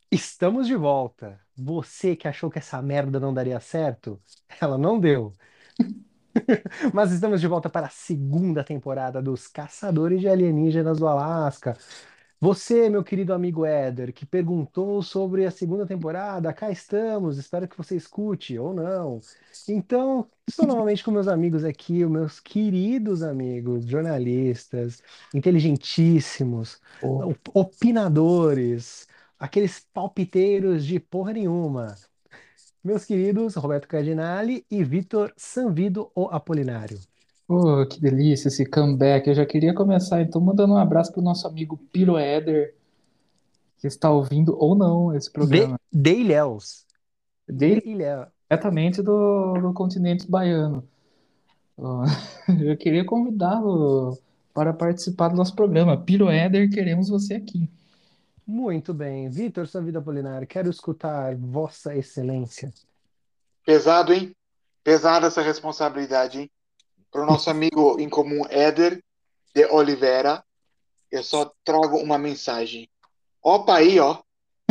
Estamos de volta. Você que achou que essa merda não daria certo, ela não deu. Mas estamos de volta para a segunda temporada dos Caçadores de Alienígenas do Alasca. Você, meu querido amigo Éder, que perguntou sobre a segunda temporada, cá estamos, espero que você escute ou não. Então, estou novamente com meus amigos aqui, os meus queridos amigos, jornalistas, inteligentíssimos, Pô, opinadores, aqueles palpiteiros de porra nenhuma. Meus queridos Roberto Cardinale e Vitor Sanvido o Apolinário. pô, que delícia esse comeback. Eu já queria começar então mandando um abraço pro nosso amigo Piro Éder, que está ouvindo ou não esse programa. De Ilhéus. De Dele Ilhéus. diretamente do continente baiano. Ó, eu queria convidá-lo para participar do nosso programa. Piro Éder, queremos você aqui. Muito bem. Vitor Sanvido Apolinário, quero escutar Vossa Excelência. Pesado, hein? Pesada essa responsabilidade, hein? Para o nosso amigo em comum Éder de Oliveira, eu só trago uma mensagem. Opa aí, ó.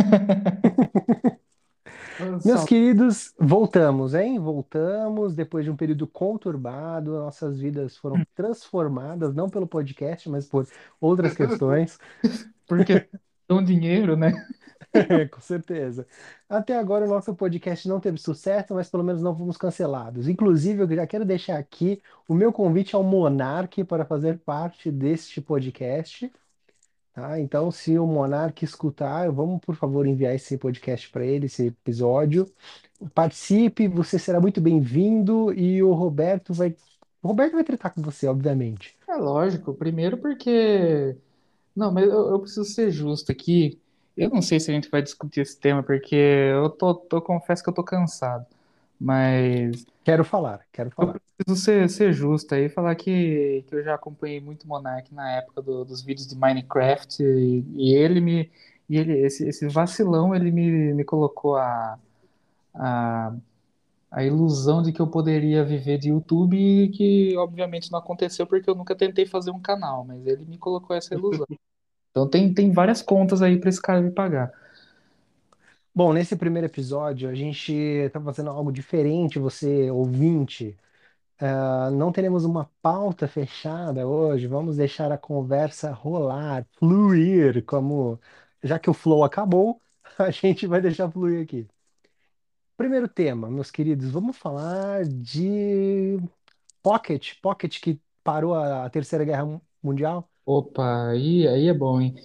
Meus Nossa, queridos, voltamos, hein? Voltamos depois de um período conturbado. Nossas vidas foram transformadas, não pelo podcast, mas por outras questões. porque dão dinheiro, né? Com certeza. Até agora o nosso podcast não teve sucesso, mas pelo menos não fomos cancelados. Inclusive, eu já quero deixar aqui o meu convite ao Monark para fazer parte deste podcast, tá? Então, se o Monark escutar, vamos, por favor, enviar esse podcast para ele, esse episódio. Participe, você será muito bem-vindo e o Roberto vai tratar com você, obviamente. É lógico. Primeiro porque não, mas eu preciso ser justo aqui. Eu não sei se a gente vai discutir esse tema, porque confesso que eu tô cansado. Mas Quero falar, quero eu falar. preciso ser justo aí e falar que eu já acompanhei muito Monark na época dos vídeos de Minecraft e ele me. E ele, esse vacilão, ele me colocou a, a ilusão de que eu poderia viver de YouTube e que, obviamente, não aconteceu porque eu nunca tentei fazer um canal, mas ele me colocou essa ilusão. Então tem várias contas aí para esse cara me pagar. Bom, nesse primeiro episódio, a gente está fazendo algo diferente, você ouvinte. Não teremos uma pauta fechada hoje, vamos deixar a conversa rolar, fluir, já que o flow acabou, a gente vai deixar fluir aqui. Primeiro tema, meus queridos, vamos falar de Pocket que parou a Terceira Guerra Mundial. Opa, aí é bom, hein?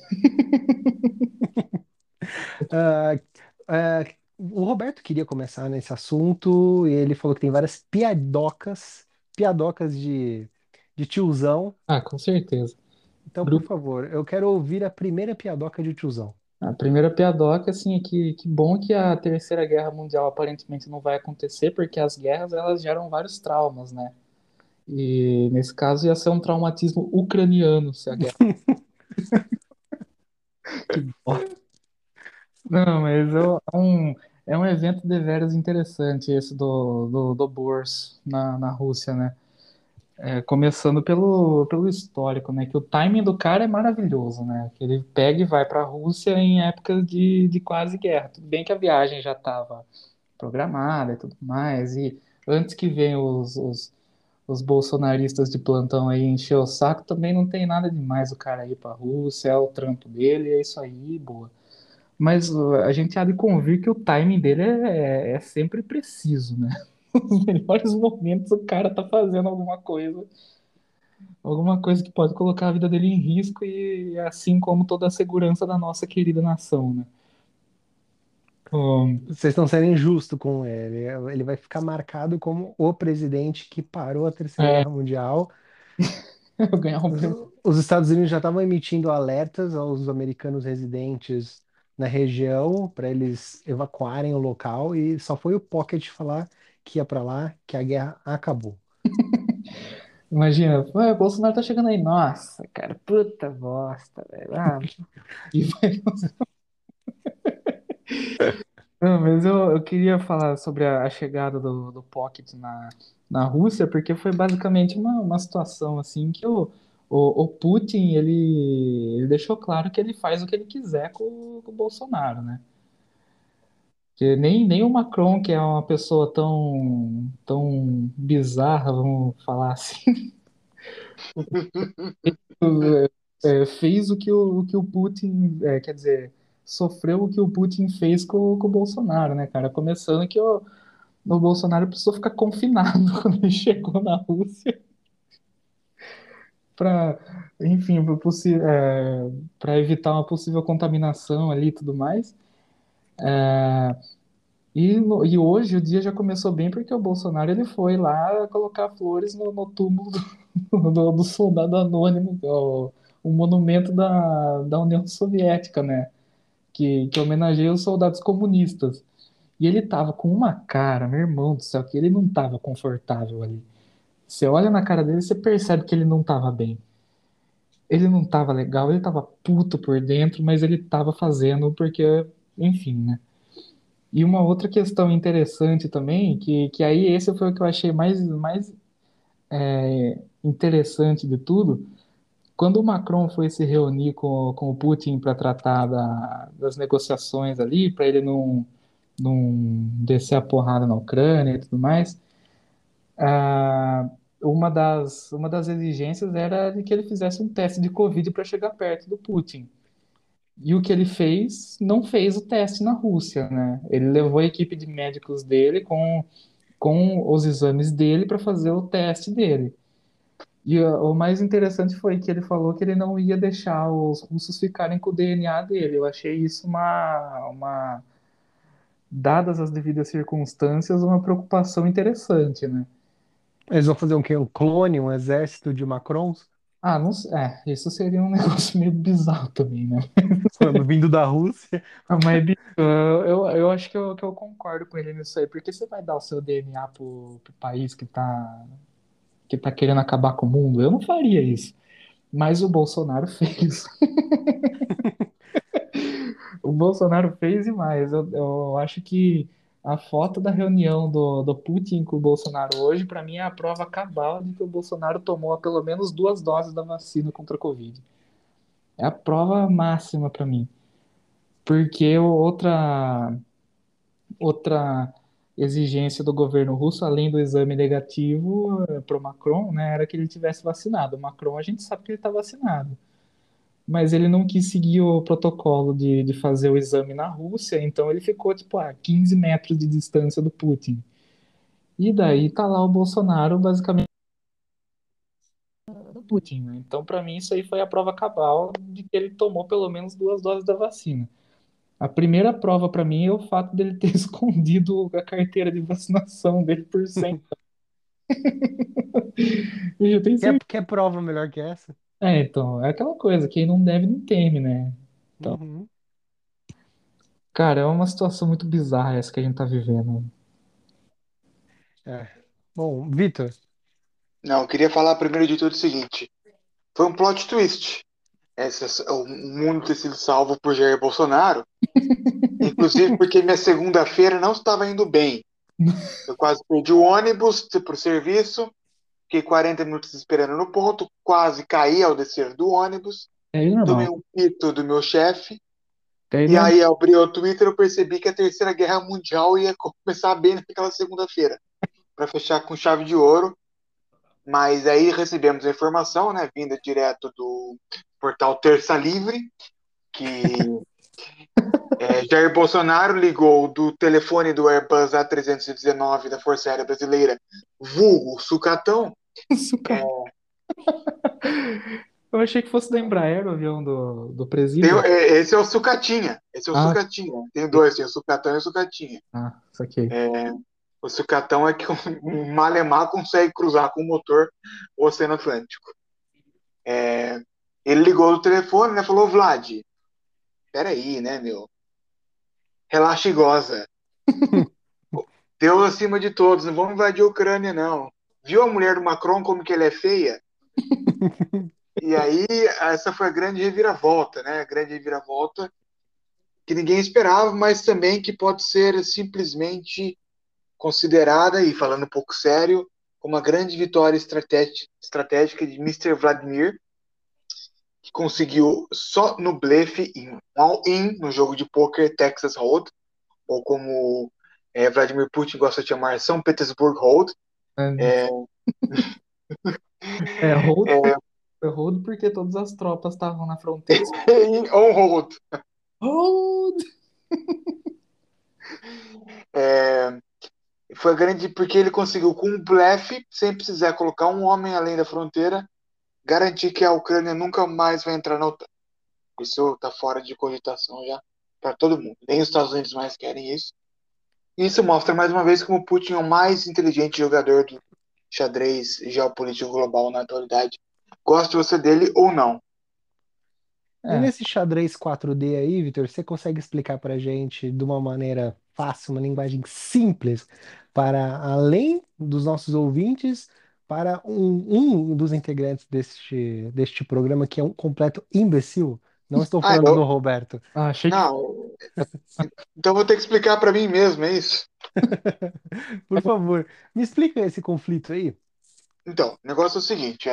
Ah, o Roberto queria começar nesse assunto e ele falou que tem várias piadocas de tiozão. Ah, com certeza. Então, por Grupo, favor, eu quero ouvir a primeira piadoca de tiozão. a primeira piadoca, assim, é que bom que a Terceira Guerra Mundial aparentemente não vai acontecer, porque as guerras, elas geram vários traumas, né? E nesse caso ia ser um traumatismo ucraniano se a guerra. Que bosta. Não, mas é um evento deveras interessante esse do Boers na Rússia, né? É, começando pelo histórico, né? Que o timing do cara é maravilhoso, né? Que ele pega e vai para a Rússia em épocas de quase guerra. Tudo bem que a viagem já estava programada e tudo mais, e antes que venham os bolsonaristas de plantão aí encher o saco, também não tem nada demais o cara ir para a Rússia, é o trampo dele, é isso aí, boa. Mas a gente há de convir que o timing dele é sempre preciso, né? Nos melhores momentos o cara tá fazendo alguma coisa que pode colocar a vida dele em risco e assim como toda a segurança da nossa querida nação, né? Um, Vocês estão sendo injusto com ele. Ele vai ficar marcado como o presidente que parou a Terceira é, Guerra Mundial. eu ganhar um Os, prêmio. os Estados Unidos já estavam emitindo alertas aos americanos residentes na região para eles evacuarem o local e só foi o Pocket falar que ia para lá, que a guerra acabou. Imagina, "Ué, o Bolsonaro tá chegando aí. Nossa, cara, puta bosta, velho. Ah, e vai- não, mas eu queria falar sobre a chegada do Pocket na Rússia, porque foi basicamente uma situação assim que o Putin ele deixou claro que ele faz o que ele quiser com o Bolsonaro, né? Que nem o Macron, que é uma pessoa tão bizarra, vamos falar assim, fez o que o Putin, quer dizer, sofreu o que o Putin fez com o Bolsonaro, né, cara? Começando que o Bolsonaro precisou ficar confinado quando ele chegou na Rússia para, enfim, para evitar uma possível contaminação ali e tudo mais. E hoje o dia já começou bem porque o Bolsonaro ele foi lá colocar flores no túmulo do soldado anônimo, o monumento da União Soviética, né? Que homenageia os soldados comunistas. E ele tava com uma cara, meu irmão do céu, que ele não tava confortável ali. Você olha na cara dele, você percebe que ele não tava bem. Ele não tava legal, ele tava puto por dentro, mas ele tava fazendo porque, enfim, né? E uma outra questão interessante também, que aí esse foi o que eu achei mais interessante de tudo, quando o Macron foi se reunir com o Putin para tratar das negociações ali, para ele não descer a porrada na Ucrânia e tudo mais, ah, uma das exigências era de que ele fizesse um teste de Covid para chegar perto do Putin. E o que ele fez, não fez o teste na Rússia, né? Ele levou a equipe de médicos dele com os exames dele para fazer o teste dele. E o mais interessante foi que ele falou que ele não ia deixar os russos ficarem com o DNA dele. Eu achei isso dadas as devidas circunstâncias, uma preocupação interessante, né? Eles vão fazer um quê? Um clone, um exército de Macrons? Ah, não, isso seria um negócio meio bizarro também, né? Falando vindo da Rússia. Ah, mas eu acho que eu concordo com ele nisso aí, porque você vai dar o seu DNA pro país que tá querendo acabar com o mundo? Eu não faria isso. Mas o Bolsonaro fez. O Bolsonaro fez e mais. Eu acho que a foto da reunião do Putin com o Bolsonaro hoje, para mim, é a prova cabal de que o Bolsonaro tomou pelo menos 2 doses da vacina contra a Covid. É a prova máxima para mim. Porque outra exigência do governo russo, além do exame negativo para o Macron, né, era que ele tivesse vacinado. O Macron, a gente sabe que ele está vacinado. Mas ele não quis seguir o protocolo de fazer o exame na Rússia, então ele ficou, tipo, a 15 metros de distância do Putin. E daí tá lá o Bolsonaro, basicamente, do Putin, né? Então, para mim, isso aí foi a prova cabal de que ele tomou pelo menos 2 doses da vacina. A primeira prova para mim é o fato dele ter escondido a carteira de vacinação dele por 100. Eu já tenho certeza. Quer prova melhor que essa? Então, é aquela coisa, quem não deve não teme, né? Então, Uhum. cara, é uma situação muito bizarra essa que a gente tá vivendo. É. Bom, Vitor, Não, eu queria falar primeiro de tudo o seguinte: foi um plot twist. O mundo ter sido salvo por Jair Bolsonaro, inclusive porque minha segunda-feira não estava indo bem. Eu quase perdi o ônibus para o serviço, fiquei 40 minutos esperando no ponto, quase caí ao descer do ônibus, É tomei normal. um pito do meu chefe, É e normal. aí ao abrir o Twitter eu percebi que a Terceira Guerra Mundial ia começar bem naquela segunda-feira, para fechar com chave de ouro. Mas aí recebemos a informação, né, vinda direto do portal Terça Livre, que Jair Bolsonaro ligou do telefone do Airbus A319 da Força Aérea Brasileira, vulgo Sucatão. Suca- Eu achei que fosse da Embraer, o avião do presídio. Esse é o Sucatinha. Esse é o Ah, Sucatinha. Tem dois, tem o Sucatão e o Sucatinha. saquei. O Sucatão é que o Malemar consegue cruzar com o motor o Oceano Atlântico. Ele ligou do telefone, né? Falou, Vlad, peraí, né, meu? Relaxa e goza. Deus acima de todos, não vamos invadir a Ucrânia, não. Viu a mulher do Macron como que ela é feia? E aí, essa foi a grande reviravolta, né? A grande reviravolta que ninguém esperava, mas também que pode ser simplesmente considerada, e falando um pouco sério, como uma grande vitória estratégica de Mister Vladimir, que conseguiu só no blefe, em all-in, no jogo de poker Texas Hold, ou como Vladimir Putin gosta de chamar, São Petersburg Hold. É, Hold, é, hold porque todas as tropas estavam na fronteira. on hold. Hold! É, foi grande porque ele conseguiu, com um blefe, sem precisar colocar um homem além da fronteira, garantir que a Ucrânia nunca mais vai entrar na OTAN. Isso está fora de cogitação já para todo mundo. Nem os Estados Unidos mais querem isso. Isso mostra mais uma vez como Putin é o mais inteligente jogador do xadrez geopolítico global na atualidade. Goste você dele ou não. E É, nesse xadrez 4D aí, Vitor, você consegue explicar para gente de uma maneira fácil, uma linguagem simples, para além dos nossos ouvintes, para um dos integrantes deste programa que é um completo imbecil? Não estou Ah, falando do Roberto. achei que não. Então vou ter que explicar para mim mesmo, é isso? Por favor, me explica esse conflito aí. Então, o negócio é o seguinte: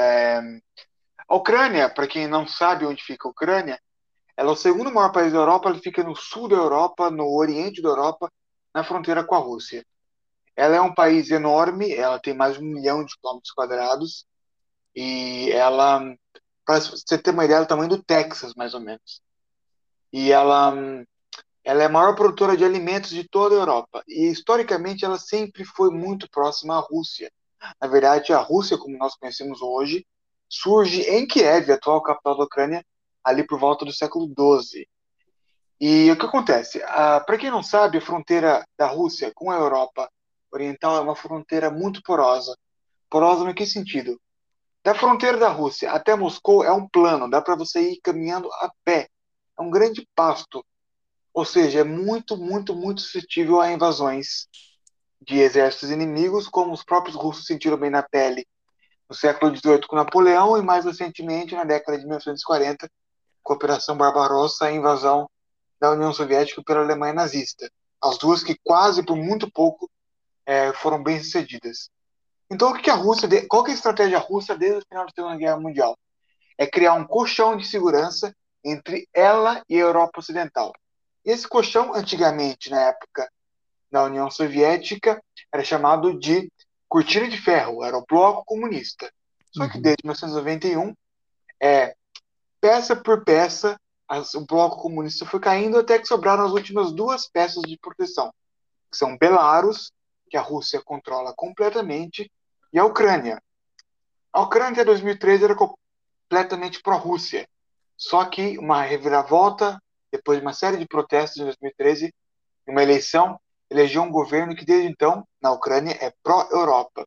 a Ucrânia, para quem não sabe onde fica a Ucrânia, ela é o segundo maior país da Europa, ela fica no sul da Europa, no oriente da Europa, na fronteira com a Rússia. Ela é um país enorme, ela tem mais de 1 milhão de quilômetros quadrados, e ela, para você ter uma ideia do tamanho do Texas, mais ou menos. E ela é a maior produtora de alimentos de toda a Europa. E historicamente ela sempre foi muito próxima à Rússia. Na verdade, a Rússia, como nós conhecemos hoje, surge em Kiev, a atual capital da Ucrânia, ali por volta do século XII. E o que acontece? Para quem não sabe, a fronteira da Rússia com a Europa Oriental é uma fronteira muito porosa. Porosa no que sentido? Da fronteira da Rússia até Moscou é um plano, dá para você ir caminhando a pé. É um grande pasto, ou seja, é muito, muito, muito suscetível a invasões de exércitos inimigos, como os próprios russos sentiram bem na pele no século XVIII com Napoleão e mais recentemente na década de 1940 com a Operação Barbarossa, a invasão da União Soviética pela Alemanha nazista. As duas que quase por muito pouco foram bem sucedidas. Então, qual que é a estratégia russa desde o final da Segunda Guerra Mundial? É criar um colchão de segurança entre ela e a Europa Ocidental. E esse colchão, antigamente, na época da União Soviética, era chamado de cortina de ferro, era o bloco comunista. Só que Uhum, desde 1991, é, peça por peça, o bloco comunista foi caindo até que sobraram as últimas duas peças de proteção, que são Belarus, que a Rússia controla completamente, e a Ucrânia. A Ucrânia até 2013 era completamente pró-Rússia. Só que uma reviravolta, depois de uma série de protestos em 2013, uma eleição, elegeu um governo que desde então, na Ucrânia, é pró-Europa.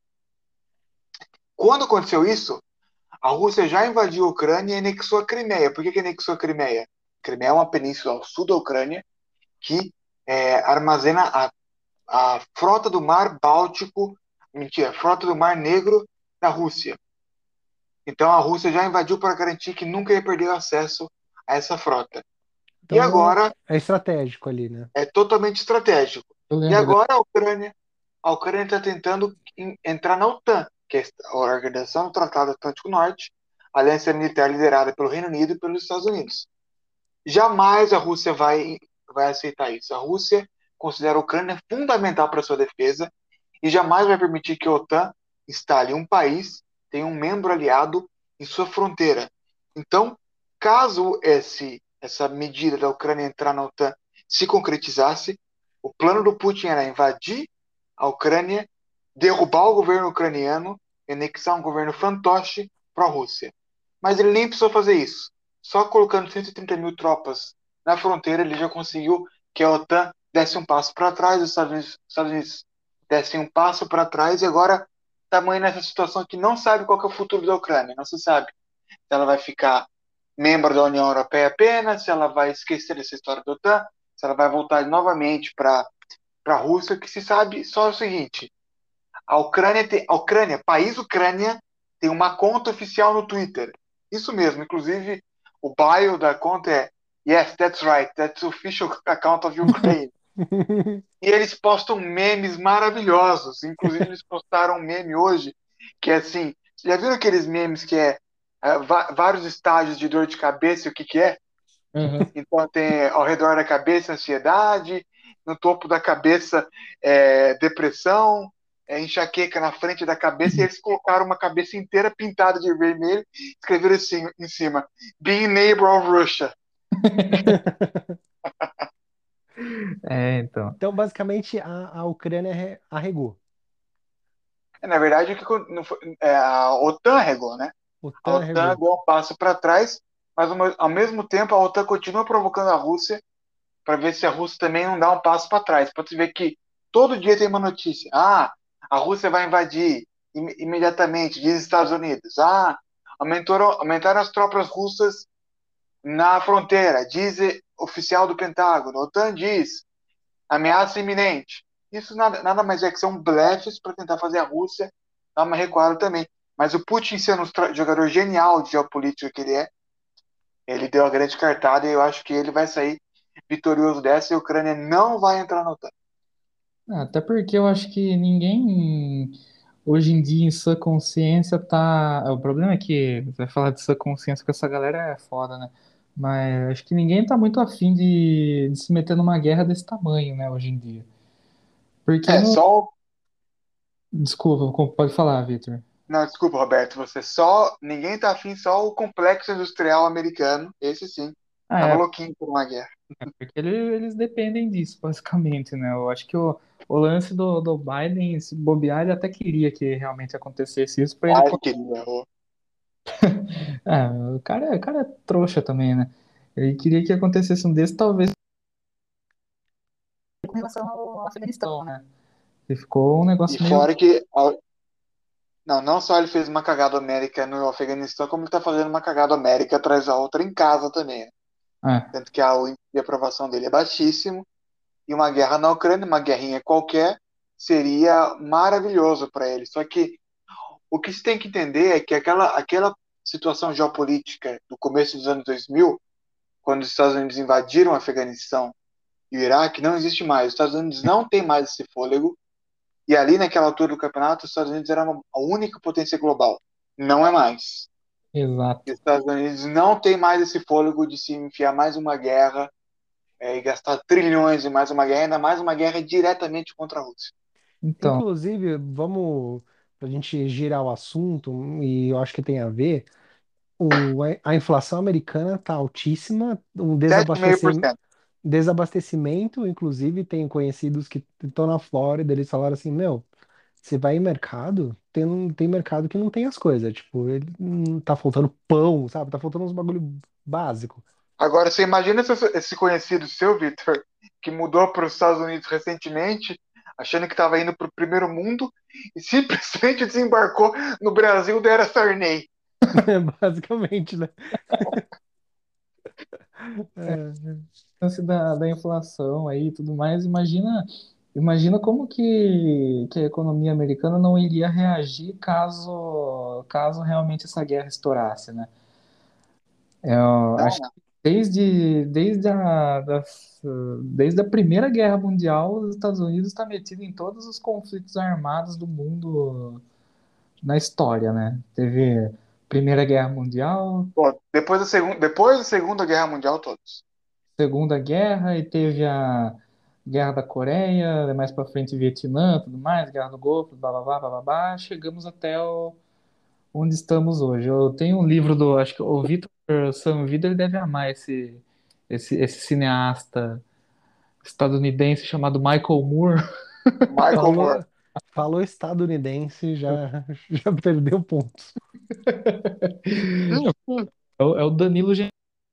Quando aconteceu isso, a Rússia já invadiu a Ucrânia e anexou a Crimeia. Por que anexou a Crimeia? A Crimeia é uma península ao sul da Ucrânia que armazena a frota do Mar Báltico, mentira, a frota do Mar Negro da Rússia. Então a Rússia já invadiu para garantir que nunca ia perder acesso a essa frota. E então agora é estratégico ali, né? é totalmente estratégico. eu E lembro. agora a Ucrânia está tentando entrar na OTAN, que é a Organização do Tratado Atlântico Norte, aliança militar liderada pelo Reino Unido e pelos Estados Unidos. Jamais a Rússia vai aceitar isso. A Rússia considera a Ucrânia fundamental para sua defesa e jamais vai permitir que a OTAN instale um país, tenha um membro aliado em sua fronteira. Então, caso essa medida da Ucrânia entrar na OTAN se concretizasse, o plano do Putin era invadir a Ucrânia, derrubar o governo ucraniano e anexar um governo fantoche para a Rússia. Mas ele nem precisou fazer isso. Só colocando 130 mil tropas na fronteira, ele já conseguiu que a OTAN desse um passo para trás, os Estados Unidos dessem um passo para trás, e agora estamos nessa situação que não sabe qual é o futuro da Ucrânia. Não se sabe se ela vai ficar membro da União Europeia apenas, se ela vai esquecer essa história da OTAN, se ela vai voltar novamente para a Rússia. O que se sabe só é o seguinte: país Ucrânia, tem uma conta oficial no Twitter. Isso mesmo, inclusive o bio da conta é Yes, that's right, that's the official account of Ukraine. E eles postam memes maravilhosos. Inclusive, eles postaram um meme hoje que é assim: já viram aqueles memes que vários estágios de dor de cabeça e o que é? Uhum. Então tem ao redor da cabeça ansiedade, no topo da cabeça depressão, enxaqueca na frente da cabeça, e eles colocaram uma cabeça inteira pintada de vermelho, escreveram assim em cima: Being neighbor of Russia. Então. Então, basicamente, a Ucrânia arregou. Na verdade, não foi, a OTAN regou, né? O A OTAN OTAN arregou. deu um passo para trás, mas ao mesmo tempo a OTAN continua provocando a Rússia para ver se a Rússia também não dá um passo para trás. Para você ver que todo dia tem uma notícia. Ah, a Rússia vai invadir imediatamente, diz Estados Unidos. Ah, aumentaram as tropas russas na fronteira, diz oficial do Pentágono. A OTAN diz ameaça iminente. Isso nada mais é que são blefes para tentar fazer a Rússia dar uma recuada também. Mas o Putin, sendo um jogador genial de geopolítica que ele é, ele deu a grande cartada e eu acho que ele vai sair vitorioso dessa e a Ucrânia não vai entrar na OTAN. Até porque eu acho que ninguém hoje em dia em sua consciência tá. O problema é que vai falar de sua consciência com essa galera é foda, né? Mas acho que ninguém tá muito afim de se meter numa guerra desse tamanho, né, hoje em dia. Porque É, não. só. Desculpa, pode falar, Victor. Não, desculpa, Roberto, você só. Ninguém tá afim, só o complexo industrial americano, esse sim, Ah, tava é, louquinho por uma guerra. porque eles dependem disso, basicamente, né? Eu acho que o lance do Biden, se bobear, ele até queria que realmente acontecesse isso para ele. Ai, querida. É, o cara é trouxa também, né? Ele queria que acontecesse um desses, talvez com relação ao Afeganistão, né? E ficou um E negócio meio. fora que. Não só ele fez uma cagada América no Afeganistão, como ele tá fazendo uma cagada América atrás da outra em casa também, né? É, Tanto que o índice de aprovação dele é baixíssimo. E uma guerra na Ucrânia, uma guerrinha qualquer, seria maravilhoso para ele. Só que o que se tem que entender é que aquela situação geopolítica do começo dos anos 2000, quando os Estados Unidos invadiram o Afeganistão e o Iraque, não existe mais. Os Estados Unidos não tem mais esse fôlego. E ali, naquela altura do campeonato, os Estados Unidos era a única potência global. Não é mais. E exato. os Estados Unidos não tem mais esse fôlego de se enfiar mais uma guerra e gastar trilhões em mais uma guerra, ainda mais uma guerra diretamente contra a Rússia. Então, Inclusive, vamos, para a gente girar o assunto, e eu acho que tem a ver, a inflação americana está altíssima, um 7,5%. desabastecimento, inclusive, tenho conhecidos que estão na Flórida, eles falaram assim, meu, você vai em mercado, tem mercado que não tem as coisas, tipo, tá faltando pão, sabe? Tá faltando uns bagulho básico. Agora, você imagina esse conhecido seu, Victor, que mudou para os Estados Unidos recentemente, achando que estava indo para o primeiro mundo, e simplesmente desembarcou no Brasil da Era Sarney. Basicamente, né? É. lance da inflação aí e tudo mais, imagina como que a economia americana não iria reagir caso realmente essa guerra estourasse, né? Eu Não, acho não. que desde a Primeira Guerra Mundial, os Estados Unidos está metido em todos os conflitos armados do mundo na história, né? Teve Primeira Guerra Mundial, Pô, depois da Segunda Guerra Mundial, todos. Segunda Guerra, e teve a Guerra da Coreia, mais para frente Vietnã, tudo mais, Guerra do Golfo, blá blá blá blá blá, blá, chegamos até onde estamos hoje. Eu tenho um livro acho que o Victor Sanvida, ele deve amar esse cineasta estadunidense chamado Michael Moore. Michael Moore. Falou, falou estadunidense, já, já perdeu pontos. É o Danilo Gentili.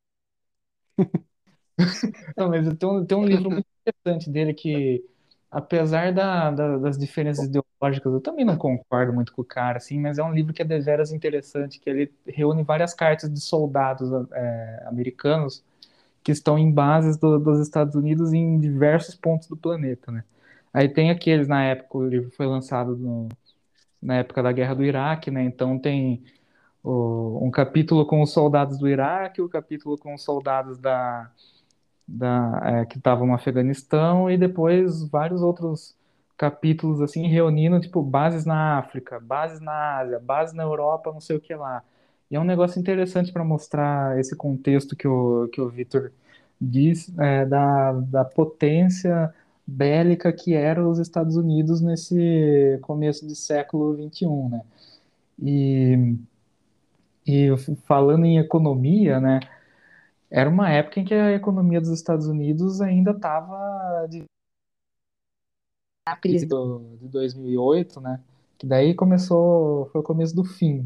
Não, mas tem um livro muito interessante dele que, apesar das diferenças ideológicas, eu também não concordo muito com o cara, assim, mas é um livro que é deveras interessante, que ele reúne várias cartas de soldados americanos que estão em bases dos Estados Unidos em diversos pontos do planeta, né? Aí tem aqueles, na época, o livro foi lançado na época da Guerra do Iraque, né? Então tem um capítulo com os soldados do Iraque, o capítulo com os soldados que estavam no Afeganistão e depois vários outros capítulos assim reunindo tipo bases na África, bases na Ásia, bases na Europa, não sei o que lá. E é um negócio interessante para mostrar esse contexto que o Vitor diz da potência bélica que era os Estados Unidos nesse começo de século XXI, né? E, e falando em economia, né? Era uma época em que a economia dos Estados Unidos ainda estava a crise de 2008, né? Que daí começou, foi o começo do fim.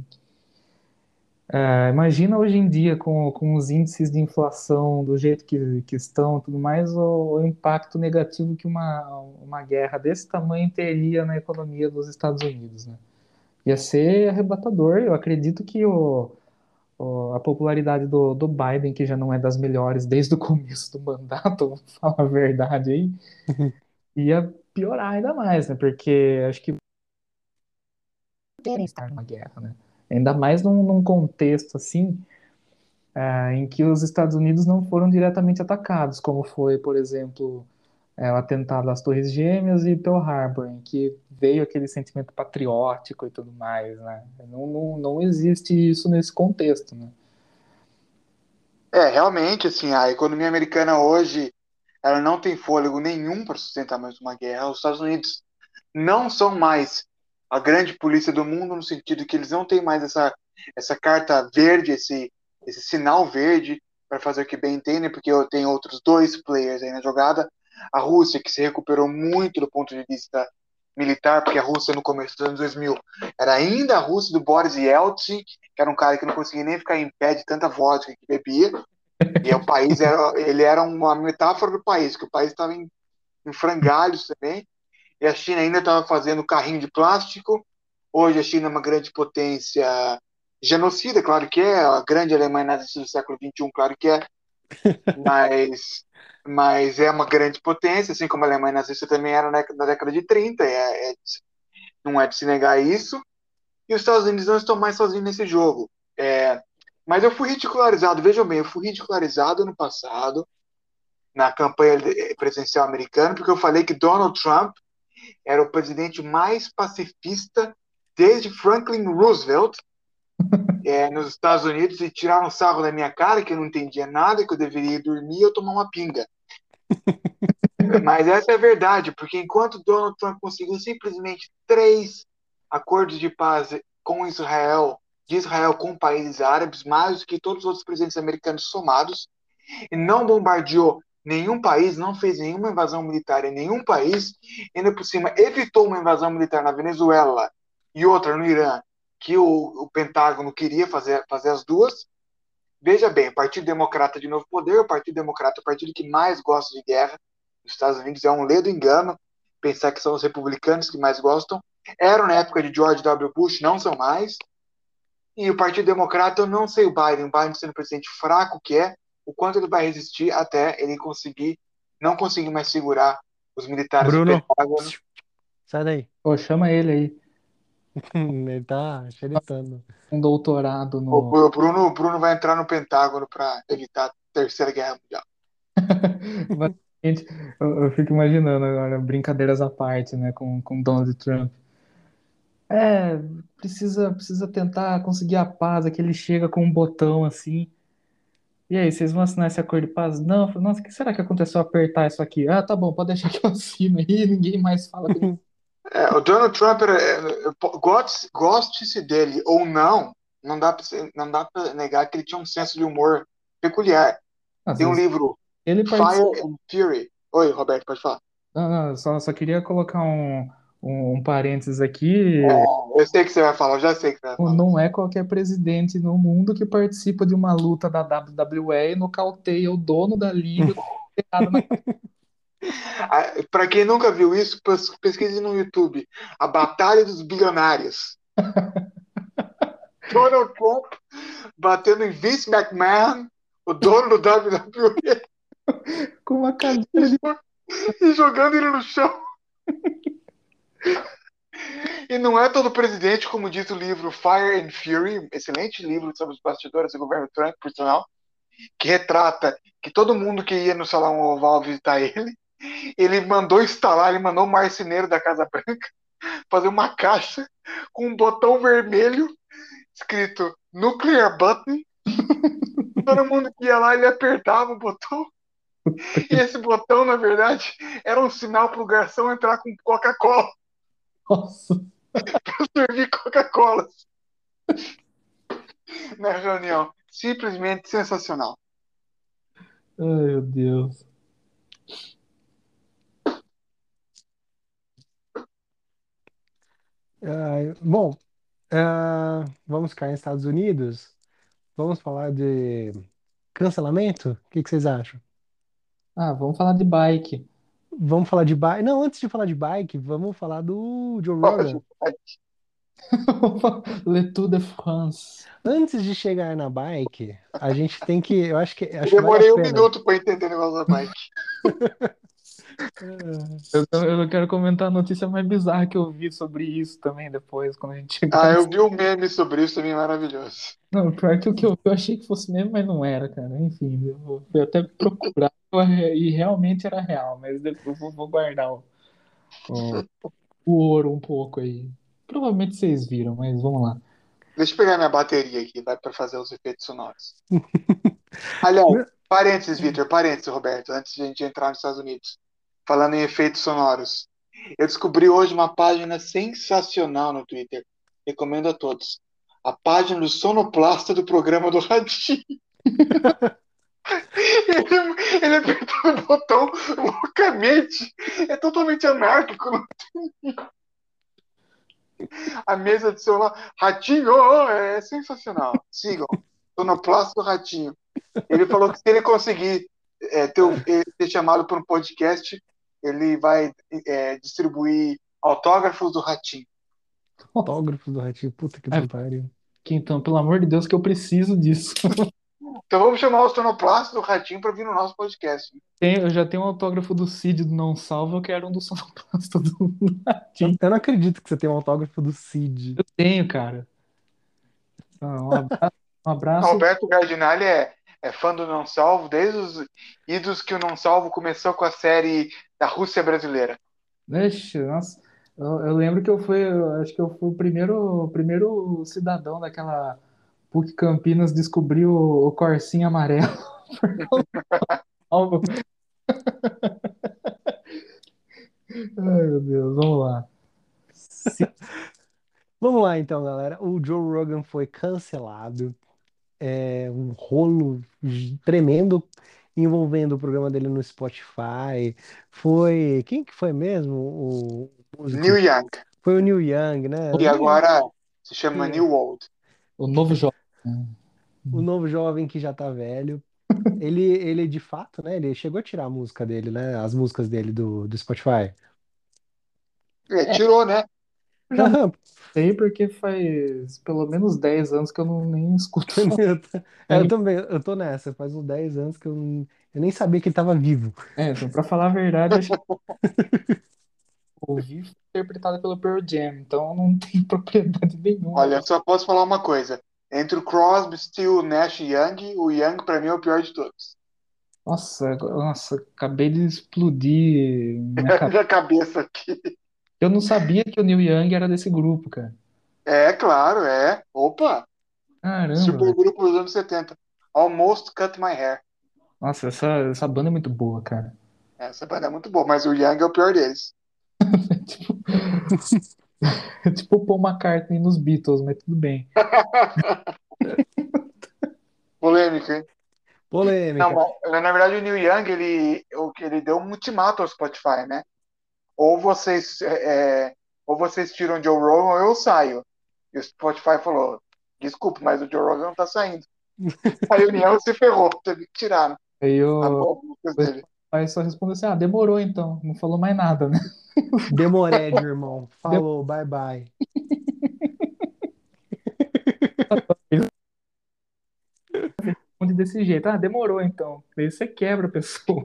Imagina hoje em dia, com os índices de inflação do jeito que estão, e tudo mais, o impacto negativo que uma guerra desse tamanho teria na economia dos Estados Unidos, né? Ia ser arrebatador. Eu acredito que a popularidade do Biden, que já não é das melhores desde o começo do mandato, vou falar a verdade aí, ia piorar ainda mais, né? Porque acho que querem estar numa guerra, né? Ainda mais num contexto assim, em que os Estados Unidos não foram diretamente atacados, como foi, por exemplo, o atentado às Torres Gêmeas e Pearl Harbor, em que veio aquele sentimento patriótico e tudo mais, né? Não existe isso nesse contexto, né? Realmente, assim, a economia americana hoje, ela não tem fôlego nenhum para sustentar mais uma guerra. Os Estados Unidos não são mais a grande polícia do mundo, no sentido que eles não têm mais essa carta verde, esse sinal verde para fazer o que bem entendem, porque tem outros dois players aí na jogada. A Rússia, que se recuperou muito do ponto de vista militar, porque a Rússia no começo dos anos 2000 era ainda a Rússia do Boris Yeltsin, que era um cara que não conseguia nem ficar em pé de tanta vodka que bebia, e o país ele era uma metáfora do país, que o país estava em frangalhos também, e a China ainda estava fazendo carrinho de plástico. Hoje a China é uma grande potência genocida, claro que é, a grande Alemanha nazista do século XXI, claro que é, mas, mas é uma grande potência, assim como a Alemanha nazista também era na década de 30, não é de se negar isso, e os Estados Unidos não estão mais sozinhos nesse jogo. Mas eu fui ridicularizado, vejam bem, eu fui ridicularizado no passado, na campanha presidencial americana, porque eu falei que Donald Trump era o presidente mais pacifista desde Franklin Roosevelt nos Estados Unidos, e tiraram sarro da minha cara, que eu não entendia nada, que eu deveria dormir ou tomar uma pinga. Mas essa é a verdade, porque enquanto Donald Trump conseguiu simplesmente 3 acordos de paz com Israel, de Israel com países árabes, mais do que todos os outros presidentes americanos somados, e não bombardeou nenhum país, não fez nenhuma invasão militar em nenhum país, ainda por cima evitou uma invasão militar na Venezuela e outra no Irã, que o Pentágono queria fazer as duas. Veja bem, o Partido Democrata de novo poder, o Partido Democrata é o partido que mais gosta de guerra nos Estados Unidos, é um ledo engano pensar que são os republicanos que mais gostam. Eram na época de George W. Bush, não são mais. E o Partido Democrata, eu não sei o Biden sendo presidente fraco que é, o quanto ele vai resistir até ele não conseguir mais segurar os militares do Bruno, Pentágono. sai daí. Pô, chama ele aí, Ele tá xeretando. um doutorado O no. o Bruno vai entrar no Pentágono para evitar a Terceira Guerra Mundial. Basicamente, eu fico imaginando agora, brincadeiras à parte, né, com Donald Trump. É, precisa tentar conseguir a paz, é que ele chega com um botão assim. E aí, vocês vão assinar esse acordo de paz? Não, eu falei, nossa, o que será que aconteceu apertar isso aqui? Ah, tá bom, pode deixar que eu assino aí, ninguém mais fala comigo. O Donald Trump, goste-se dele ou não, não dá para negar que ele tinha um senso de humor peculiar. Às Tem um vezes livro ele Fire participa. and Fury. Oi, Roberto, pode falar. Não, não, só queria colocar um parênteses aqui. Eu sei que você vai falar, eu já sei que você vai falar. Não é qualquer presidente no mundo que participa de uma luta da WWE e nocauteia o dono da liga. Para quem nunca viu isso, pesquise no YouTube. A Batalha dos Bilionários. Donald Trump batendo em Vince McMahon, o dono do WWE, Com uma cadeira de. e jogando ele no chão. E não é todo presidente, como diz o livro Fire and Fury, excelente livro sobre os bastidores do governo Trump, por sinal, que retrata que todo mundo que ia no Salão Oval visitar ele mandou instalar, ele mandou o marceneiro da Casa Branca fazer uma caixa com um botão vermelho escrito Nuclear Button. Todo mundo que ia lá, ele apertava o botão E esse botão, na verdade, era um sinal pro garçom entrar com Coca-Cola, Nossa. pra servir Coca-Cola na reunião. Simplesmente sensacional. Ai, meu Deus. Bom, vamos ficar nos Estados Unidos. Vamos falar de cancelamento? O que que vocês acham? Ah, vamos falar de bike. Vamos falar de bike? Não, antes de falar de bike, vamos falar do Joe Rogan. Le Tour de France. Antes de chegar na bike, a gente tem que, Eu acho que vale a demorei um pena. minuto para entender o negócio da bike. Eu não quero comentar a notícia mais bizarra que eu vi sobre isso também depois, quando a gente chegar Ah, nesse. eu vi um meme sobre isso também maravilhoso. Não, pior que o que eu achei que fosse mesmo, mas não era, cara. Enfim, fui até procurar e realmente era real, mas depois eu vou guardar o, o ouro um pouco aí. Provavelmente vocês viram, mas vamos lá. Deixa eu pegar minha bateria aqui, vai para fazer os efeitos sonoros. Aliás, parênteses, Vitor, parênteses, Roberto, antes de a gente entrar nos Estados Unidos. Falando em efeitos sonoros. Eu descobri hoje uma página sensacional no Twitter. Recomendo a todos. A página do sonoplasta do programa do Radinho. Ele apertando o botão loucamente. É totalmente anárquico. A mesa do celular. Ratinho! É sensacional. Sigam. Sonoplasta do Ratinho. Ele falou que se ele conseguir ser chamado para um podcast, ele vai distribuir autógrafos do Ratinho. Autógrafo do Ratinho, puta que É, pariu. que então, pelo amor de Deus, que eu preciso disso. Então vamos chamar o sonoplasta do Ratinho para vir no nosso podcast. Eu já tenho um autógrafo do Cid do Não Salvo, eu quero um do Sonoplasta do Eu, Latim. eu não acredito que você tem um autógrafo do Cid. Eu tenho, cara. Ah, um abraço. Roberto Gardinali é fã do Não Salvo desde os idos que o Não Salvo começou com a série da Rússia brasileira. Ixi, nossa, eu lembro que acho que eu fui o primeiro cidadão daquela PUC Campinas descobriu o Corsinha amarelo por causa do álbum. Ai, meu Deus, vamos lá. Se- Vamos lá então, galera. O Joe Rogan foi cancelado. Um rolo tremendo envolvendo o programa dele no Spotify. Foi. Quem que foi mesmo? O Neil músico? Young, Foi o Neil Young, né? Eu que nem. agora se chama Quem New é? Old. O novo jovem. O novo jovem que já tá velho. Ele de fato, né? Ele chegou a tirar a música dele, né? As músicas dele do Spotify. É, Tirou, né? eu já não Aham. sei porque faz pelo menos 10 anos que eu não nem escuto falar. Eu também, eu tô nessa. Faz uns 10 anos que eu nem sabia que ele tava vivo. Então, pra falar a verdade, acho que eu ouvi foi interpretado pelo Pearl Jam, então não tem propriedade nenhuma. Olha, só posso falar uma coisa. Entre o Crosby, Still, Nash e Young, o Young pra mim é o pior de todos. Nossa, acabei de explodir minha cabeça. Minha cabeça aqui. Eu não sabia que o Neil Young era desse grupo, cara. É, claro, é. Opa, Caramba, super velho. grupo dos anos 70. Almost Cut My Hair. Nossa, essa banda é muito boa, cara. Essa banda é muito boa, mas o Young é o pior deles. É tipo, é tipo o Paul McCartney nos Beatles, mas tudo bem. Polêmica, hein? Não, Polêmica. mas, na verdade o Neil Young, ele deu um ultimato ao Spotify, né? Ou vocês, ou vocês tiram o Joe Rogan ou eu saio. E o Spotify falou, desculpa, mas o Joe Rogan não tá saindo. Aí o Neil se ferrou, teve que tirar, né? Aí A o boa música dele. Spotify só respondeu assim: ah, demorou então. Não falou mais nada, né? Demored, irmão. Falou, bye bye. Responde desse jeito. Ah, demorou então. Aí você quebra a pessoa.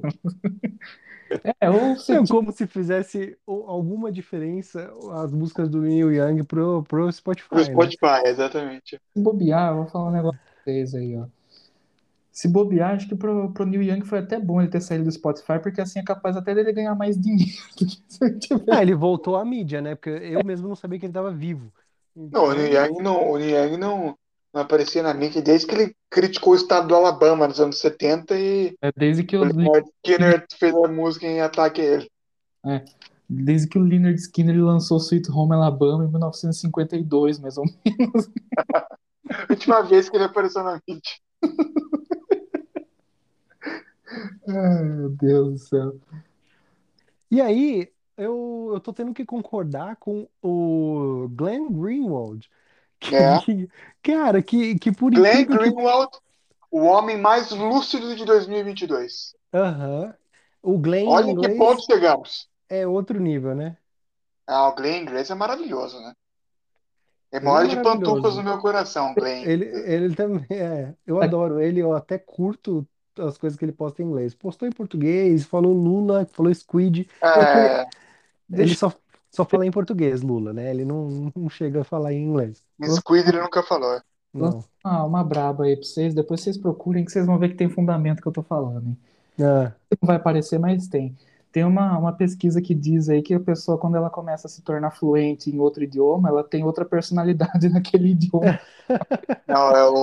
Ou você É como se fizesse alguma diferença as músicas do Neil Young pro Pro Spotify, né? Spotify, exatamente. se bobear, eu vou falar um negócio pra vocês aí, ó. Se bobear, acho que pro Neil Young foi até bom ele ter saído do Spotify, porque assim é capaz até dele ganhar mais dinheiro do que se ele Ah, tivesse. ele voltou à mídia, né? Porque eu mesmo não sabia que ele tava vivo. Não, o Neil Então, Young não, o Neil Young não, não aparecia na mídia desde que ele criticou o estado do Alabama nos anos 70 e Desde que o o Leonard Skinner fez a música em ataque a ele. é, desde que o Lynyrd Skynyrd lançou Sweet Home Alabama em 1952, mais ou menos. A última vez que ele apareceu na mídia. Ai, meu Deus do céu. E aí, eu tô tendo que concordar com o Glenn Greenwald, É. que, cara, que por Glenn incrível que... Greenwald, o homem mais lúcido de 2022. Aham. O Glenn em Olha que ponto inglês chegamos. é outro nível, né? Ah, o Glenn inglês é maravilhoso, né? É Ele é maior de pantufas no maravilhoso. meu coração, Glenn. Ele também é. Eu adoro ele, eu até curto as coisas que ele posta em inglês. Postou em português, falou Lula, falou Squid. É aquele, É, ele Deixa só fala em português, Lula, né? Ele não chega a falar em inglês. eu Squid ele nunca falou. lançar Não. uma braba aí pra vocês, depois vocês procurem que vocês vão ver que tem fundamento que eu tô falando, hein? Ah, Não vai aparecer, mas tem. Tem uma pesquisa que diz aí que a pessoa, quando ela começa a se tornar fluente em outro idioma, ela tem outra personalidade naquele idioma. Não, é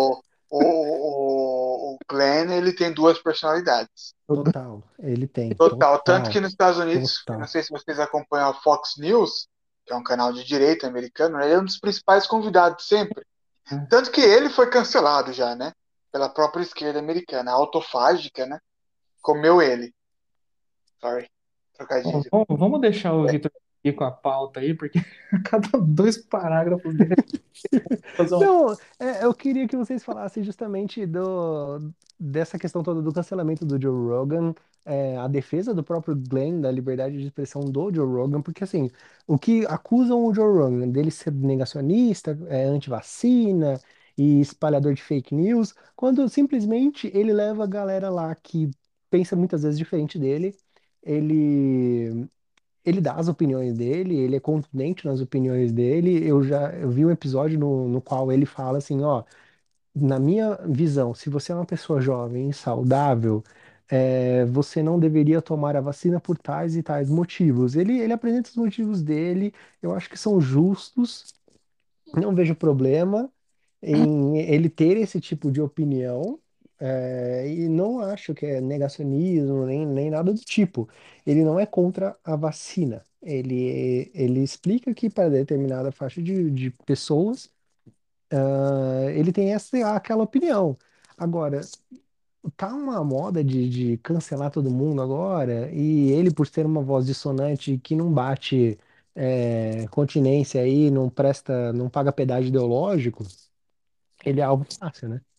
o Glenn, ele tem duas personalidades. total. Ele tem. Total. Tanto que Total. nos Estados Unidos, eu não Total. sei se vocês acompanham a Fox News, que é um canal de direita americano, né, ele é um dos principais convidados sempre. Tanto que ele foi cancelado já, né? Pela própria esquerda americana, a autofágica, né? Comeu ele. Sorry, Bom, trocadilho. vamos deixar o Vitor ir com a pauta aí, porque a cada dois parágrafos dele fazer um. Não, eu queria que vocês falassem justamente dessa questão toda do cancelamento do Joe Rogan, a defesa do próprio Glenn, da liberdade de expressão do Joe Rogan, porque assim, o que acusam o Joe Rogan dele ser negacionista, anti-vacina e espalhador de fake news, quando simplesmente ele leva a galera lá que pensa muitas vezes diferente dele, ele ele dá as opiniões dele, ele é contundente nas opiniões dele. Eu vi um episódio no qual ele fala assim, ó, na minha visão, se você é uma pessoa jovem e saudável, você não deveria tomar a vacina por tais e tais motivos. Ele apresenta os motivos dele, eu acho que são justos, não vejo problema em ele ter esse tipo de opinião, e não acho que é negacionismo nem nada do tipo. Ele não é contra a vacina. Ele explica que para determinada faixa de pessoas, ele tem aquela opinião. Agora, tá uma moda de cancelar todo mundo agora, e ele, por ser uma voz dissonante que não bate continência aí, não presta, não paga pedágio ideológico, ele é alvo fácil, né?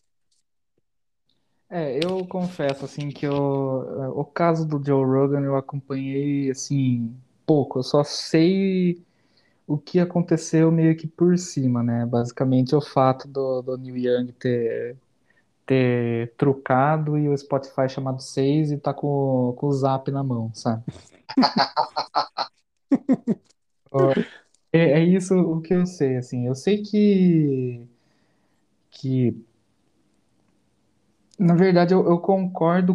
Eu confesso assim que o caso do Joe Rogan eu acompanhei assim pouco. Eu só sei o que aconteceu meio que por cima, né? Basicamente o fato do Neil Young ter trucado e o Spotify chamado 6 e tá com o Zap na mão, sabe? É isso o que eu sei, assim. Eu sei que na verdade, eu concordo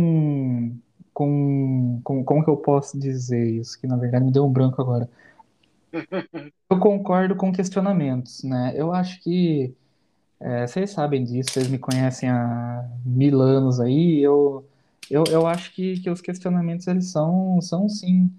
com. Como que eu posso dizer isso? Que na verdade me deu um branco agora. Eu concordo com questionamentos, né? Eu acho que. Vocês sabem disso, vocês me conhecem há 1000 anos aí. Eu acho que os questionamentos eles são sim,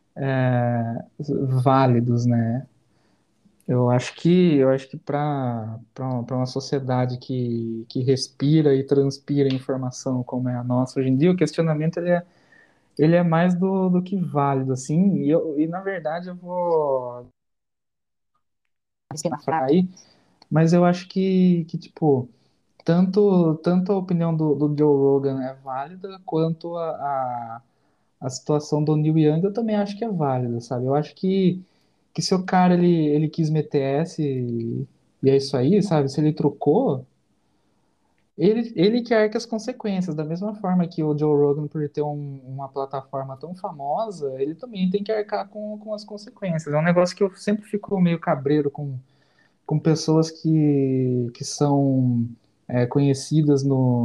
válidos, né? Eu acho que para uma sociedade que respira e transpira informação como é a nossa hoje em dia, o questionamento ele é mais do que válido, assim, e na verdade eu vou descifrar aí, mas eu acho que tipo, tanto a opinião do Joe Rogan é válida, quanto a situação do Neil Young eu também acho que é válida, sabe? Eu acho que se o cara ele quis meter essa e é isso aí, sabe? Se ele trocou, ele que arca as consequências, da mesma forma que o Joe Rogan, por ter uma plataforma tão famosa, ele também tem que arcar com as consequências. É um negócio que eu sempre fico meio cabreiro com pessoas que são conhecidas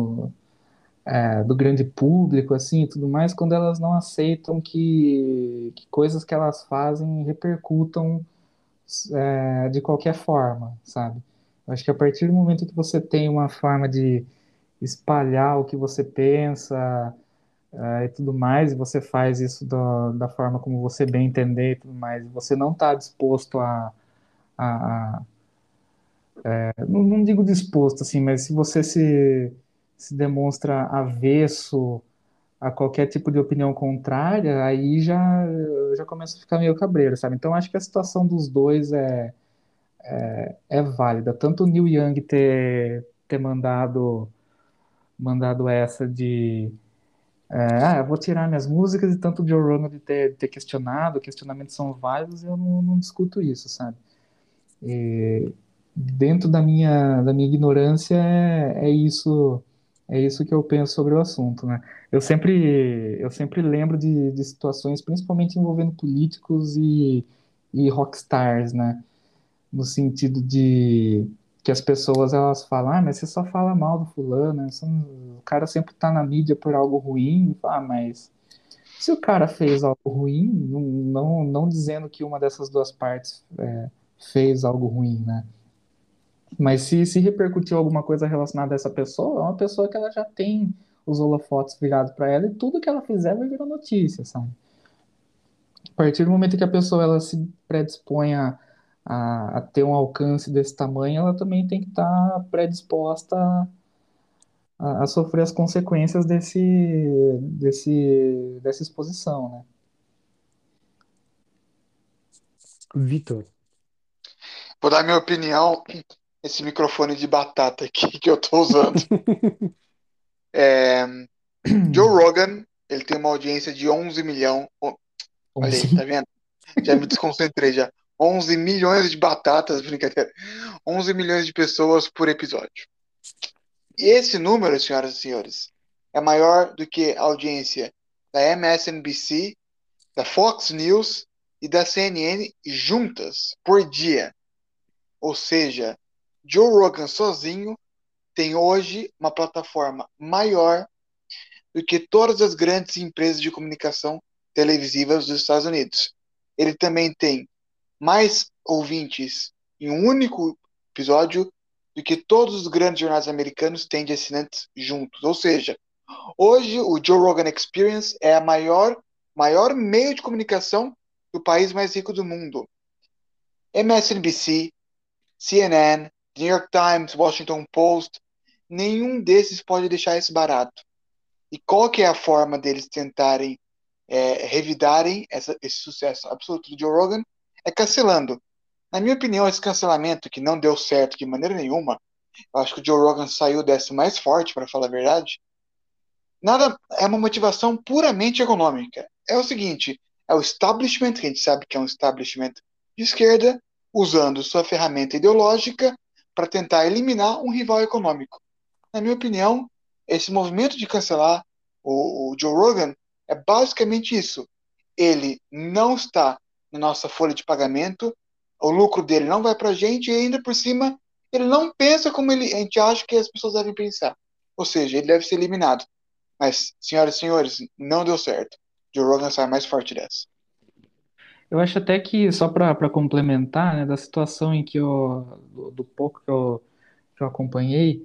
do grande público, assim, e tudo mais, quando elas não aceitam que coisas que elas fazem repercutam de qualquer forma, sabe? Acho que a partir do momento que você tem uma forma de espalhar o que você pensa, e tudo mais, e você faz isso da forma como você bem entender e tudo mais, e você não está disposto a não digo disposto, assim, mas se você se demonstra avesso a qualquer tipo de opinião contrária, aí já começa a ficar meio cabreiro, sabe? Então acho que a situação dos dois é válida. Tanto o Neil Young ter mandado essa de eu vou tirar minhas músicas, e tanto o Joe Rogan de ter questionado, questionamentos são válidos, e eu não discuto isso, sabe? E dentro da minha ignorância é isso que eu penso sobre o assunto, né? Eu sempre lembro de situações, principalmente envolvendo políticos e rockstars, né? No sentido de que as pessoas elas falam, mas você só fala mal do fulano, né? O cara sempre tá na mídia por algo ruim, mas se o cara fez algo ruim, não dizendo que uma dessas duas partes fez algo ruim, né? Mas se repercutiu alguma coisa relacionada a essa pessoa, é uma pessoa que ela já tem os holofotes virados para ela, e tudo que ela fizer vai virar notícia, sabe? A partir do momento que a pessoa ela se predispõe a ter um alcance desse tamanho, ela também tem que estar predisposta a sofrer as consequências dessa exposição, né? Vitor. Vou dar minha opinião. Esse microfone de batata aqui que eu tô usando. É, Joe Rogan, ele tem uma audiência de 11 milhões. Olha aí, 11. tá vendo? Já me desconcentrei já. 11 milhões de batatas, brincadeira. 11 milhões de pessoas por episódio. E esse número, senhoras e senhores, é maior do que a audiência da MSNBC, da Fox News e da CNN juntas por dia. Ou seja, Joe Rogan sozinho tem hoje uma plataforma maior do que todas as grandes empresas de comunicação televisivas dos Estados Unidos. Ele também tem mais ouvintes em um único episódio do que todos os grandes jornais americanos têm de assinantes juntos. Ou seja, hoje o Joe Rogan Experience é a maior meio de comunicação do país mais rico do mundo. MSNBC, CNN, New York Times, Washington Post, nenhum desses pode deixar isso barato. E qual que é a forma deles tentarem revidarem esse sucesso absoluto do Joe Rogan? É cancelando. Na minha opinião, esse cancelamento, que não deu certo de maneira nenhuma, eu acho que o Joe Rogan saiu dessa mais forte, para falar a verdade, nada é uma motivação puramente econômica. É o seguinte, é o establishment, que a gente sabe que é um establishment de esquerda, usando sua ferramenta ideológica para tentar eliminar um rival econômico. Na minha opinião, esse movimento de cancelar o Joe Rogan é basicamente isso. Ele não está na nossa folha de pagamento, o lucro dele não vai para a gente, e ainda por cima, ele não pensa como a gente acha que as pessoas devem pensar. Ou seja, ele deve ser eliminado. Mas, senhoras e senhores, não deu certo. Joe Rogan sai mais forte dessa. Eu acho até que, só para complementar, né, da situação em que do pouco que eu acompanhei,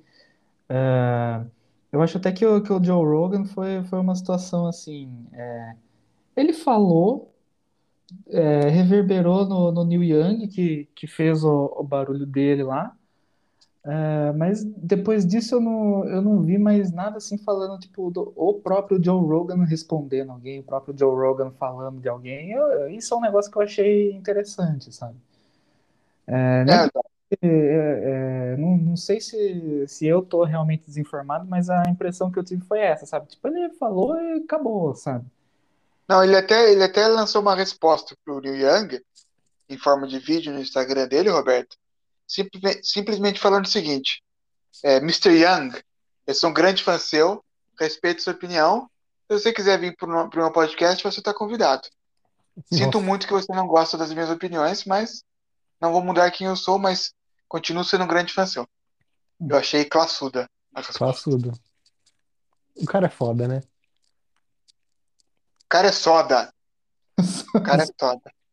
eu acho até que o Joe Rogan foi uma situação assim. Ele falou, reverberou no Neil Young, que fez o barulho dele lá. Mas depois disso eu não vi mais nada assim falando, tipo, o próprio Joe Rogan respondendo alguém, o próprio Joe Rogan falando de alguém. Isso é um negócio que eu achei interessante, sabe? Não é É, porque, não sei se eu tô realmente desinformado, mas a impressão que eu tive foi essa, sabe? Tipo, ele falou e acabou, sabe? não, ele até lançou uma resposta pro Neil Young, em forma de vídeo no Instagram dele, Roberto, simplesmente falando o seguinte: Mr. Young, eu sou um grande fã seu, respeito sua opinião. Se você quiser vir para o meu podcast, você está convidado. Sinto Nossa, muito que você não gosta das minhas opiniões, mas não vou mudar quem eu sou, mas continuo sendo um grande fã seu. Eu achei classuda a resposta. classudo. O cara é foda, né? O cara é soda. O cara é soda.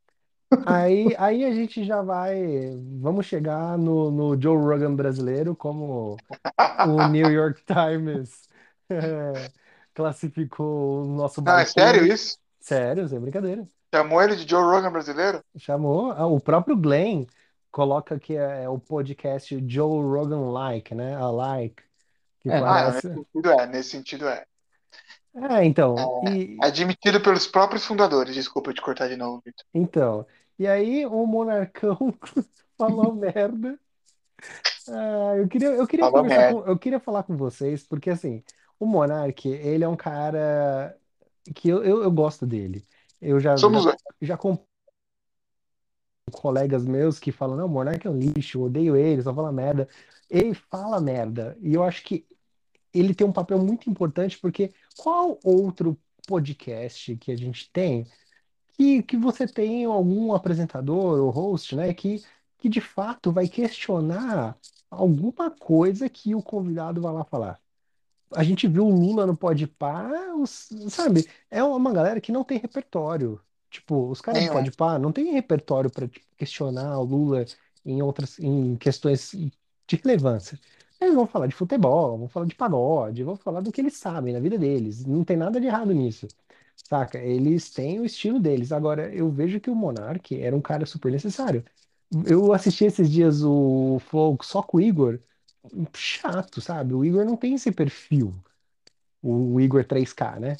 Aí a gente já vai. Vamos chegar no Joe Rogan brasileiro, como o New York Times classificou o nosso Não, é sério barqueiro. isso? Sério, sem brincadeira. Chamou ele de Joe Rogan brasileiro? Chamou. O próprio Glenn coloca que é o podcast Joe Rogan Like, né? Alike, que É, Ah, não, nesse parece. sentido é, nesse sentido é. Então, Admitido pelos próprios fundadores. Desculpa eu te cortar de novo, Vitor. então. E aí o Monarcão falou merda. Eu queria Falou conversar merda. com, eu queria falar com vocês, porque assim, o Monark, ele é um cara que eu gosto dele. Eu Somos dois. já com colegas meus que falam, não, o Monark é um lixo, eu odeio ele, só fala merda. Ele fala merda. E eu acho que ele tem um papel muito importante, porque qual outro podcast que a gente tem que você tem algum apresentador ou host, né, que de fato vai questionar alguma coisa que o convidado vai lá falar? A gente viu o Lula no Podpah, sabe? É uma galera que não tem repertório. Tipo, os caras do Nenhum. Podpah não tem repertório para questionar o Lula em questões de relevância. Eles vão falar de futebol, vão falar de pagode, vão falar do que eles sabem na vida deles. Não tem nada de errado nisso. Saca? Eles têm o estilo deles. Agora, eu vejo que o Monark era um cara super necessário. Eu assisti esses dias o Flow só com o Igor, chato, sabe? O Igor não tem esse perfil, o Igor 3K, né?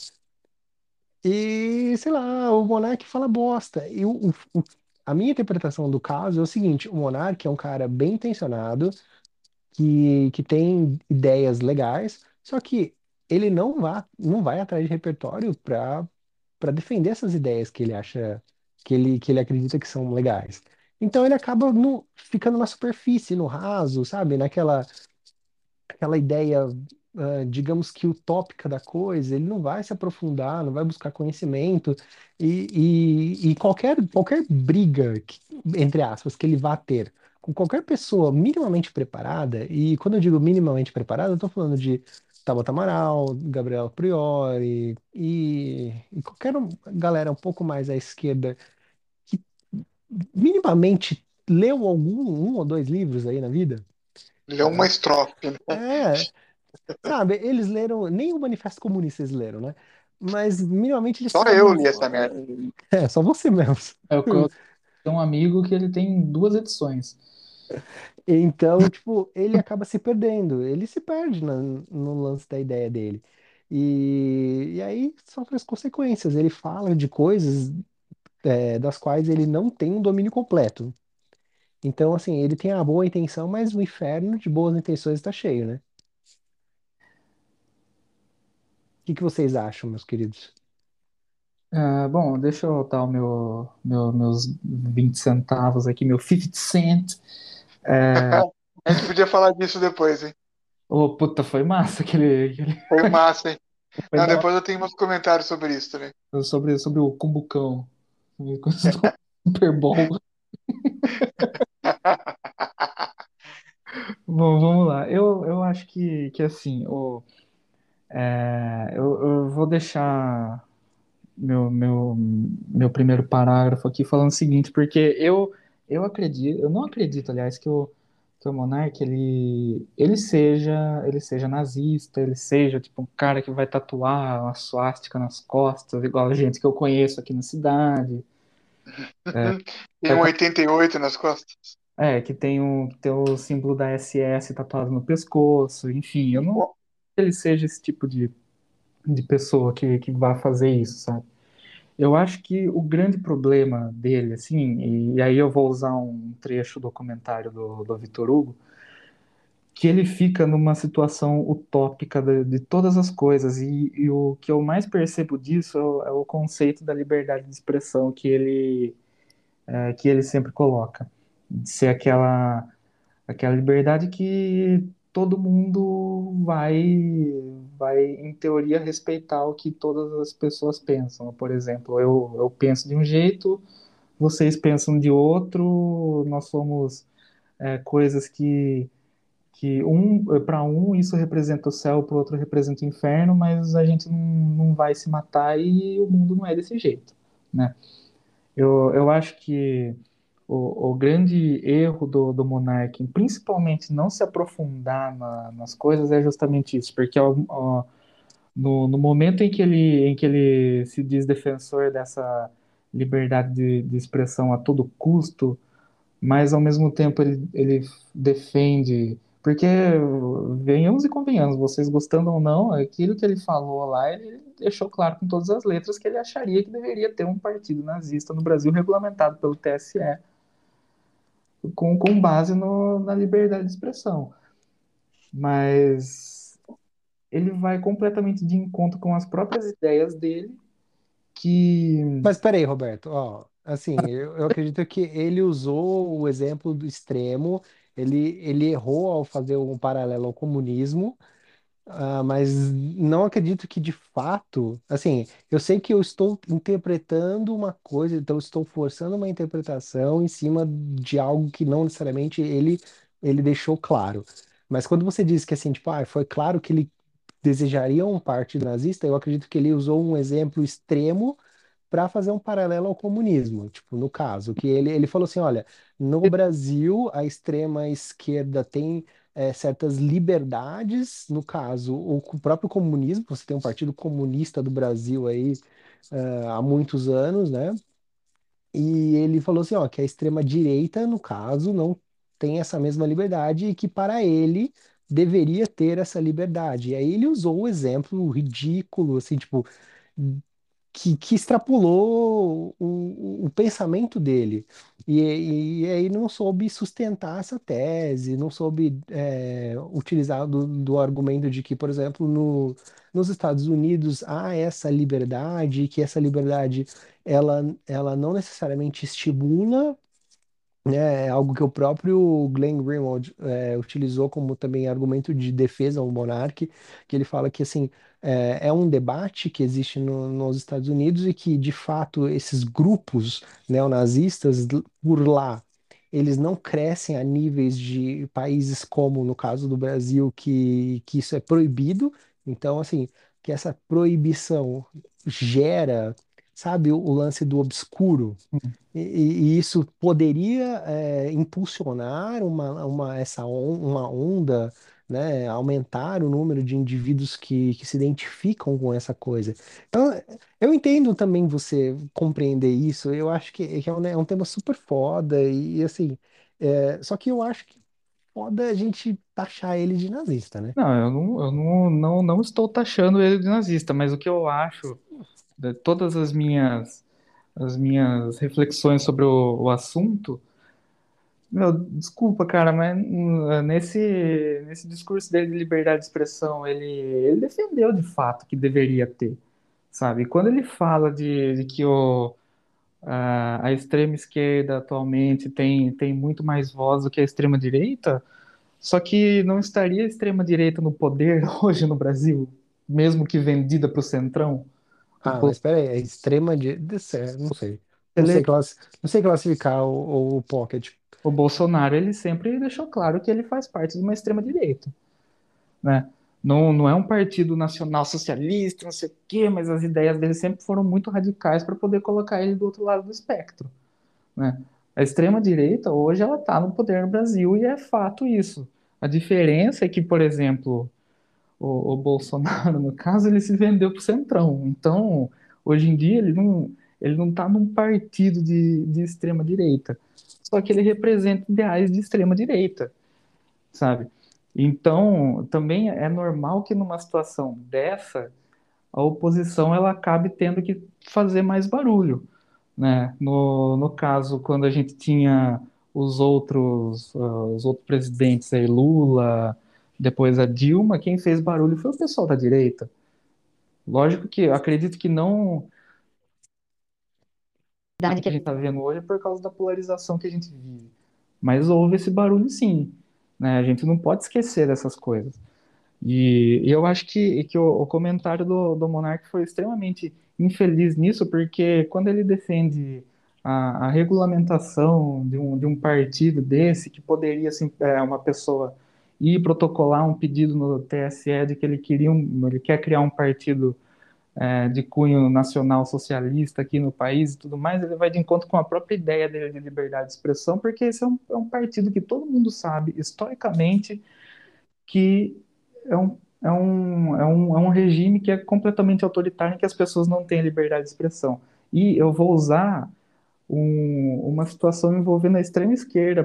E, sei lá, o Monark fala bosta. E a minha interpretação do caso é o seguinte: o Monark é um cara bem intencionado, que tem ideias legais, só que ele não vai atrás de repertório para defender essas ideias que ele acha, que ele acredita que são legais. Então ele acaba ficando na superfície, no raso, sabe? Aquela ideia, digamos que utópica da coisa, ele não vai se aprofundar, não vai buscar conhecimento, e qualquer briga, entre aspas, que ele vá ter com qualquer pessoa minimamente preparada, e quando eu digo minimamente preparada, eu estou falando de Tabata Amaral, Gabriel Priori, e qualquer galera um pouco mais à esquerda que minimamente leu um ou dois livros aí na vida. Ele é uma estrofe, né? É, sabe, eles leram, nem o Manifesto Comunista eles leram, né? Mas minimamente eles Só sabem. eu li essa merda. Só você mesmo. eu tenho um amigo que ele tem duas edições. Então, tipo, ele acaba se perdendo, ele se perde no lance da ideia dele. E aí sofre as consequências. Ele fala de coisas, das quais ele não tem um domínio completo. Então, assim, ele tem a boa intenção, mas o inferno de boas intenções está cheio, né? O que que vocês acham, meus queridos? Ah, bom, deixa eu dar meus 20 centavos aqui, meu 50 cent. A gente podia falar disso depois, hein? Ô, puta, foi massa Foi massa, hein? foi Não, da depois eu tenho uns comentários sobre isso também. hora sobre o Cumbucão, coisa do Super Bowl. Bom, vamos lá. Eu acho que assim, eu vou deixar meu primeiro parágrafo aqui falando o seguinte, porque eu acredito, eu não acredito, aliás, que o Monark ele seja nazista, ele seja tipo um cara que vai tatuar uma suástica nas costas, igual a gente que eu conheço aqui na cidade. Tem um 88 nas costas. Que tem o símbolo da SS tatuado no pescoço, enfim, eu não acho que ele seja esse tipo de pessoa que vai fazer isso, sabe? Eu acho que o grande problema dele, assim, e aí eu vou usar um trecho do comentário do Vitor Hugo, que ele fica numa situação utópica de todas as coisas, e o que eu mais percebo disso é o conceito da liberdade de expressão que ele sempre coloca, de ser aquela liberdade que todo mundo vai, em teoria, respeitar o que todas as pessoas pensam. Por exemplo, eu penso de um jeito, vocês pensam de outro, nós somos coisas que para um isso representa o céu, para o outro representa o inferno, mas a gente não vai se matar e o mundo não é desse jeito, né? Eu acho que o grande erro do Monark, principalmente não se aprofundar nas coisas, é justamente isso, porque no momento em que ele se diz defensor dessa liberdade de expressão a todo custo, mas ao mesmo tempo ele defende. Porque, venhamos e convenhamos, vocês gostando ou não, aquilo que ele falou lá, ele deixou claro com todas as letras que ele acharia que deveria ter um partido nazista no Brasil regulamentado pelo TSE, com base na liberdade de expressão. Mas ele vai completamente de encontro com as próprias ideias dele, que Mas peraí, Roberto, ó, assim, eu acredito que ele usou o exemplo do extremo, ele errou ao fazer um paralelo ao comunismo. Mas não acredito que de fato, assim, eu sei que eu estou interpretando uma coisa, então eu estou forçando uma interpretação em cima de algo que não necessariamente ele deixou claro. Mas quando você diz que assim, tipo, foi claro que ele desejaria um partido nazista, eu acredito que ele usou um exemplo extremo para fazer um paralelo ao comunismo. Tipo, no caso, que ele falou assim: olha, no Brasil, a extrema esquerda tem certas liberdades, no caso, o próprio comunismo, você tem um partido comunista do Brasil aí há muitos anos, né? E ele falou assim, ó, que a extrema direita, no caso, não tem essa mesma liberdade e que para ele deveria ter essa liberdade. E aí ele usou o exemplo ridículo, assim, tipo, que extrapolou o pensamento dele. E aí não soube sustentar essa tese, não soube utilizar do argumento de que, por exemplo, nos Estados Unidos há essa liberdade, que essa liberdade ela não necessariamente estimula, né, é algo que o próprio Glenn Greenwald utilizou como também argumento de defesa ao monarca, que ele fala que assim é um debate que existe nos Estados Unidos e que de fato esses grupos neonazistas por lá eles não crescem a níveis de países como no caso do Brasil que isso é proibido. Então assim que essa proibição gera, sabe, o lance do obscuro. E isso poderia impulsionar uma onda, né, aumentar o número de indivíduos que se identificam com essa coisa. Então, eu entendo também você compreender isso, eu acho que é um tema super foda, e assim, só que eu acho que foda a gente taxar ele de nazista, né? não, eu não estou taxando ele de nazista, mas o que eu acho, de todas as minhas reflexões sobre o assunto, meu, desculpa, cara, mas nesse discurso dele de liberdade de expressão, ele defendeu de fato que deveria ter, sabe? E quando ele fala de que a extrema esquerda atualmente tem muito mais voz do que a extrema direita, só que não estaria a extrema direita no poder hoje no Brasil, mesmo que vendida para o Centrão? O Ah, mas espera aí, é extrema de... Não sei. Não Bolsonaro, sei, não sei classificar o Pocket. o Bolsonaro, ele sempre deixou claro que ele faz parte de uma extrema direita, né? Não é um partido nacional socialista, não sei o quê, mas as ideias dele sempre foram muito radicais para poder colocar ele do outro lado do espectro, né? A extrema-direita hoje ela está no poder no Brasil e é fato isso. A diferença é que, por exemplo, o Bolsonaro, no caso, ele se vendeu para o Centrão. Então, hoje em dia, ele não está num partido de extrema-direita. Só que ele representa ideais de extrema-direita, sabe? Então, também é normal que numa situação dessa, a oposição ela acabe tendo que fazer mais barulho, né? No caso, quando a gente tinha os outros presidentes aí, Lula, depois a Dilma, quem fez barulho foi o pessoal da direita. Lógico que eu acredito que não que a gente está vendo hoje é por causa da polarização que a gente vive, mas houve esse barulho sim, né? A gente não pode esquecer dessas coisas. E eu acho que o comentário do Monark foi extremamente infeliz nisso, porque quando ele defende a regulamentação de um partido desse, que poderia, assim, uma pessoa ir protocolar um pedido no TSE de que ele quer criar um partido de cunho nacional socialista aqui no país e tudo mais, ele vai de encontro com a própria ideia dele de liberdade de expressão, porque esse é um partido que todo mundo sabe, historicamente, que é um regime que é completamente autoritário, em que as pessoas não têm liberdade de expressão. E eu vou usar uma situação envolvendo a extrema esquerda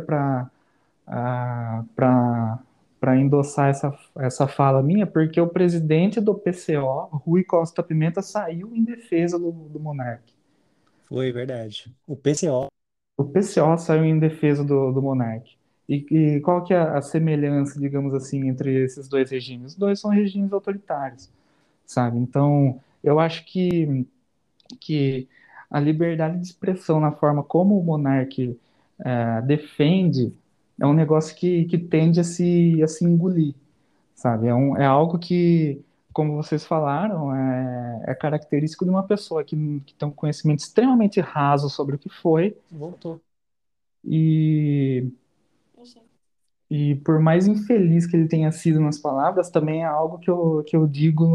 para endossar essa fala minha, porque o presidente do PCO, Rui Costa Pimenta, saiu em defesa do Monark. Foi verdade. O PCO. O PCO saiu em defesa do Monark. E qual que é a semelhança, digamos assim, entre esses dois regimes? Os dois são regimes autoritários, sabe? Então, eu acho que a liberdade de expressão na forma como o monarca defende é um negócio que tende a se engolir, sabe? É algo que, como vocês falaram, é característico de uma pessoa que tem um conhecimento extremamente raso sobre o que foi Voltou. e, e por mais infeliz que ele tenha sido nas palavras, também é algo que eu digo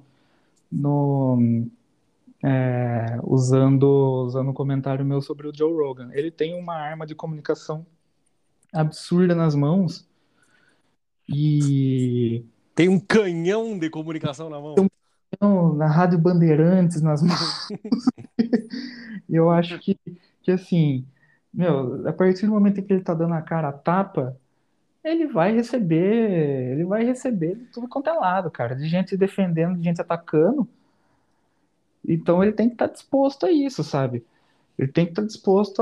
no usando um comentário meu sobre o Joe Rogan. Ele tem uma arma de comunicação absurda nas mãos e Tem um canhão de comunicação na mão. então, na Rádio Bandeirantes nas mãos. E eu acho que assim, meu, a partir do momento em que ele tá dando a cara a tapa, ele vai receber de tudo quanto é lado, cara, de gente defendendo, de gente atacando. Então ele tem que estar disposto a isso, sabe? Ele tem que estar disposto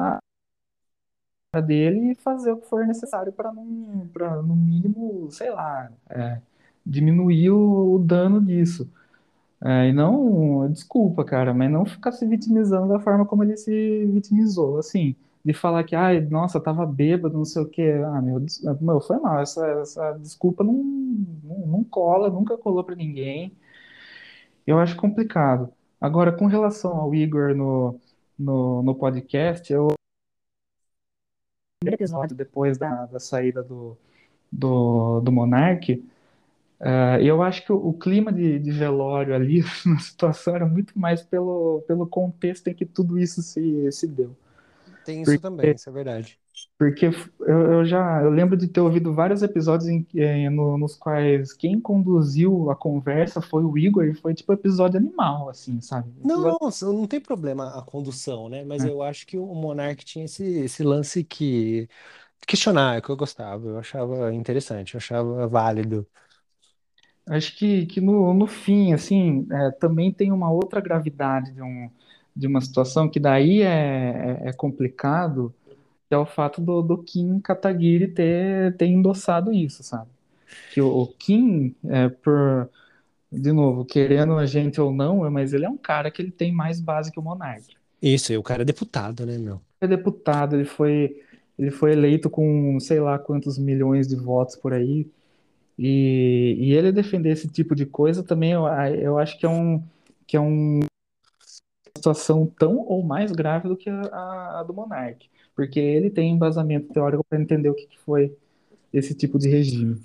a dele e fazer o que for necessário para no mínimo, sei lá, diminuir o dano disso. E não, desculpa, cara, mas não ficar se vitimizando da forma como ele se vitimizou, assim, de falar que, ai, nossa, tava bêbado, não sei o quê. Ah, meu, foi mal, essa desculpa não cola, nunca colou pra ninguém. Eu acho complicado. Agora, com relação ao Igor no podcast, eu primeiro episódio depois da saída do Monark, eu acho que o clima de velório ali na situação era muito mais pelo contexto em que tudo isso se deu. Tem isso também, Porque, isso é verdade. porque eu lembro de ter ouvido vários episódios nos quais quem conduziu a conversa foi o Igor e foi tipo episódio animal, assim, sabe? Não, Episódio, não tem problema a condução, né? Mas né? eu acho que o Monark tinha esse lance que questionar, que eu gostava, eu achava interessante, eu achava válido. Acho que no fim, assim, também tem uma outra gravidade de uma situação que daí é complicado, que é o fato do Kim Kataguiri ter endossado isso, sabe? Que o Kim, de novo, querendo a gente ou não, mas ele é um cara que ele tem mais base que o Monark. Isso, e o cara é deputado, né, meu? Ele é deputado, ele foi eleito com sei lá quantos milhões de votos por aí, e ele defender esse tipo de coisa também eu acho que é uma situação tão ou mais grave do que a do Monark, porque ele tem embasamento teórico para entender o que foi esse tipo de regime.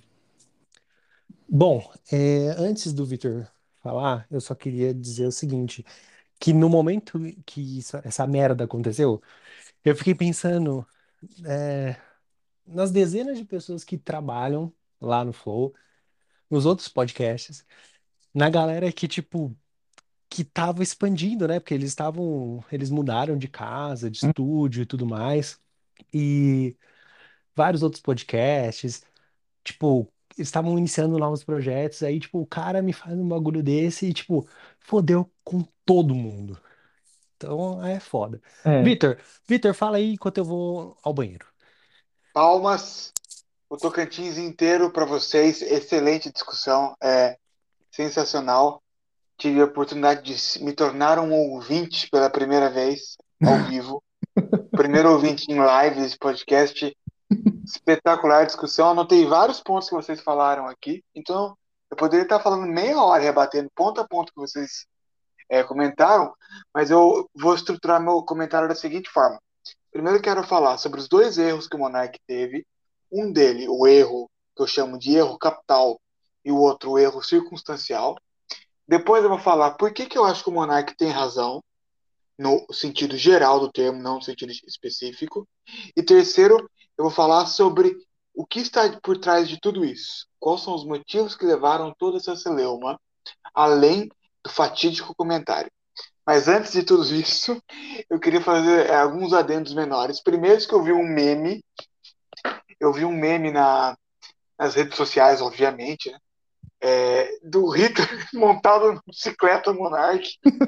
Bom, antes do Victor falar, eu só queria dizer o seguinte, que no momento que essa merda aconteceu, eu fiquei pensando, é, nas dezenas de pessoas que trabalham lá no Flow, nos outros podcasts, na galera que, tipo, que tava expandindo, né? Porque eles mudaram de casa, de estúdio e tudo mais. E vários outros podcasts, tipo, eles estavam iniciando novos projetos, aí, tipo, o cara me faz um bagulho desse e, tipo, fodeu com todo mundo. Então, é foda. É, Vitor, Vitor, fala aí enquanto eu vou ao banheiro. Palmas, o Tocantins inteiro para vocês. Excelente discussão, sensacional. Tive a oportunidade de me tornar um ouvinte pela primeira vez ao vivo. Primeiro ouvinte em live desse podcast. Espetacular discussão. Anotei vários pontos que vocês falaram aqui. Então, eu poderia estar falando meia hora, rebatendo ponto a ponto que vocês comentaram, mas eu vou estruturar meu comentário da seguinte forma. Primeiro, eu quero falar sobre os dois erros que o Monark teve. Um dele, o erro que eu chamo de erro capital, e o outro, o erro circunstancial. Depois eu vou falar por que eu acho que o monarca tem razão, no sentido geral do termo, não no sentido específico. E terceiro, eu vou falar sobre o que está por trás de tudo isso. Quais são os motivos que levaram toda essa celeuma, além do fatídico comentário. Mas antes de tudo isso, eu queria fazer alguns adendos menores. Primeiro que eu vi um meme nas redes sociais, obviamente, né? Do Hitler montado na bicicleta Monark.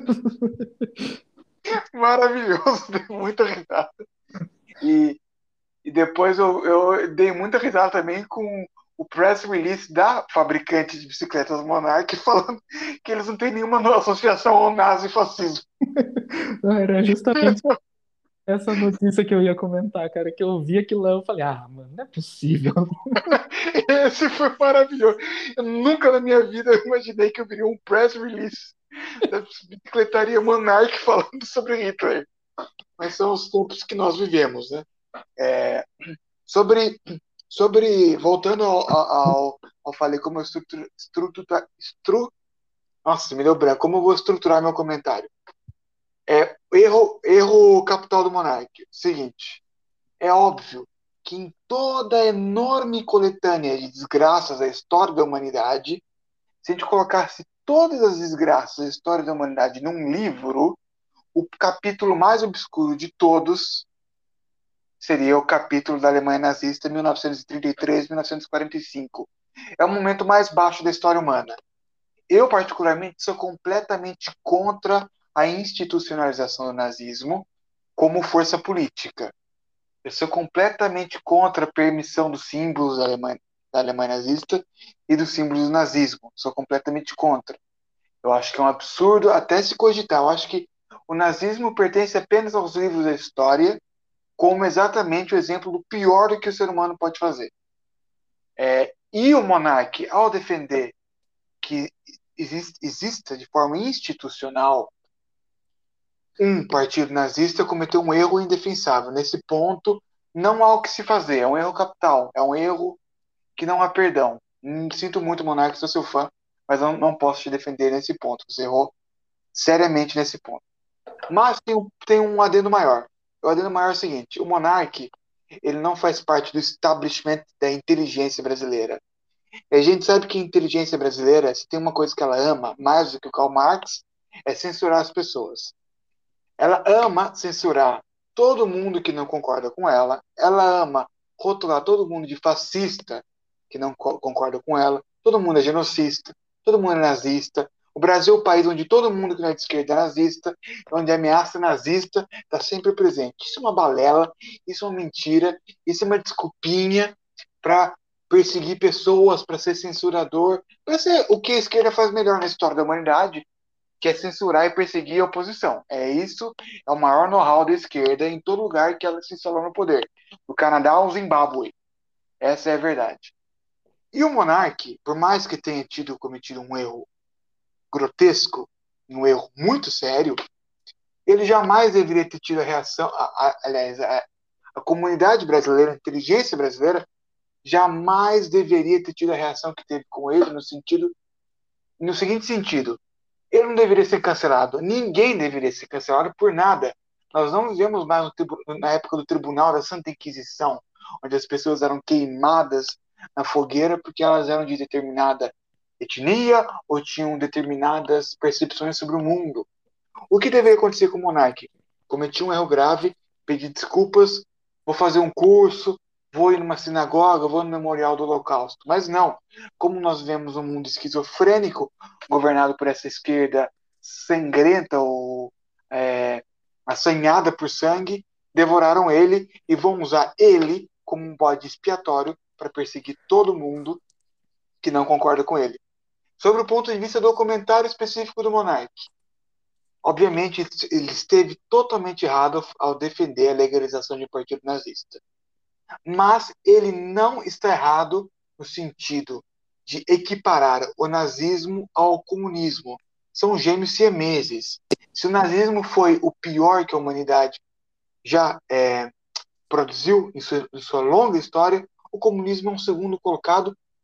Maravilhoso, dei muita risada. E, e depois eu dei muita risada também com o press release da fabricante de bicicletas Monark falando que eles não têm nenhuma associação ao nazifascismo. Era justamente essa notícia que eu ia comentar, cara, que eu vi aquilo lá, eu falei, mano, não é possível. Esse foi maravilhoso. Eu nunca na minha vida imaginei que eu viria um press release da bicicletaria Monark falando sobre Hitler. Mas são os tempos que nós vivemos, né? É, sobre, voltando ao falei como eu nossa, me deu branco. Como eu vou estruturar meu comentário? Erro capital do Monark. Seguinte, é óbvio que em toda a enorme coletânea de desgraças da história da humanidade, se a gente colocasse todas as desgraças da história da humanidade num livro, o capítulo mais obscuro de todos seria o capítulo da Alemanha nazista 1933-1945. É o momento mais baixo da história humana. Eu, particularmente, sou completamente contra a institucionalização do nazismo como força política. Eu sou completamente contra a permissão dos símbolos da Alemanha nazista e dos símbolos do nazismo. Sou completamente contra. Eu acho que é um absurdo até se cogitar. Eu acho que o nazismo pertence apenas aos livros da história, como exatamente o exemplo do pior do que o ser humano pode fazer. E o monarca, ao defender que exista de forma institucional um partido nazista, cometeu um erro indefensável. Nesse ponto, não há o que se fazer. É um erro capital. É um erro que não há perdão. Sinto muito, monarca, sou seu fã, mas não posso te defender nesse ponto. Você errou seriamente nesse ponto. Mas tem um adendo maior. O adendo maior é o seguinte: o monarca, ele não faz parte do establishment da inteligência brasileira. E a gente sabe que a inteligência brasileira, se tem uma coisa que ela ama mais do que o Karl Marx, é censurar as pessoas. Ela ama censurar todo mundo que não concorda com ela. Ela ama rotular todo mundo de fascista que não concorda com ela. Todo mundo é genocista. Todo mundo é nazista. O Brasil é o país onde todo mundo que não é de esquerda é nazista, onde a ameaça nazista está sempre presente. Isso é uma balela, isso é uma mentira, isso é uma desculpinha para perseguir pessoas, para ser censurador, para ser o que a esquerda faz melhor na história da humanidade, que é censurar e perseguir a oposição. Isso é o maior know-how da esquerda em todo lugar que ela se instalou no poder. Do Canadá ao Zimbábue. Essa é a verdade. E o monarca, por mais que tenha cometido um erro grotesco, um erro muito sério, ele jamais deveria ter tido a reação. Aliás, a comunidade brasileira, a inteligência brasileira, jamais deveria ter tido a reação que teve com ele no seguinte sentido: ele não deveria ser cancelado. Ninguém deveria ser cancelado por nada. Nós não vivemos mais na época do Tribunal da Santa Inquisição, onde as pessoas eram queimadas na fogueira porque elas eram de determinada etnia ou tinham determinadas percepções sobre o mundo. O que deveria acontecer com o monarca? Cometi um erro grave, pedi desculpas, vou fazer um curso, vou ir numa sinagoga, vou no memorial do Holocausto. Mas não. Como nós vivemos um mundo esquizofrênico, governado por essa esquerda sangrenta ou assanhada por sangue, devoraram ele e vão usar ele como um bode expiatório para perseguir todo mundo que não concorda com ele. Sobre o ponto de vista do comentário específico do monarca, obviamente, ele esteve totalmente errado ao defender a legalização de um partido nazista. Mas ele não está errado no sentido de equiparar o nazismo ao comunismo. São gêmeos siameses. Se o nazismo foi o pior que a humanidade já produziu em sua longa história, o comunismo é um segundo colocado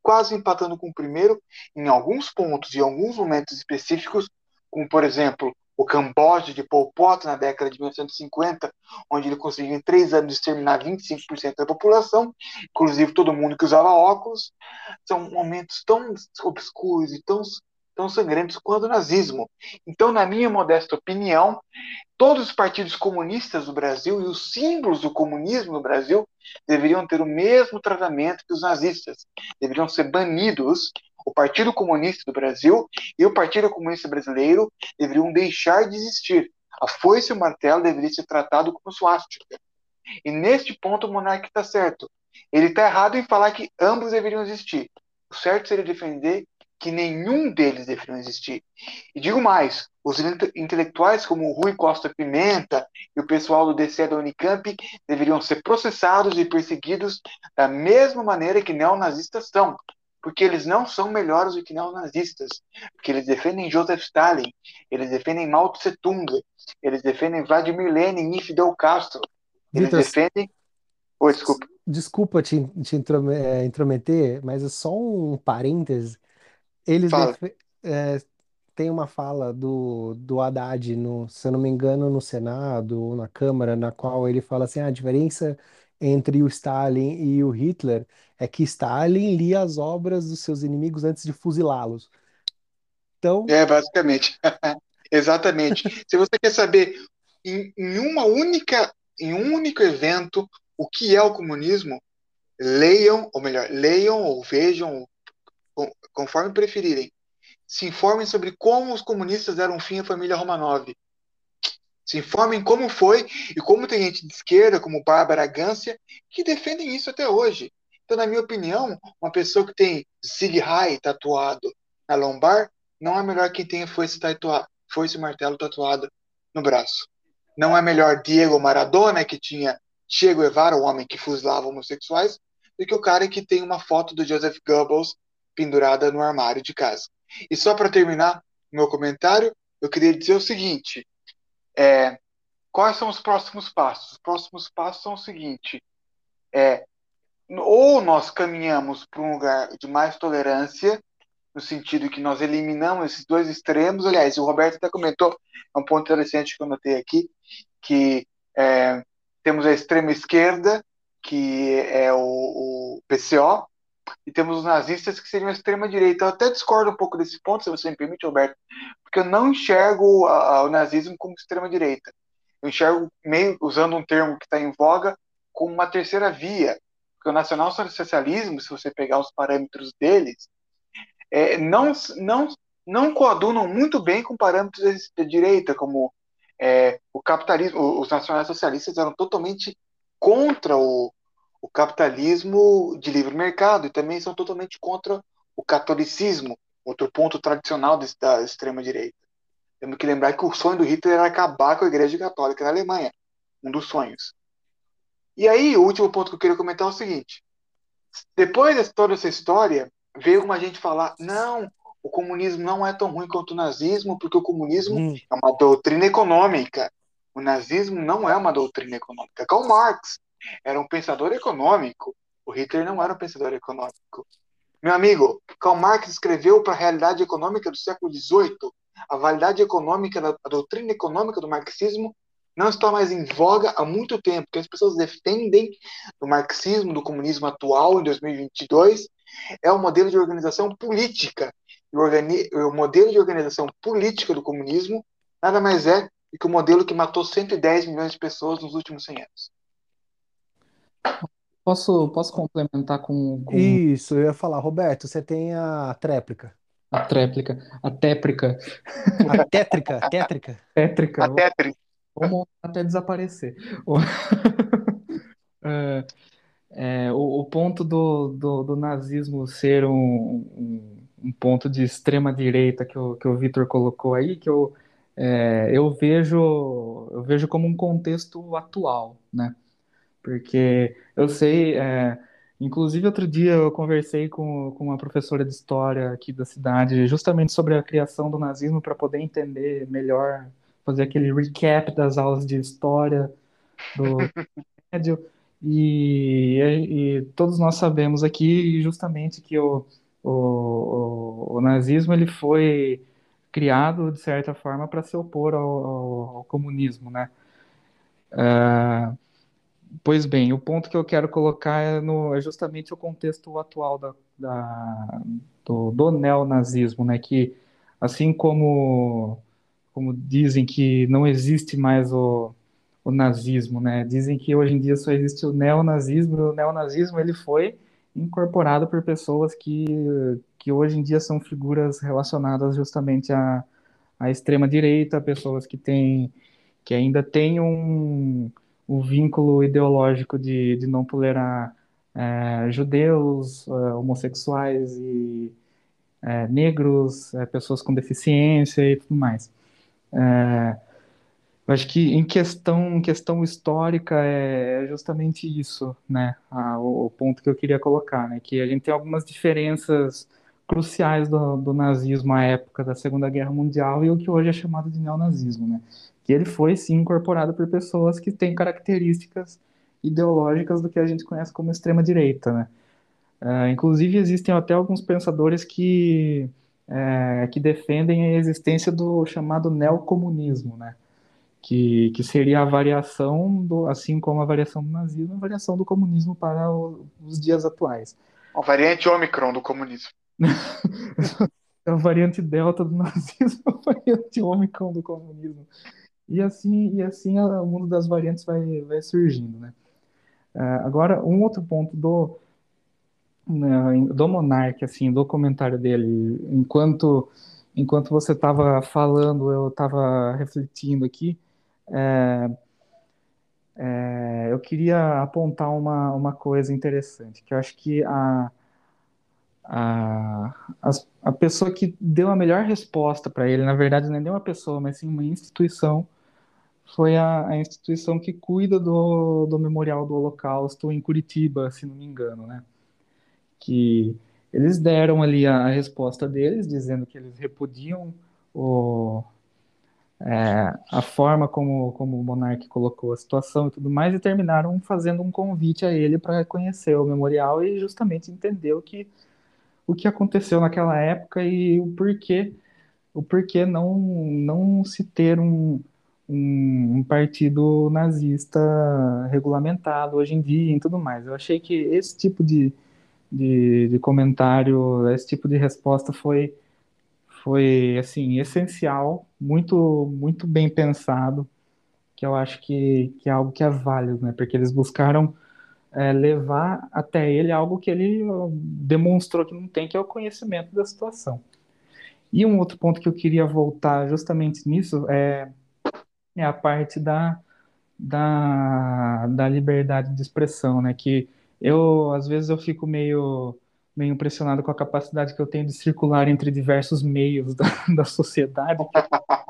quase empatando com o primeiro em alguns pontos e alguns momentos específicos, como, por exemplo, o Camboja de Pol Pot na década de 1950, onde ele conseguiu em 3 anos exterminar 25% da população, inclusive todo mundo que usava óculos. São momentos tão obscuros e tão sangrentos quanto o nazismo. Então, na minha modesta opinião, todos os partidos comunistas do Brasil e os símbolos do comunismo no Brasil deveriam ter o mesmo tratamento que os nazistas. Deveriam ser banidos. O Partido Comunista do Brasil e o Partido Comunista Brasileiro deveriam deixar de existir. A foice e o martelo deveriam ser tratados como suástica. E neste ponto o Monark está certo. Ele está errado em falar que ambos deveriam existir. O certo seria defender que nenhum deles deveriam existir. E digo mais, os intelectuais como o Rui Costa Pimenta e o pessoal do DCE da Unicamp deveriam ser processados e perseguidos da mesma maneira que neonazistas são, porque eles não são melhores do que neonazistas, porque eles defendem Joseph Stalin, eles defendem Mao Tse Tung, eles defendem Vladimir Lenin e Fidel Castro, eles Vitor, defendem... Oi, desculpa. desculpa intrometer, mas é só um parêntese. Eles Fala. tem uma fala do Haddad, se eu não me engano, no Senado ou na Câmara, na qual ele fala assim: a diferença entre o Stalin e o Hitler é que Stalin lia as obras dos seus inimigos antes de fuzilá-los. Então, Basicamente. Exatamente. Se você quer saber em um único evento o que é o comunismo, leiam, ou melhor, leiam ou vejam, conforme preferirem. Se informem sobre como os comunistas deram fim à família Romanov. Se informem como foi e como tem gente de esquerda, como Bárbara Gância, que defendem isso até hoje. Então, na minha opinião, uma pessoa que tem Sieg Heil tatuado na lombar não é melhor que quem tenha foice e martelo tatuado no braço. Não é melhor Diego Maradona, que tinha Che Guevara, o homem que fuzilava homossexuais, do que o cara que tem uma foto do Joseph Goebbels pendurada no armário de casa. E só para terminar o meu comentário, eu queria dizer o seguinte: quais são os próximos passos? Os próximos passos são o seguinte: ou nós caminhamos para um lugar de mais tolerância, no sentido que nós eliminamos esses dois extremos. Aliás, o Roberto até comentou, é um ponto interessante que eu notei aqui, que temos a extrema esquerda, que é o PCO, e temos os nazistas, que seriam a extrema direita. Eu até discordo um pouco desse ponto, se você me permite, Roberto, porque eu não enxergo o nazismo como extrema direita. Eu enxergo, meio usando um termo que está em voga, como uma terceira via. Porque o nacional-socialismo, se você pegar os parâmetros deles, não coadunam muito bem com parâmetros da direita, como o capitalismo. Os nacionais-socialistas eram totalmente contra o capitalismo de livre mercado e também são totalmente contra o catolicismo, outro ponto tradicional da extrema-direita. Temos que lembrar que o sonho do Hitler era acabar com a Igreja Católica na Alemanha, um dos sonhos. E aí, o último ponto que eu queria comentar é o seguinte: depois de toda essa história, veio uma gente falar: não, o comunismo não é tão ruim quanto o nazismo, porque o comunismo é uma doutrina econômica. O nazismo não é uma doutrina econômica. Karl Marx era um pensador econômico. O Hitler não era um pensador econômico. Meu amigo, Karl Marx escreveu para a realidade econômica do século XVIII. A validade econômica, a doutrina econômica do marxismo não está mais em voga há muito tempo, que as pessoas defendem do marxismo, do comunismo atual, em 2022, é o modelo de organização política. E o modelo de organização política do comunismo nada mais é do que o modelo que matou 110 milhões de pessoas nos últimos 100 anos. Posso complementar com Isso, eu ia falar, Roberto, você tem a tréplica. a tréplica, a téprica, A tétrica, tétrica. tétrica, A Tetris. vamos até desaparecer. O ponto do nazismo ser um ponto de extrema direita que o Vitor colocou aí, que eu vejo como um contexto atual, né? Porque eu sei, inclusive outro dia eu conversei com uma professora de história aqui da cidade, justamente sobre a criação do nazismo para poder entender melhor, fazer aquele recap das aulas de história do médio. e todos nós sabemos aqui justamente que o nazismo ele foi criado, de certa forma, para se opor ao comunismo, né? Pois bem, o ponto que eu quero colocar é justamente o contexto atual do neonazismo, né? Que assim como dizem que não existe mais o nazismo, né? Dizem que hoje em dia só existe o neonazismo, e o neonazismo ele foi incorporado por pessoas que hoje em dia são figuras relacionadas justamente à extrema direita, pessoas que ainda têm um vínculo ideológico de não tolerar judeus, homossexuais e negros, pessoas com deficiência e tudo mais. Eu acho que em questão histórica é justamente isso, né? O ponto que eu queria colocar, né? Que a gente tem algumas diferenças cruciais do nazismo à época da Segunda Guerra Mundial e o que hoje é chamado de neonazismo, né? Que ele foi sim incorporado por pessoas que têm características ideológicas do que a gente conhece como extrema-direita, né? Inclusive existem até alguns pensadores que defendem a existência do chamado neocomunismo, né? Que seria a variação assim como a variação do nazismo, a variação do comunismo para os dias atuais. A variante Ômicron do comunismo. A variante delta do nazismo, a variante ômicron do comunismo. E assim o mundo das variantes vai surgindo, né? Agora, um outro ponto do Monark, assim, do comentário dele, enquanto você estava falando, eu estava refletindo aqui. Eu queria apontar uma coisa interessante, que eu acho que a pessoa que deu a melhor resposta para ele, na verdade, não é nem uma pessoa, mas sim uma instituição, foi a instituição que cuida do Memorial do Holocausto em Curitiba, se não me engano, né? Que eles deram ali a resposta deles, dizendo que eles repudiam o, a forma como o monarca colocou a situação e tudo mais, e terminaram fazendo um convite a ele para conhecer o memorial e justamente entender o que aconteceu naquela época e o porquê não se ter um partido nazista regulamentado hoje em dia e tudo mais. Eu achei que esse tipo de comentário, esse tipo de resposta foi assim, essencial, muito, muito bem pensado, que eu acho que é algo que é válido, né? Porque eles buscaram levar até ele algo que ele demonstrou que não tem, que é o conhecimento da situação. E um outro ponto que eu queria voltar justamente nisso é a parte da liberdade de expressão, né? Que às vezes, eu fico meio impressionado com a capacidade que eu tenho de circular entre diversos meios da sociedade, que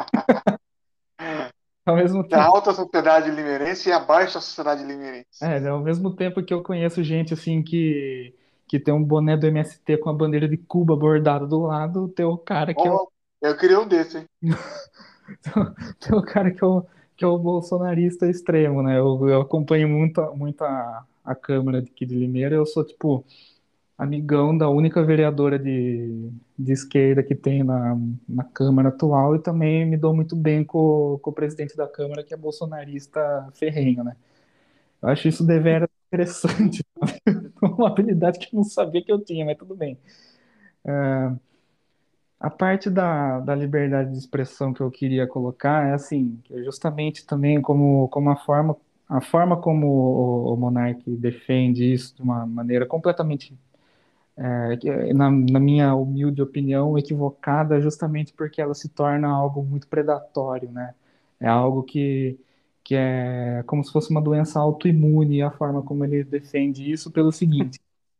ao mesmo Da tempo alta sociedade limeirense e a baixa sociedade limeirense. Ao mesmo tempo que eu conheço gente assim que tem um boné do MST com a bandeira de Cuba bordado do lado, tem o cara que é o, Oh, eu queria um desse, hein? tem o cara que é o bolsonarista extremo, né? Eu acompanho muito a Câmara aqui de Limeira, eu sou tipo amigão da única vereadora de esquerda que tem na Câmara atual e também me dou muito bem com o presidente da Câmara, que é bolsonarista ferrenho, né? Eu acho isso deveras interessante. Uma habilidade que eu não sabia que eu tinha, mas tudo bem. A parte da liberdade de expressão que eu queria colocar é assim, que é justamente também como a forma como o Monark defende isso de uma maneira completamente, na minha humilde opinião, equivocada, justamente porque ela se torna algo muito predatório, né? É algo que é como se fosse uma doença autoimune, e a forma como ele defende isso pelo seguinte.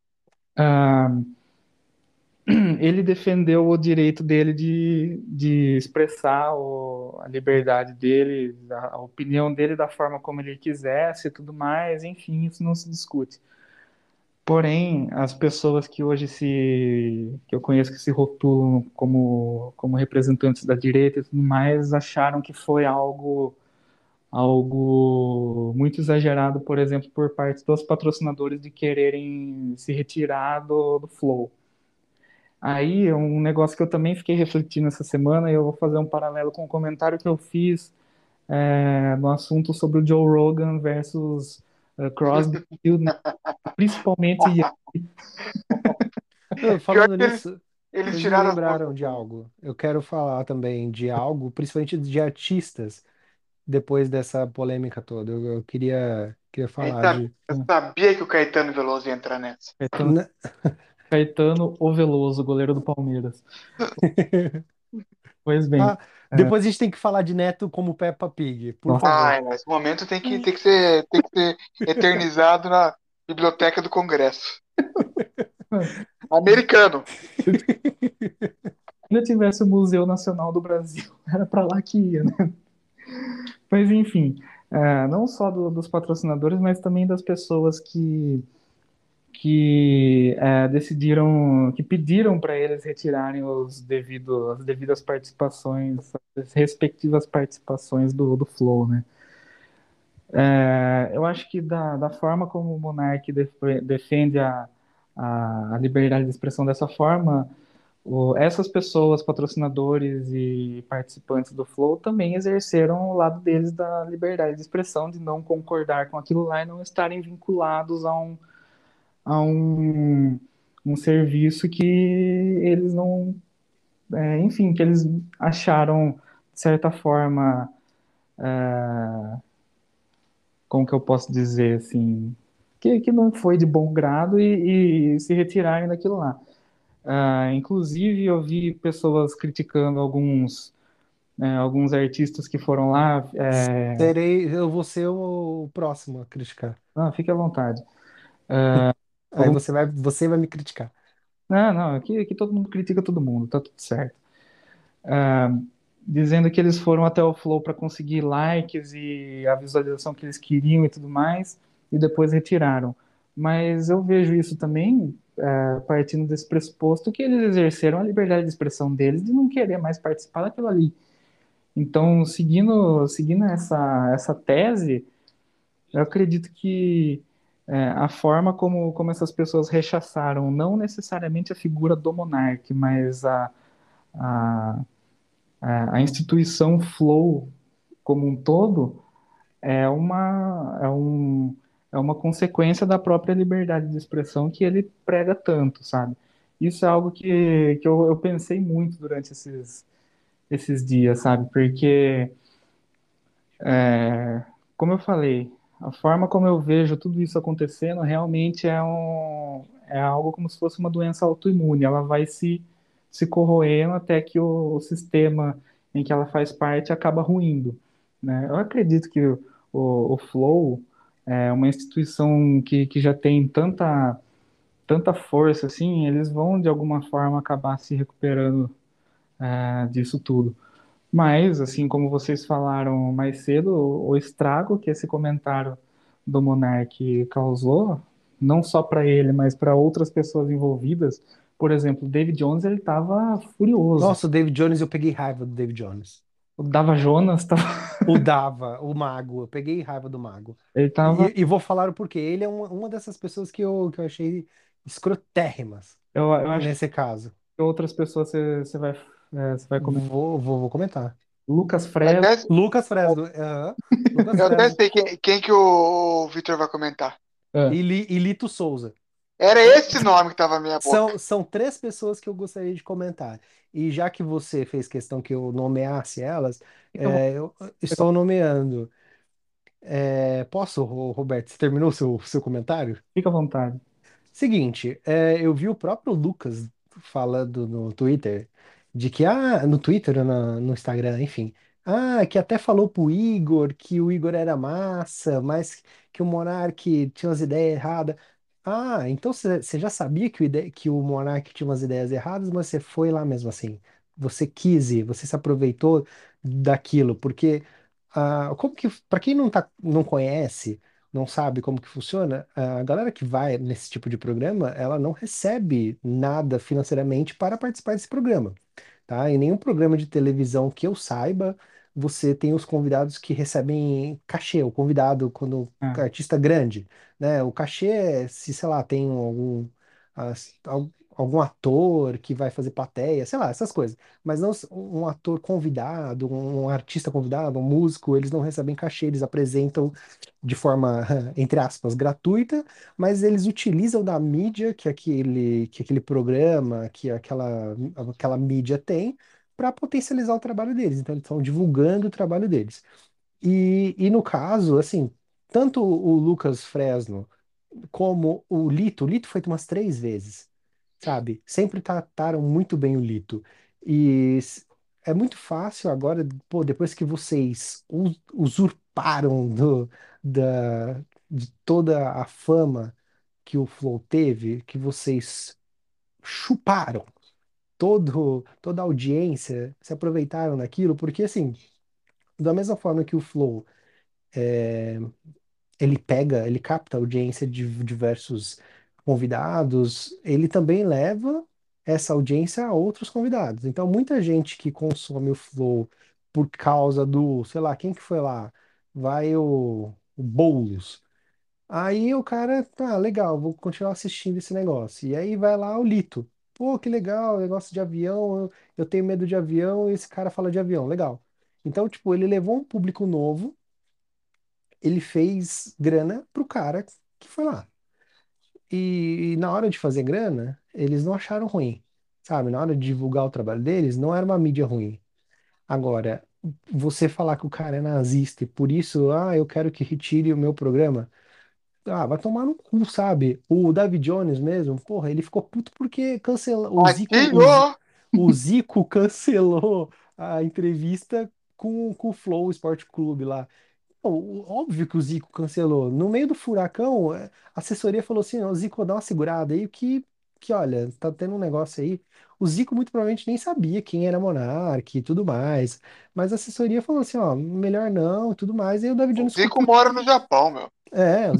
Ele defendeu o direito dele de expressar a liberdade dele, a opinião dele da forma como ele quisesse e tudo mais, enfim, isso não se discute. Porém, as pessoas que eu conheço que se rotulam como representantes da direita e tudo mais, acharam que foi algo muito exagerado, por exemplo, por parte dos patrocinadores de quererem se retirar do Flow. Aí, um negócio que eu também fiquei refletindo essa semana, e eu vou fazer um paralelo com o comentário que eu fiz no assunto sobre o Joe Rogan versus Crosby, e Field, né? Principalmente. Pior Falando que eles, nisso, eles vocês me tiraram as boas lembraram de opiniões. algo. Eu quero falar também de algo, principalmente de artistas, depois dessa polêmica toda. Eu queria falar Eita, de. eu sabia que o Caetano Veloso ia entrar nessa. Caetano, Caetano o Veloso, goleiro do Palmeiras. Pois bem, Ah, depois a gente tem que falar de Neto como Peppa Pig, por nossa, favor. Ai, esse momento tem que ser eternizado na Biblioteca do Congresso. Americano. se ainda tivesse o Museu Nacional do Brasil, era para lá que ia, né? Mas enfim, não só dos patrocinadores, mas também das pessoas que decidiram, que pediram para eles retirarem as devidas participações, as respectivas participações do Flow, né? Eu acho que da forma como o Monark defende a liberdade de expressão dessa forma, essas pessoas, patrocinadores e participantes do Flow, também exerceram o lado deles da liberdade de expressão, de não concordar com aquilo lá e não estarem vinculados a um serviço que eles não, enfim, que eles acharam, de certa forma, como que eu posso dizer, assim, que não foi de bom grado e se retirarem daquilo lá. Inclusive, eu vi pessoas criticando alguns artistas que foram lá. Eu vou ser o próximo a criticar. Fique à vontade. Aí Algum- você vai me criticar. Não, não, aqui todo mundo critica todo mundo, tá tudo certo. Dizendo que eles foram até o Flow para conseguir likes e a visualização que eles queriam e tudo mais, e depois retiraram. Mas eu vejo isso também, partindo desse pressuposto que eles exerceram a liberdade de expressão deles de não querer mais participar daquilo ali. Então, seguindo essa tese, eu acredito que a forma como essas pessoas rechaçaram, não necessariamente a figura do monarca, mas a, a instituição Flow como um todo, é uma consequência da própria liberdade de expressão que ele prega tanto, sabe? Isso é algo que eu pensei muito durante esses dias, sabe? Porque como eu falei, a forma como eu vejo tudo isso acontecendo realmente é algo como se fosse uma doença autoimune. Ela vai se corroendo até que o sistema em que ela faz parte acaba ruindo, né? Eu acredito que o Flow é uma instituição que já tem tanta força, assim, eles vão de alguma forma acabar se recuperando, disso tudo. Mas, assim como vocês falaram mais cedo, o estrago que esse comentário do Monark causou, não só para ele, mas para outras pessoas envolvidas, por exemplo, o David Jones, ele estava furioso. Nossa, o David Jones, eu peguei raiva do David Jones. O Dava Jonas, O Dava, o Mago, eu peguei raiva do Mago. ele estava. E vou falar o porquê. Ele é uma dessas pessoas que eu achei escrotérrimas Eu acho que nesse caso. outras pessoas você vai comentar. Vou comentar. Lucas Eu Fresno. até, Lucas Fresno, aham. Lucas eu até Fresno sei quem que o Victor vai comentar. Ah, e Lito Souza. Era esse nome que estava na minha boca. São três pessoas que eu gostaria de comentar. E já que você fez questão que eu nomeasse elas, fica, à vo- eu fica, estou nomeando. Posso, Roberto? Você terminou o seu comentário? fica à vontade. Seguinte, eu vi o próprio Lucas falando no Twitter de que, no Twitter ou no Instagram, enfim, que até falou pro Igor que o Igor era massa, mas que o Monark tinha umas ideias erradas. Então você já sabia que o Monark tinha umas ideias erradas, mas você foi lá mesmo assim. Você quis ir, você se aproveitou daquilo, porque, como que, para quem não conhece, não sabe como que funciona, a galera que vai nesse tipo de programa, ela não recebe nada financeiramente para participar desse programa, tá? Em nenhum programa de televisão que eu saiba, você tem os convidados que recebem cachê, o convidado quando Ah, artista grande, né? O cachê é se, sei lá, tem algum ator que vai fazer plateia, sei lá, essas coisas. Mas não um ator convidado, um artista convidado, um músico, eles não recebem cachê, eles apresentam de forma, entre aspas, gratuita, mas eles utilizam da mídia que aquele programa, aquela mídia tem, para potencializar o trabalho deles. Então, eles estão divulgando o trabalho deles. E no caso, assim, tanto o Lucas Fresno como o Lito foi umas 3 vezes, sabe? Sempre trataram muito bem o Lito. E é muito fácil agora, pô, depois que vocês usurparam de toda a fama que o Flow teve, que vocês chuparam toda a audiência, se aproveitaram daquilo, porque assim, da mesma forma que o Flow ele capta a audiência de diversos convidados, ele também leva essa audiência a outros convidados. Então, muita gente que consome o Flow por causa do, sei lá, quem que foi lá? Vai o Boulos. Aí o cara, tá, legal, vou continuar assistindo esse negócio. E aí vai lá o Lito. Pô, que legal, negócio de avião, eu tenho medo de avião e esse cara fala de avião, legal. Então, tipo, ele levou um público novo, ele fez grana pro cara que foi lá. E na hora de fazer grana, eles não acharam ruim, sabe? Na hora de divulgar o trabalho deles, não era uma mídia ruim. Agora, você falar que o cara é nazista e por isso, eu quero que retire o meu programa. Ah, vai tomar no cu, sabe? O David Jones mesmo, porra, ele ficou puto porque cancela, Atirou! O Zico cancelou a entrevista com o Flow Esporte Clube lá. Pô, óbvio que o Zico cancelou. No meio do furacão, a assessoria falou assim: "Ó, Zico, dá uma segurada aí, que olha, tá tendo um negócio aí." O Zico muito provavelmente nem sabia quem era Monark e tudo mais. Mas a assessoria falou assim: ó, melhor não e tudo mais. E aí o David O Jones ficou Zico puto. mora no Japão, meu. É,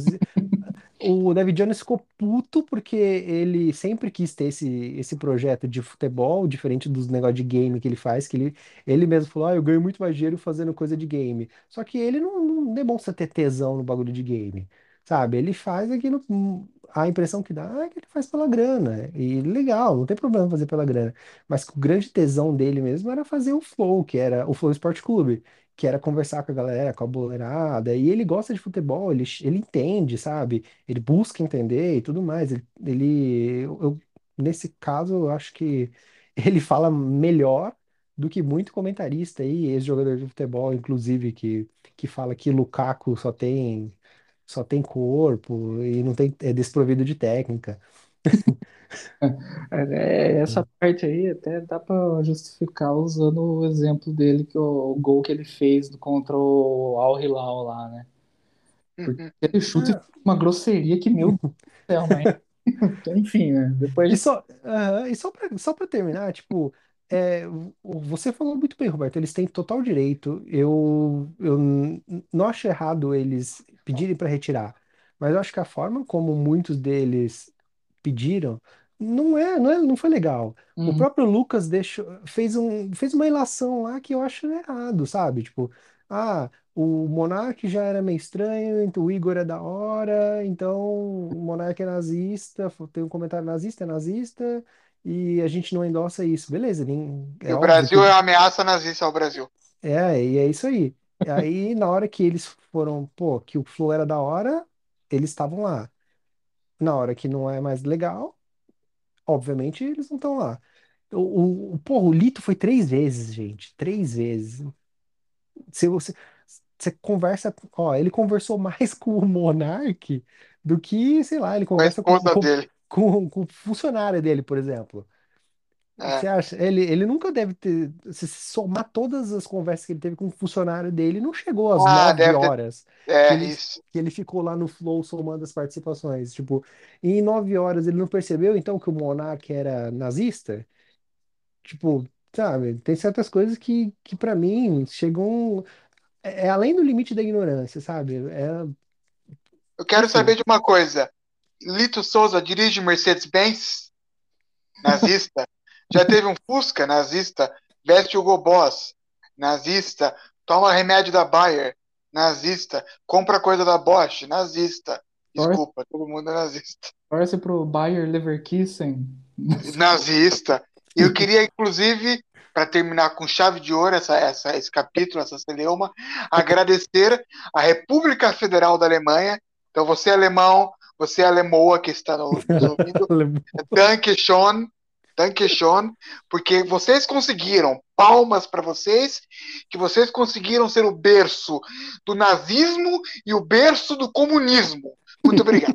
o David Jones ficou puto porque ele sempre quis ter esse projeto de futebol, diferente dos negócios de game que ele faz, que ele mesmo falou, eu ganho muito mais dinheiro fazendo coisa de game. Só que ele não demonstra ter tesão no bagulho de game, sabe? Ele faz aquilo, a impressão que dá é que ele faz pela grana. E legal, não tem problema fazer pela grana. Mas o grande tesão dele mesmo era fazer o Flow, que era o Flow Esporte Clube. Que era conversar com a galera, com a boleirada, e ele gosta de futebol, ele entende, sabe? Ele busca entender e tudo mais. Nesse caso, eu acho que ele fala melhor do que muito comentarista aí, ex-jogador de futebol, inclusive, que fala que Lukaku só tem corpo e não tem, é desprovido de técnica. essa parte aí até dá pra justificar usando o exemplo dele, o gol que ele fez contra o Al Hilal lá, né? Porque ele chuta Ah, uma grosseria que, meu Deus do céu, mas enfim, né? Depois E de. só, aham, e só pra terminar, tipo, você falou muito bem, Roberto, eles têm total direito. Eu não acho errado eles pedirem para retirar, mas eu acho que a forma como muitos deles pediram não foi legal. O Uhum. próprio Lucas fez uma ilação lá que eu acho errado, sabe? Tipo, o Monark já era meio estranho, então o Igor é da hora, então o Monark é nazista, tem um comentário nazista, é nazista, e a gente não endossa isso. Beleza, E é o óbvio que Brasil é uma ameaça nazista ao Brasil. e é isso aí. E aí, na hora que eles foram, pô, que o Flow era da hora, eles estavam lá. Na hora que não é mais legal, obviamente eles não estão lá. Porra, o Lito foi 3 vezes, gente. 3 vezes. Se você conversa, ó, ele conversou mais com o Monark do que, sei lá, ele Com a conversa com, esposa com, dele. com o funcionário dele, por exemplo. Você É. acha? Ele nunca deve ter. Se somar todas as conversas que ele teve com o funcionário dele, não chegou às Ah, nove deve ter. horas que É, ele, isso. que ele ficou lá no Flow somando as participações. Tipo, e em 9 horas ele não percebeu, então, que o Monark era nazista? Tipo, sabe? Tem certas coisas que para mim chegam. É além do limite da ignorância, sabe? Eu quero Enfim. saber de uma coisa. Lito Souza dirige Mercedes-Benz? Nazista? Já teve um Fusca nazista? Veste Hugo Boss? Nazista? Toma remédio da Bayer, nazista. Compra coisa da Bosch, nazista. Torce, Desculpa, todo mundo é nazista. torce pro Bayer Leverkusen. Nazista. E eu queria, inclusive, para terminar com chave de ouro esse capítulo, essa celeuma, agradecer à República Federal da Alemanha. Então, você alemão, você alemoa que está nos ouvindo, Danke schon, porque vocês conseguiram, palmas para vocês, que vocês conseguiram ser o berço do nazismo e o berço do comunismo. Muito obrigado.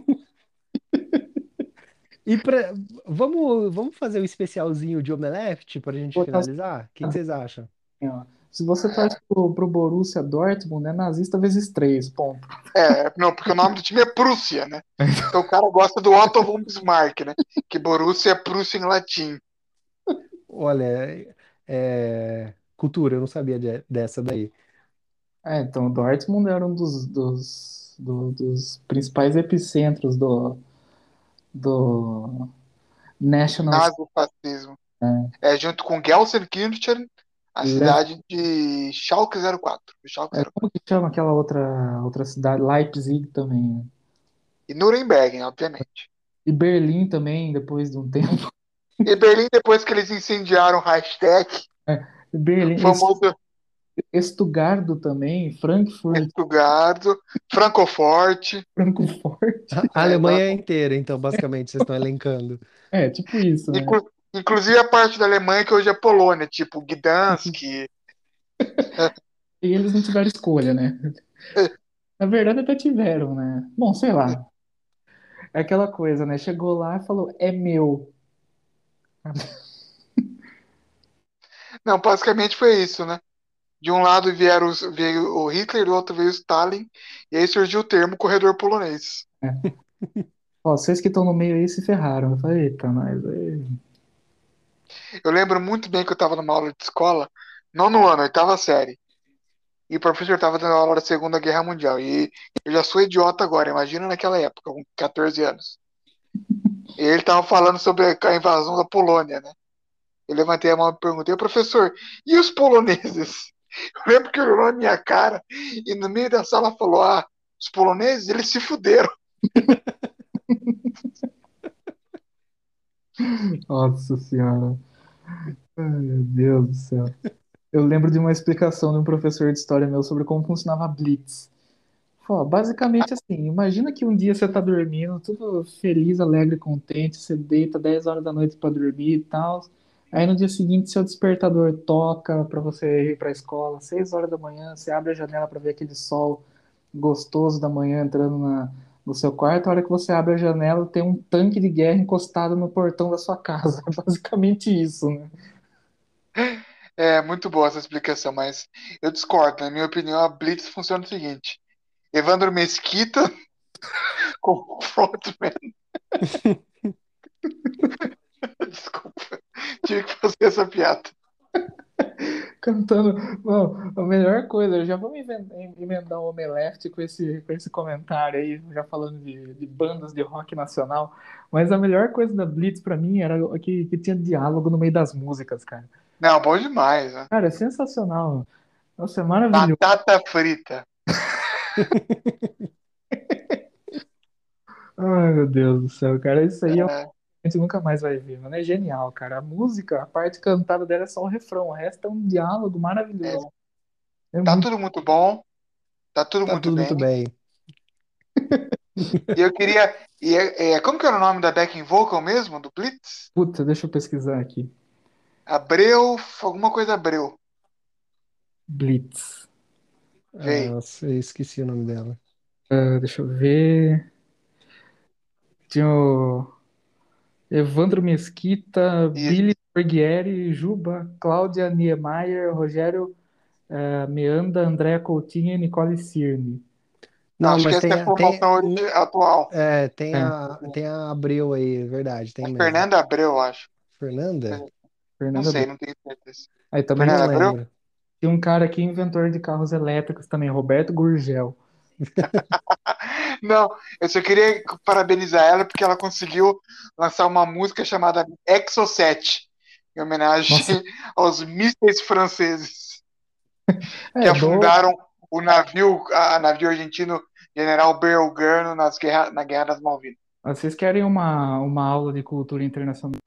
E vamos fazer um especialzinho de Omelete para a gente Botar finalizar? O que vocês acham? assim, ó. Se você torce pro Borussia Dortmund, é nazista vezes 3, ponto. Não, porque o nome do time é Prússia, né? Então o cara gosta do Otto von Bismarck, né? Que Borussia é Prússia em latim. Olha, cultura, eu não sabia dessa daí. Então, o Dortmund era um dos principais epicentros do National. Nazifascismo. Junto com Gelsenkirchen, a cidade de Schalke 04. Como que chama aquela outra cidade? Leipzig também, né? E Nuremberg, obviamente. E Berlim também, depois de um tempo. E Berlim, depois que eles incendiaram o Reichstag, Berlim, o famoso Estugardo também, Frankfurt, Estugardo, Francfort. A Alemanha inteira, então, basicamente, vocês estão elencando. Tipo isso, né? Inclusive a parte da Alemanha que hoje é Polônia, tipo Gdansk. E eles não tiveram escolha, né? Na verdade, até tiveram, né? Bom, sei lá. É aquela coisa, né? Chegou lá e falou, é meu. Não, basicamente foi isso, né? De um lado veio o Hitler, do outro veio o Stalin, e aí surgiu o termo corredor polonês. Ó, vocês que estão no meio aí se ferraram. Eu falei, eita, mas aí. Eu lembro muito bem que eu estava numa aula de escola, não no ano, oitava série. E o professor estava dando aula da Segunda Guerra Mundial. E eu já sou idiota agora, imagina naquela época, com 14 anos. E ele estava falando sobre a invasão da Polônia, né? Eu levantei a mão e perguntei, professor, e os poloneses? Eu lembro que ele olhou na minha cara e no meio da sala falou, os poloneses, eles se fuderam. Nossa senhora. Ai, meu Deus do céu. Eu lembro de uma explicação de um professor de história meu sobre como funcionava a Blitz. Basicamente assim, imagina que um dia você tá dormindo, tudo feliz, alegre, contente, você deita 10 horas da noite para dormir e tal. Aí no dia seguinte seu despertador toca para você ir para a escola, 6 horas da manhã, você abre a janela para ver aquele sol gostoso da manhã entrando no seu quarto. A hora que você abre a janela, tem um tanque de guerra encostado no portão da sua casa. É basicamente isso, né? É muito boa essa explicação, mas eu discordo. Na minha opinião, a Blitz funciona o seguinte. Evandro Mesquita como frontman. Desculpa, tive que fazer essa piada. Cantando. Bom, a melhor coisa, eu já vou emendar um Omelete com esse comentário aí, já falando de bandas de rock nacional. Mas a melhor coisa da Blitz pra mim era que tinha diálogo no meio das músicas, cara. Não, bom demais, né? Cara, é sensacional. Nossa, é maravilhoso. Batata frita. Ai, meu Deus do céu, cara. Isso aí a gente nunca mais vai ver, mano. É genial, cara. A música, a parte cantada dela é só o refrão, o resto é um diálogo maravilhoso. Tá tudo muito bom. Tá tudo Tá muito tudo bem. muito bem. E eu queria. Como que era o nome da backing vocal mesmo, do Blitz? Puta, deixa eu pesquisar aqui. Abreu, alguma coisa Abreu. Blitz. Veio. Nossa, eu esqueci o nome dela. Deixa eu ver. Tinha o Evandro Mesquita, Isso. Billy Borghieri, Juba, Cláudia Niemeyer, Rogério Meanda, Andréa Coutinho e Nicole Cirne. Não, Acho que mas essa é a formação atual. tem a Abreu aí, é verdade, tem É mesmo. Fernanda Abreu, eu acho. Fernanda? Não Fernanda sei, Abreu. não tenho certeza. Aí também Fernanda Não Abreu? lembro. tem um cara aqui, inventor de carros elétricos também, Roberto Gurgel. Não, eu só queria parabenizar ela porque ela conseguiu lançar uma música chamada Exo 7, em homenagem Nossa. aos mísseis franceses. que Dou. afundaram o navio argentino General Belgrano na Guerra das Malvinas. Vocês querem uma aula de cultura internacional?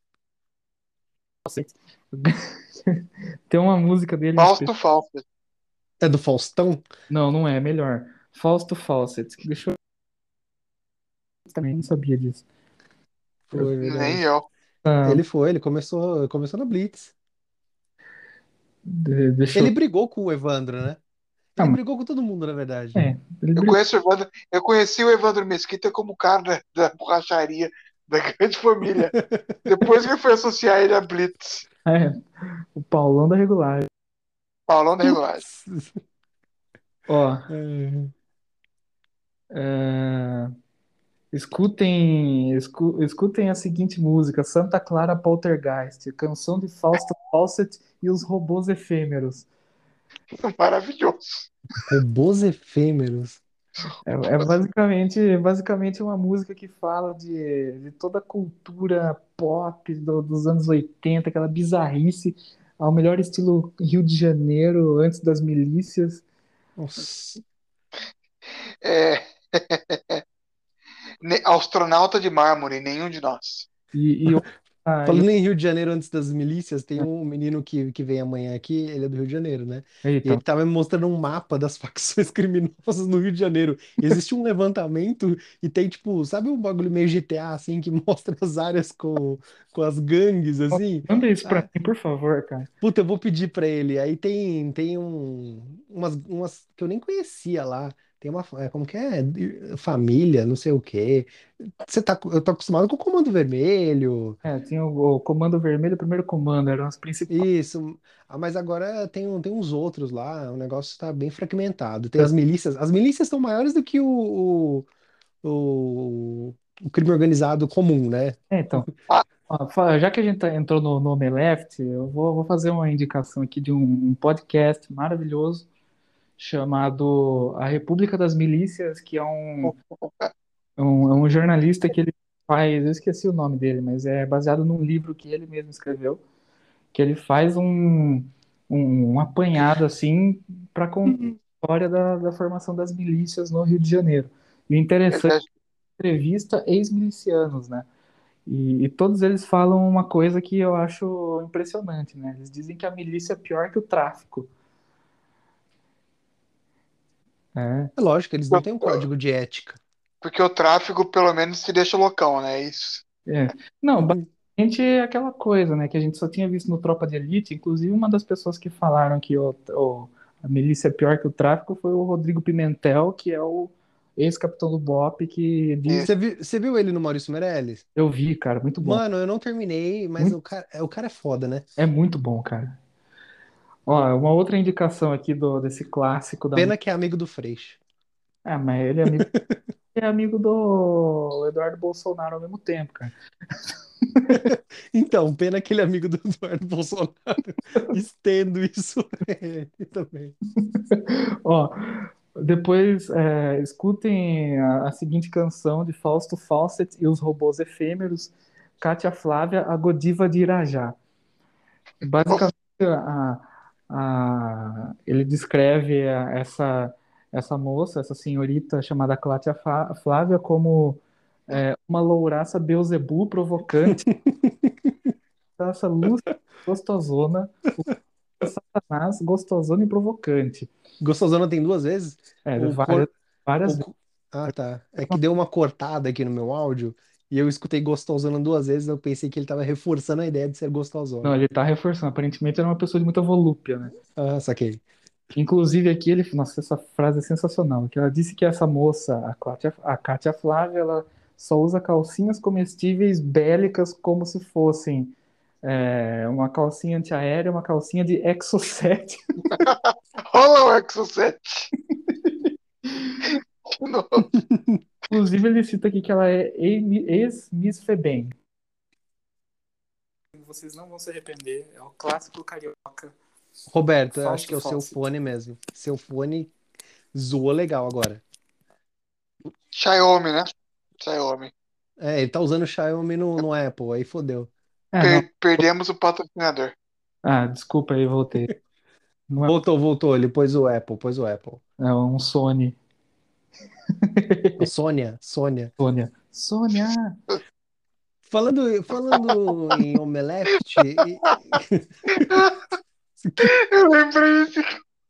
Tem uma música dele em específico. Fausto Fawcett. É do Faustão? Não, não é, melhor. Fausto Fawcett. Deixa eu. Também não sabia disso. Foi Nem verdade. eu. Ah, Ele começou na Blitz. deixa eu. Ele brigou com o Evandro, né? Ah, Ele mas, brigou com todo mundo, na verdade. ele Eu brigou. conheço o Evandro, eu conheci o Evandro Mesquita como cara da borracharia da grande família. Depois que eu fui associar ele a Blitz. É, o Paulão da regular. Paulão da Regulagem. Putz. Ó, É. é, escutem a seguinte música: Santa Clara Poltergeist, canção de Fausto Fawcett e os robôs efêmeros. Maravilhoso. Robôs efêmeros. É basicamente uma música que fala de toda a cultura pop dos anos 80, aquela bizarrice, ao melhor estilo Rio de Janeiro, antes das milícias. Nossa. É, astronauta de mármore, nenhum de nós. E, e, e Falando em Rio de Janeiro antes das milícias, tem um menino que vem amanhã aqui, ele é do Rio de Janeiro, né? E eita, ele tava me mostrando um mapa das facções criminosas no Rio de Janeiro. Existe um levantamento e tem, tipo, sabe um bagulho meio GTA, assim, que mostra as áreas com as gangues, assim? manda isso pra Ah, mim, por favor, cara. puta, eu vou pedir pra ele. Aí tem umas que eu nem conhecia lá. Tem uma, como que é? Família, não sei o quê. Eu tô acostumado com o Comando Vermelho. Tinha o Comando Vermelho, o primeiro comando, eram as principais. Isso, mas agora tem uns outros lá, o negócio está bem fragmentado. Tem as milícias estão maiores do que o crime organizado comum, né? Então, Ah, ó, já que a gente entrou no Omeleft, eu vou fazer uma indicação aqui de um podcast maravilhoso chamado A República das Milícias, que é um jornalista que ele faz, eu esqueci o nome dele, mas é baseado num livro que ele mesmo escreveu, que ele faz um apanhado assim para contar Uhum. a história da formação das milícias no Rio de Janeiro. E o interessante ele é que entrevista ex-milicianos, né? E todos eles falam uma coisa que eu acho impressionante, né? Eles dizem que a milícia é pior que o tráfico. É, É lógico, eles não têm um código de ética. porque o tráfego pelo menos te deixa loucão, né? Isso. é. Não, basicamente é aquela coisa, né? Que a gente só tinha visto no Tropa de Elite. Inclusive, uma das pessoas que falaram que a milícia é pior que o tráfico foi o Rodrigo Pimentel, que é o ex-capitão do BOPE, que diz. Isso. Você viu ele no Maurício Meirelles? Eu vi, cara, muito bom. Mano, eu não terminei, mas Muito, o cara é foda, né? é muito bom, cara. Ó, uma outra indicação aqui desse clássico da. Pena que é amigo do Freixo. Ah, mas ele é amigo do Eduardo Bolsonaro ao mesmo tempo, cara. Então, pena que ele é amigo do Eduardo Bolsonaro. Estendo isso pra ele também. Ó, depois escutem a seguinte canção de Fausto Fawcett e os Robôs Efêmeros, Cátia Flávia, a Godiva de Irajá. Basicamente, ele descreve essa moça, essa senhorita chamada Cátia Flávia, como uma louraça Beelzebub provocante, essa luz gostosona, Satanás gostosona e provocante. Gostosona tem duas vezes? O Várias, cor... várias o vezes. co- Ah, tá. É que deu uma cortada aqui no meu áudio e eu escutei gostosona duas vezes. Eu pensei que ele tava reforçando a ideia de ser Não, gostosona. ele tá reforçando. Aparentemente era uma pessoa de muita volúpia, né? Ah, saquei. Inclusive aqui ele, nossa, essa frase é sensacional, que ela disse que essa moça, a Cátia Flávia, ela só usa calcinhas comestíveis bélicas como se fossem uma calcinha antiaérea, uma calcinha de Exocet. Rola o Exocet. Inclusive ele cita aqui que ela é ex-Miss Febem. Vocês não vão se arrepender, é o clássico carioca, Roberto, eu acho que Fausto é o seu Fawcett. fone mesmo. Seu fone zoou legal agora. Xiaomi, né? Xiaomi. É, ele tá usando o Xiaomi no Apple, aí fodeu. Não. Perdemos o patrocinador. Desculpa aí, voltei. Não é, Voltou. Ele pôs o Apple. é um Sony. A Sônia. Sônia. Sônia! Falando em Omelete, que, Eu lembrei esse.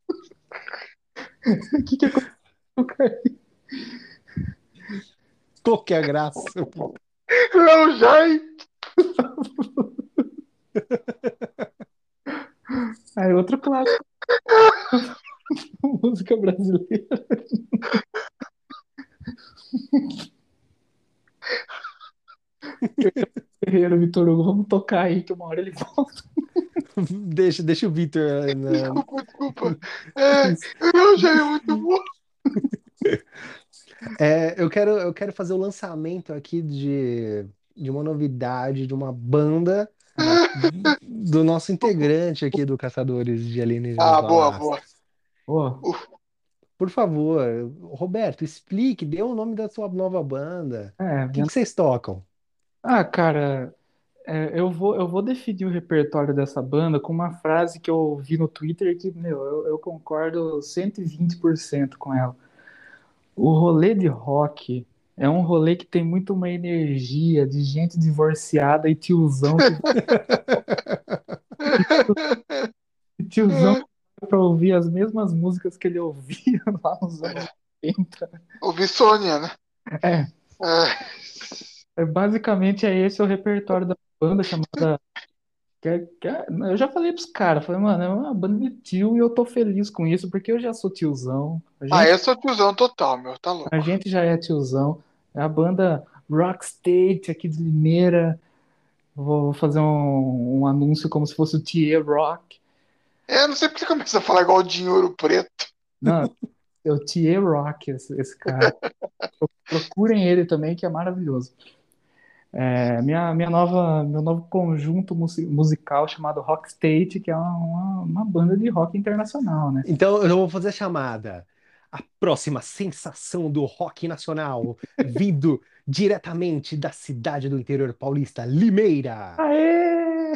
O que aconteceu, cara? qual que é a graça? Não, Jai. Ah, é outro clássico da música brasileira. Guerreiro, Vitor Hugo, vamos tocar aí que uma hora ele volta. Deixa o Vitor Desculpa. É, não, Jai é muito bom. eu quero fazer o lançamento aqui de uma novidade, de uma banda do nosso integrante aqui do Caçadores de Alienígenas Ah, boa, boa. Galácticos. Pô, Uf, Por favor, Roberto, explique, dê o nome da sua nova banda. é, O que que vocês tocam? cara, eu vou definir o repertório dessa banda com uma frase que eu vi no Twitter que, meu, eu concordo 120% com ela. O rolê de rock é um rolê que tem muito uma energia de gente divorciada e tiozão pra ouvir as mesmas músicas que ele ouvia lá nos anos 80. ouvi Sônia, né? É, É, basicamente é esse o repertório da banda chamada. Eu já falei pros caras, falei, mano, é uma banda de tio e eu tô feliz com isso, porque eu já sou tiozão. A Ah, gente, eu sou tiozão total, meu, tá a louco. gente já é tiozão. É a banda Rockstate aqui de Limeira. Vou fazer um anúncio como se fosse o TA Rock. É, eu não sei porque você começa a falar igual o Dinheiro Preto. Não, é o TA Rock, esse cara. Procurem ele também, que é maravilhoso. Meu novo conjunto musical chamado Rockstate, que é uma banda de rock internacional, né? Então, eu vou fazer a chamada. A próxima sensação do rock nacional, vindo diretamente da cidade do interior paulista, Limeira. Aê!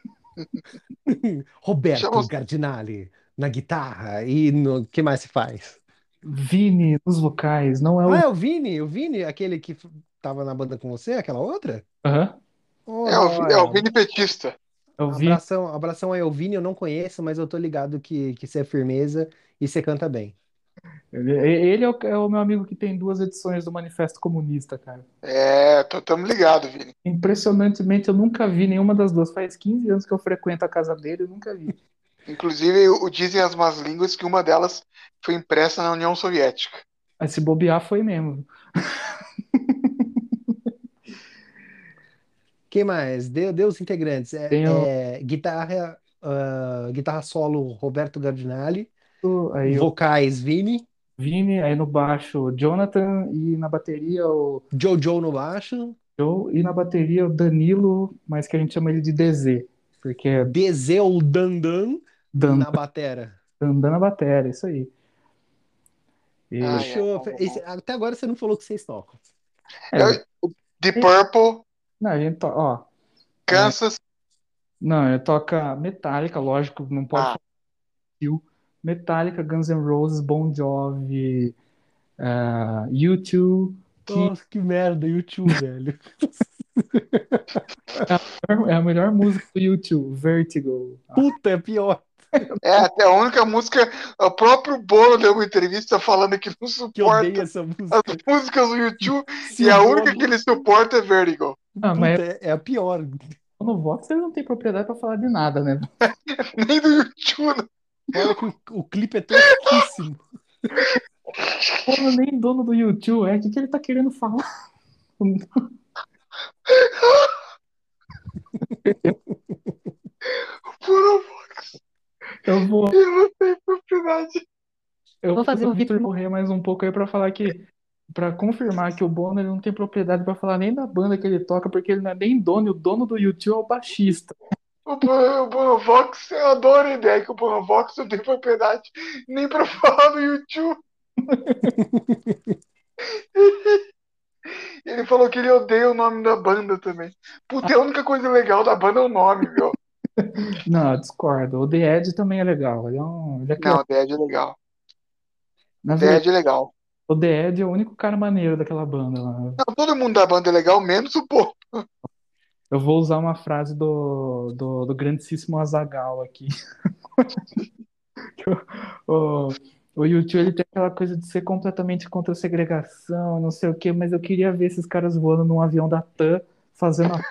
Chama Roberto os... Gardinali na guitarra e no que mais se faz? Vini nos vocais, não é Ah, o. é o Vini, aquele que tava na banda com você, aquela outra? Aham, Oh, É, o joia. Vini Petista. é o Vini. Abração aí, o Vini, eu não conheço, mas eu tô ligado que você é firmeza e você canta bem. Ele é o meu amigo que tem 2 edições do Manifesto Comunista, cara. É, tamo ligado, Vini. Impressionantemente, eu nunca vi nenhuma das duas. Faz 15 anos que eu frequento a casa dele, eu nunca vi. Inclusive, dizem as más línguas que uma delas foi impressa na União Soviética. Mas se bobear, foi mesmo. Quem mais? Dê os integrantes. Tem Guitarra solo Roberto Gardinali, aí o vocais Vini, Vini, aí no baixo o Jonathan, e na bateria o Jojo no baixo, Joe, e na bateria o Danilo, mas que a gente chama ele de DZ, porque é DZ ou Dandan Dan- na batera. Dandan na bateria, isso aí. E, Ah, é. Fechou. Bom, bom, bom. Até agora você não falou que vocês tocam. é, Deep Purple, não, a gente ó, Kansas. não, ele toca Metallica, lógico, não pode Ah, falar Kill. Metallica, Guns N' Roses, Bon Jovi, U2, Kiss. Nossa, que merda, YouTube, velho. É a melhor música do U2, Vertigo. Puta, é pior. é até a única música. O próprio Bono deu uma entrevista falando que não Que odeia suporta essa as música. músicas do YouTube Se e o a única que Bono. ele suporta é Vertigo. Ah, mas Puta, é a pior. no Vox ele não tem propriedade pra falar de nada, né? Nem do YouTube. Né? Fora que o clipe é tosquíssimo. Pô, nem dono do YouTube, o que ele tá querendo falar? Puro, Eu vou, eu não tenho propriedade. eu vou fazer o Victor morrer mais um pouco aí pra falar que, pra confirmar que o Bono ele não tem propriedade pra falar nem da banda que ele toca, porque ele não é nem dono, e o dono do YouTube é o baixista. O Bonovox, eu adoro a ideia que o Bonovox não tem propriedade nem pra falar do YouTube. Ele falou que ele odeia o nome da banda também. Puta, a única coisa legal da banda é o nome, meu. Não, discordo. O The Edge também é legal. Ele é Não, criativo. o Dead é legal. O Na verdade, Dead é legal. o The Edge é o único cara maneiro daquela banda lá. Não, todo mundo da banda é legal, menos o povo. Eu vou usar uma frase do grandíssimo Azaghal aqui. O, o YouTube ele tem aquela coisa de ser completamente contra a segregação, não sei o quê, mas eu queria ver esses caras voando num avião da TAM, fazendo a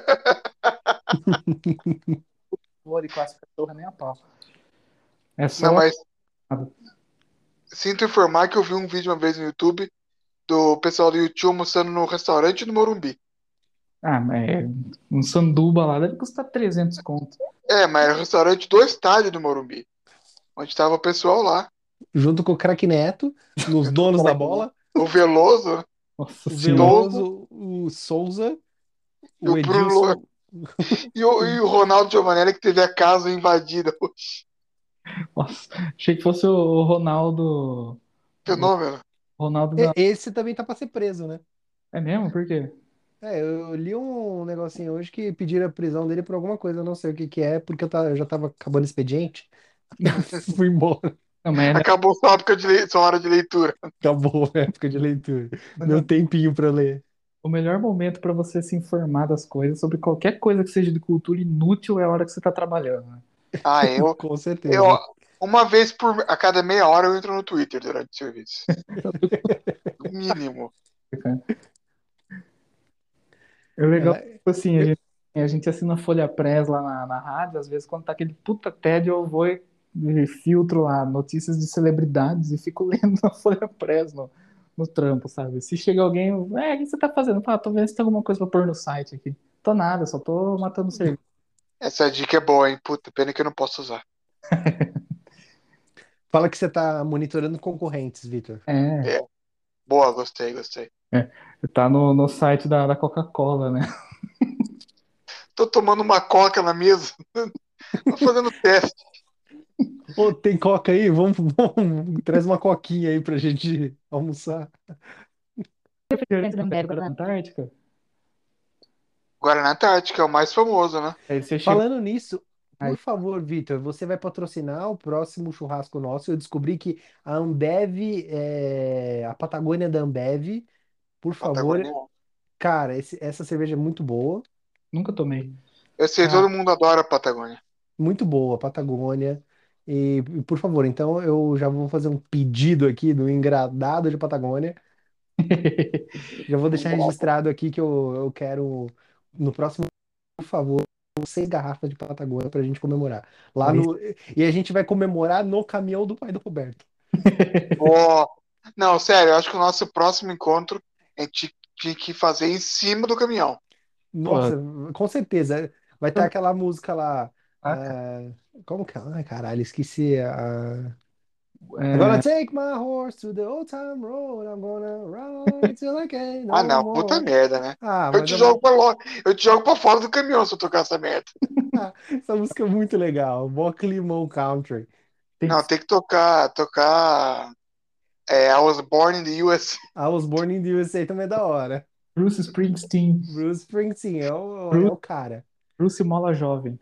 porra de classe cachorra nem a pau. É Não, só. mas sinto informar que eu vi um vídeo uma vez no YouTube do pessoal do YouTube almoçando no restaurante do Morumbi. Ah, mas um sanduba lá deve custar 300 conto. É, mas era o restaurante do estádio do Morumbi, onde estava o pessoal lá. Junto com o Craque Neto, nos donos da bola, O Veloso, né? Nossa o senhora. Souza Veloso, o Souza, e o o Bruno Edilson. e o Ronaldo Giovanelli que teve a casa invadida. Nossa, achei que fosse o Ronaldo. O Fenômeno. Ronaldo da. Esse também tá pra ser preso, né? É mesmo? Por quê? Eu li um negocinho hoje que pediram a prisão dele por alguma coisa, eu não sei o que que é, porque eu já tava acabando o expediente. Eu fui embora. Não, mas Acabou sua hora de leitura. Acabou a época de leitura. Meu não, tempinho pra ler. o melhor momento para você se informar das coisas, sobre qualquer coisa que seja de cultura inútil, é a hora que você tá trabalhando, né? Ah, eu, Com eu certeza. uma vez a cada meia hora eu entro no Twitter durante o serviço. No mínimo. É legal, É, tipo assim, a eu- gente, a gente assina Folha Press lá na rádio, às vezes quando tá aquele puta tédio, eu vou e filtro lá notícias de celebridades e fico lendo na Folha Press no trampo, sabe? Se chega alguém, o que você tá fazendo? Fala, tô vendo se tem alguma coisa pra pôr no site aqui. Tô nada, só tô matando serviço. Essa dica é boa, hein? Puta, pena que eu não posso usar. Fala que você tá monitorando concorrentes, Vitor. É, É, boa, gostei, gostei. é, tá no site da Coca-Cola, né? Tô tomando uma coca na mesa. Tô fazendo teste. Ô, tem coca aí? Traz uma coquinha aí pra gente almoçar. Refrigerante não bebe na Antártica. Guaraná Antártica é o mais famoso, né? Aí você chega. Falando nisso, por Aí, favor, Vitor, você vai patrocinar o próximo churrasco nosso. Eu descobri que a Ambev, a Patagônia da Ambev, por favor, Patagônia. cara, essa cerveja é muito boa. nunca tomei. Eu sei, todo Cara, mundo adora a Patagônia. muito boa, Patagônia. Por favor, então eu já vou fazer um pedido aqui do engradado de Patagônia. Já vou deixar registrado aqui que eu quero, no próximo, por favor, 6 garrafas de Patagônia pra gente comemorar. Lá Aí, no, e a gente vai comemorar no caminhão do pai do Roberto. Ó, não, sério, eu acho que o nosso próximo encontro a gente tinha que fazer em cima do caminhão. pô, Nossa, com certeza. Vai estar aquela música lá. saca? Como que é? Ai, caralho, esqueci. I'm gonna É, take my horse to the old time road. I'm gonna ride till I can't Ah, no não, puta more. merda, né? Ah, Eu mas te jogo pra lo... Eu te jogo pra fora do caminhão se eu tocar essa merda. essa música é muito legal. Mó climão country. tem que Não, ser tem que tocar I Was Born in the US. I Was Born in the USA também é da hora. Bruce Springsteen, Bruce Springsteen é Bruce, o cara. Bruce Mola Jovem.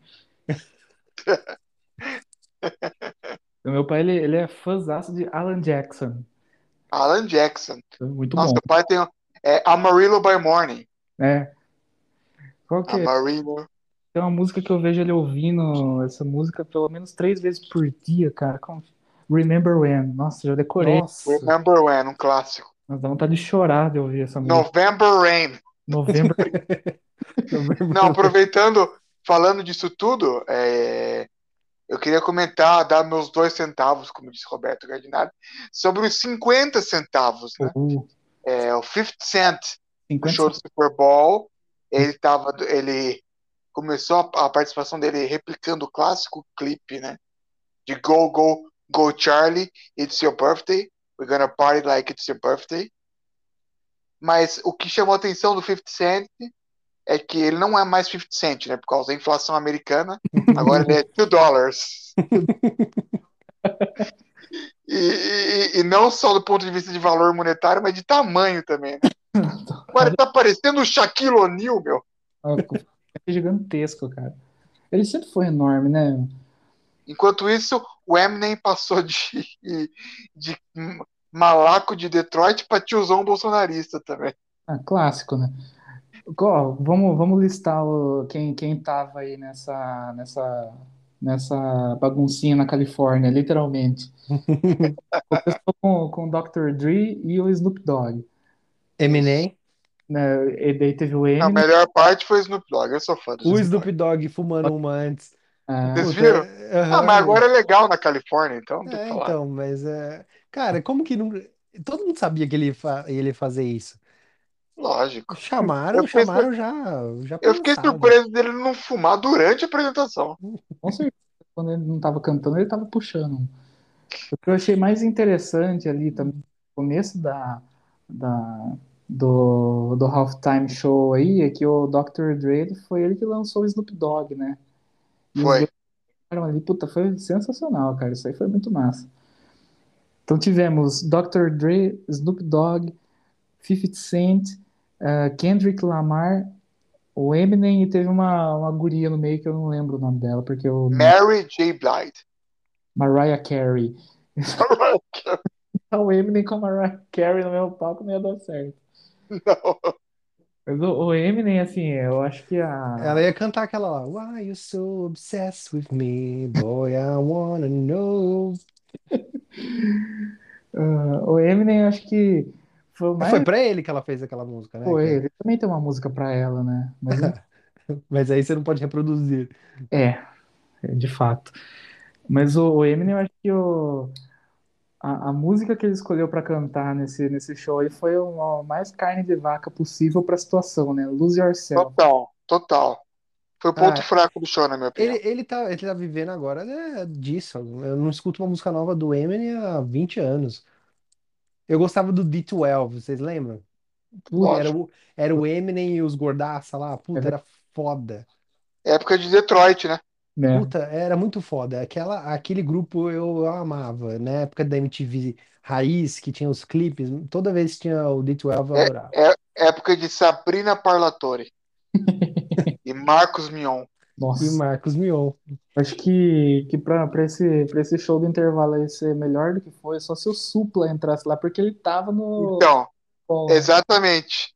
O meu pai, ele é fãzaço de Alan Jackson. Alan Jackson. Muito Nossa, bom. o pai tem Amarillo by Morning. É. Qual que é? Amarillo. Tem uma música que eu vejo ele ouvindo essa música pelo menos 3 vezes por dia, cara. Remember When. Nossa, já decorei. Nossa. Remember When, um clássico. Mas dá vontade de chorar de ouvir essa música. November Rain. Novembro. Não, aproveitando, falando disso tudo, eu queria comentar, dar meus 2 centavos, como disse Roberto Gardinari, sobre os 50 centavos, né? O 50 Cent, no 50 show do Super Bowl, ele começou a participação dele replicando o clássico clipe, né? De Go, Go, Go Charlie, It's Your Birthday, We're Gonna Party Like It's Your Birthday. Mas o que chamou a atenção do 50 Cent é que ele não é mais 50 Cent, né? Por causa da inflação americana. Agora ele é $2. E não só do ponto de vista de valor monetário, mas de tamanho também, né? Agora ele tá parecendo o Shaquille O'Neal, meu. É gigantesco, cara. Ele sempre foi enorme, né? Enquanto isso, o Eminem passou de malaco de Detroit para tiozão bolsonarista também. Ah, clássico, né? Vamos listar quem tava aí nessa baguncinha na Califórnia, literalmente. Começou com o Dr. Dre e o Snoop Dogg, Isso. Eminem, né? E daí teve o A Eminem. melhor parte foi o Snoop Dogg. Eu sou fã do o Snoop Snoop Dogg. Dogg fumando uma antes. Ah, Vocês Puta, viram? Ah, mas aham, agora é legal na Califórnia, então não tem o que falar. então, mas cara, como que não. Todo mundo sabia que ele ia fazer isso. Lógico. Eu Chamaram, fiquei, chamaram já, já eu fiquei pensado. surpreso dele não fumar durante a apresentação. com certeza, quando ele não tava cantando, ele tava puxando. O que eu achei mais interessante ali também, no começo da, do Halftime Show aí, é que o Dr. Dre foi ele que lançou o Snoop Dogg, né? E os Foi. dois ficaram ali, puta, foi sensacional, cara. Isso aí foi muito massa. Então tivemos Dr. Dre, Snoop Dogg, 50 Cent, Kendrick Lamar, o Eminem e teve uma guria no meio que eu não lembro o nome dela, porque eu não. Mary J. Blige. Mariah Carey. O Eminem com a Mariah Carey no mesmo palco não ia dar certo. Não. Mas o Eminem, assim, eu acho que Ela ia cantar aquela lá. Why you so obsessed with me, boy, I wanna know. o Eminem, eu acho que foi o Foi mais. pra ele que ela fez aquela música, né? Foi, ele também tem uma música pra ela, né? Mas Mas aí você não pode reproduzir. é, de fato. Mas o Eminem, eu acho que a música que ele escolheu pra cantar nesse show aí foi o mais carne de vaca possível pra situação, né? Lose Yourself. Total, total. Foi o ponto Ah, fraco do show, na minha opinião. ele tá vivendo agora disso. Eu não escuto uma música nova do Eminem há 20 anos. Eu gostava do D12, vocês lembram? Que Putz, era Lógico. o Eminem e os gordaça lá. é Puta, verdade, era foda. Época de Detroit, né? né? Puta, era muito foda. Aquele grupo eu amava. Na época da MTV Raiz, que tinha os clipes, toda vez que tinha o D12 eu É, adorava. época de Sabrina Parlatore e Marcos Mion. E Nossa. Marcos Mion. Acho que pra esse show do intervalo aí ser melhor do que foi, só se o Supla entrasse lá, porque ele tava no Então, colo, né? exatamente.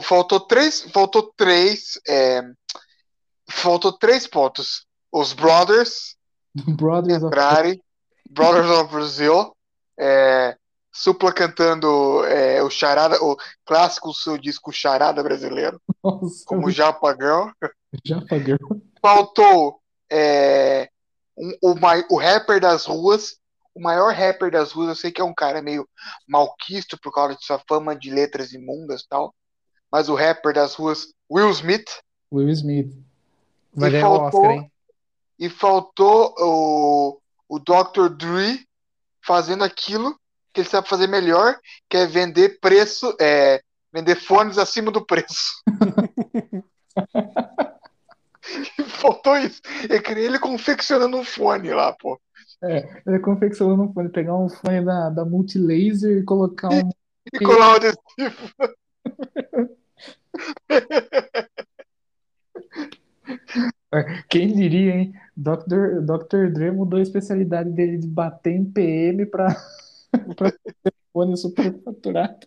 Faltou três pontos. Os Brothers Brothers of entrarem, Brothers of Brazil, é, Supla cantando o Charada, o clássico seu disco Charada brasileiro, Nossa, como já pagão. já paguei. Faltou é, o rapper das ruas, o maior rapper das ruas. Eu sei que é um cara meio malquisto por causa de sua fama de letras imundas e tal, mas o rapper das ruas, Will Smith, Will Smith. e Vai ganhar o Oscar, faltou, hein? e faltou o Dr. Dre fazendo aquilo que ele sabe fazer melhor, que é vender fones acima do preço. Faltou isso. Eu queria ele confeccionando um fone lá, pô. Ele confeccionou um fone, pegar um fone da Multilaser e colocar E, um. e colar o adesivo. Quem diria, hein? Dr. Dre mudou a especialidade dele de bater em PM pra fone superfaturado.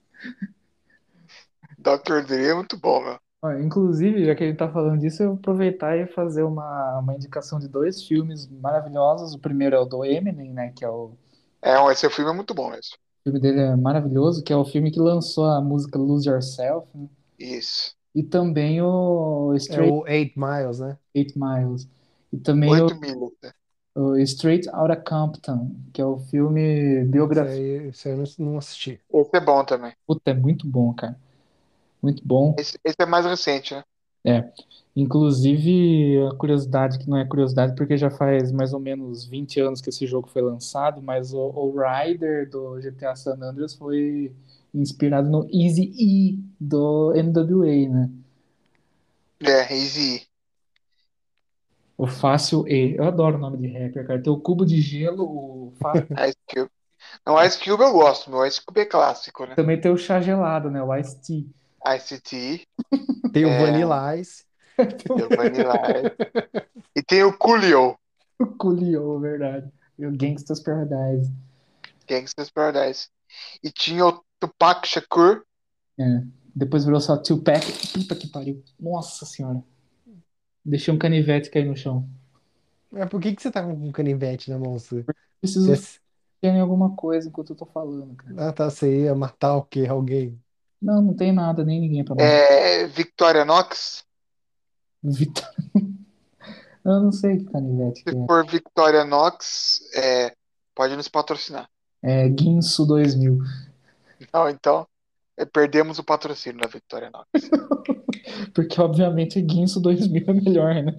Dr. Dre é muito bom, meu. Ó, inclusive, já que a gente tá falando disso, eu vou aproveitar e fazer uma indicação de dois filmes maravilhosos. O primeiro é o do Eminem, né? Que é o Esse filme é muito bom mesmo. filme dele é maravilhoso, que é o filme que lançou a música Lose Yourself, né? Isso. E também o É Straight o Eight Miles, né? Eight Miles. E também o, 8 milhas, né? o Straight Outta Compton, que é o filme biografia. Isso aí eu não assisti. Esse é bom também. Puta, é muito bom, cara. Muito bom. Esse é mais recente, né? É. Inclusive, a curiosidade, que não é curiosidade, porque já faz mais ou menos 20 anos que esse jogo foi lançado, mas o Ryder do GTA San Andreas foi inspirado no Eazy-E do NWA, né? Easy. O Fácil E. Eu adoro o nome de rapper, cara. Tem o Cubo de Gelo, o Fácil. Ice Cube. Não, Ice Cube eu gosto, meu. Ice Cube é clássico, né? Também tem o Chá Gelado, né? O Ice-T. Ice-T. Tem o É, Vanilla Ice. Tem o Vanilla Ice. E tem o Coolio, O Coolio, verdade. E o Gangsta's Paradise. Gangsta's Paradise. E tinha o Tupac Shakur. É. Depois virou só Tupac. Puta que pariu. Nossa senhora. Deixei um canivete cair no chão. Mas por que que você tá com um canivete na mão? Preciso Você- ficar em alguma coisa enquanto eu tô falando, cara. Ah, tá, você ia matar o quê? Alguém? Não, não tem nada, nem ninguém pra matar. Victorinox. Vitor. Eu não sei que canivete que Se é. for Victorinox, pode nos patrocinar. É Guinso 2000. Não, então, perdemos o patrocínio da Victorinox. Porque, obviamente, Guinso 2000 é melhor, né?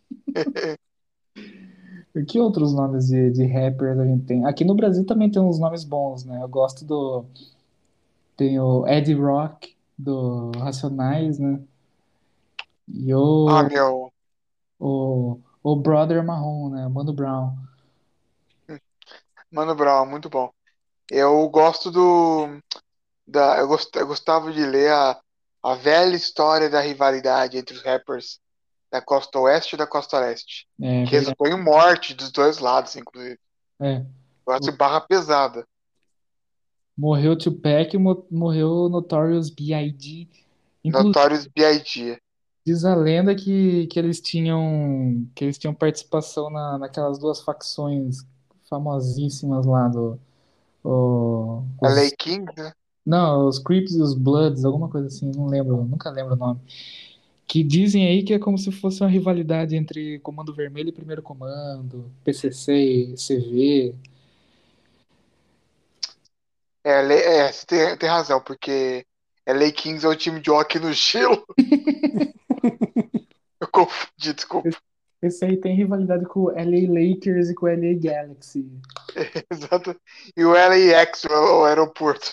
E que outros nomes de rappers a gente tem? Aqui no Brasil também tem uns nomes bons, né? Eu gosto do. Tem o Ed Rock, do Racionais, né? E Ah, meu. o Brother Marrom, né? Mano Brown. Mano Brown, muito bom. Eu gosto eu gostava de ler a velha história da rivalidade entre os rappers da costa oeste e da costa leste, É que verdade. resultou em morte dos dois lados, inclusive. É. Gosto de barra pesada. Morreu Tupac, morreu Notorious B.I.G. Inclusive, Notorious B.I.G. diz a lenda que eles tinham participação naquelas duas facções famosíssimas lá LA King, né? não, os Crips e os Bloods, alguma coisa assim, não lembro, nunca lembro o nome. Que dizem aí que é como se fosse uma rivalidade entre Comando Vermelho e Primeiro Comando, PCC e CV. Você tem razão, porque LA Kings é o time de hockey no gelo. Eu confundi, desculpa. Esse aí tem rivalidade com o LA Lakers e com o LA Galaxy. Exato. E o LAX, o aeroporto.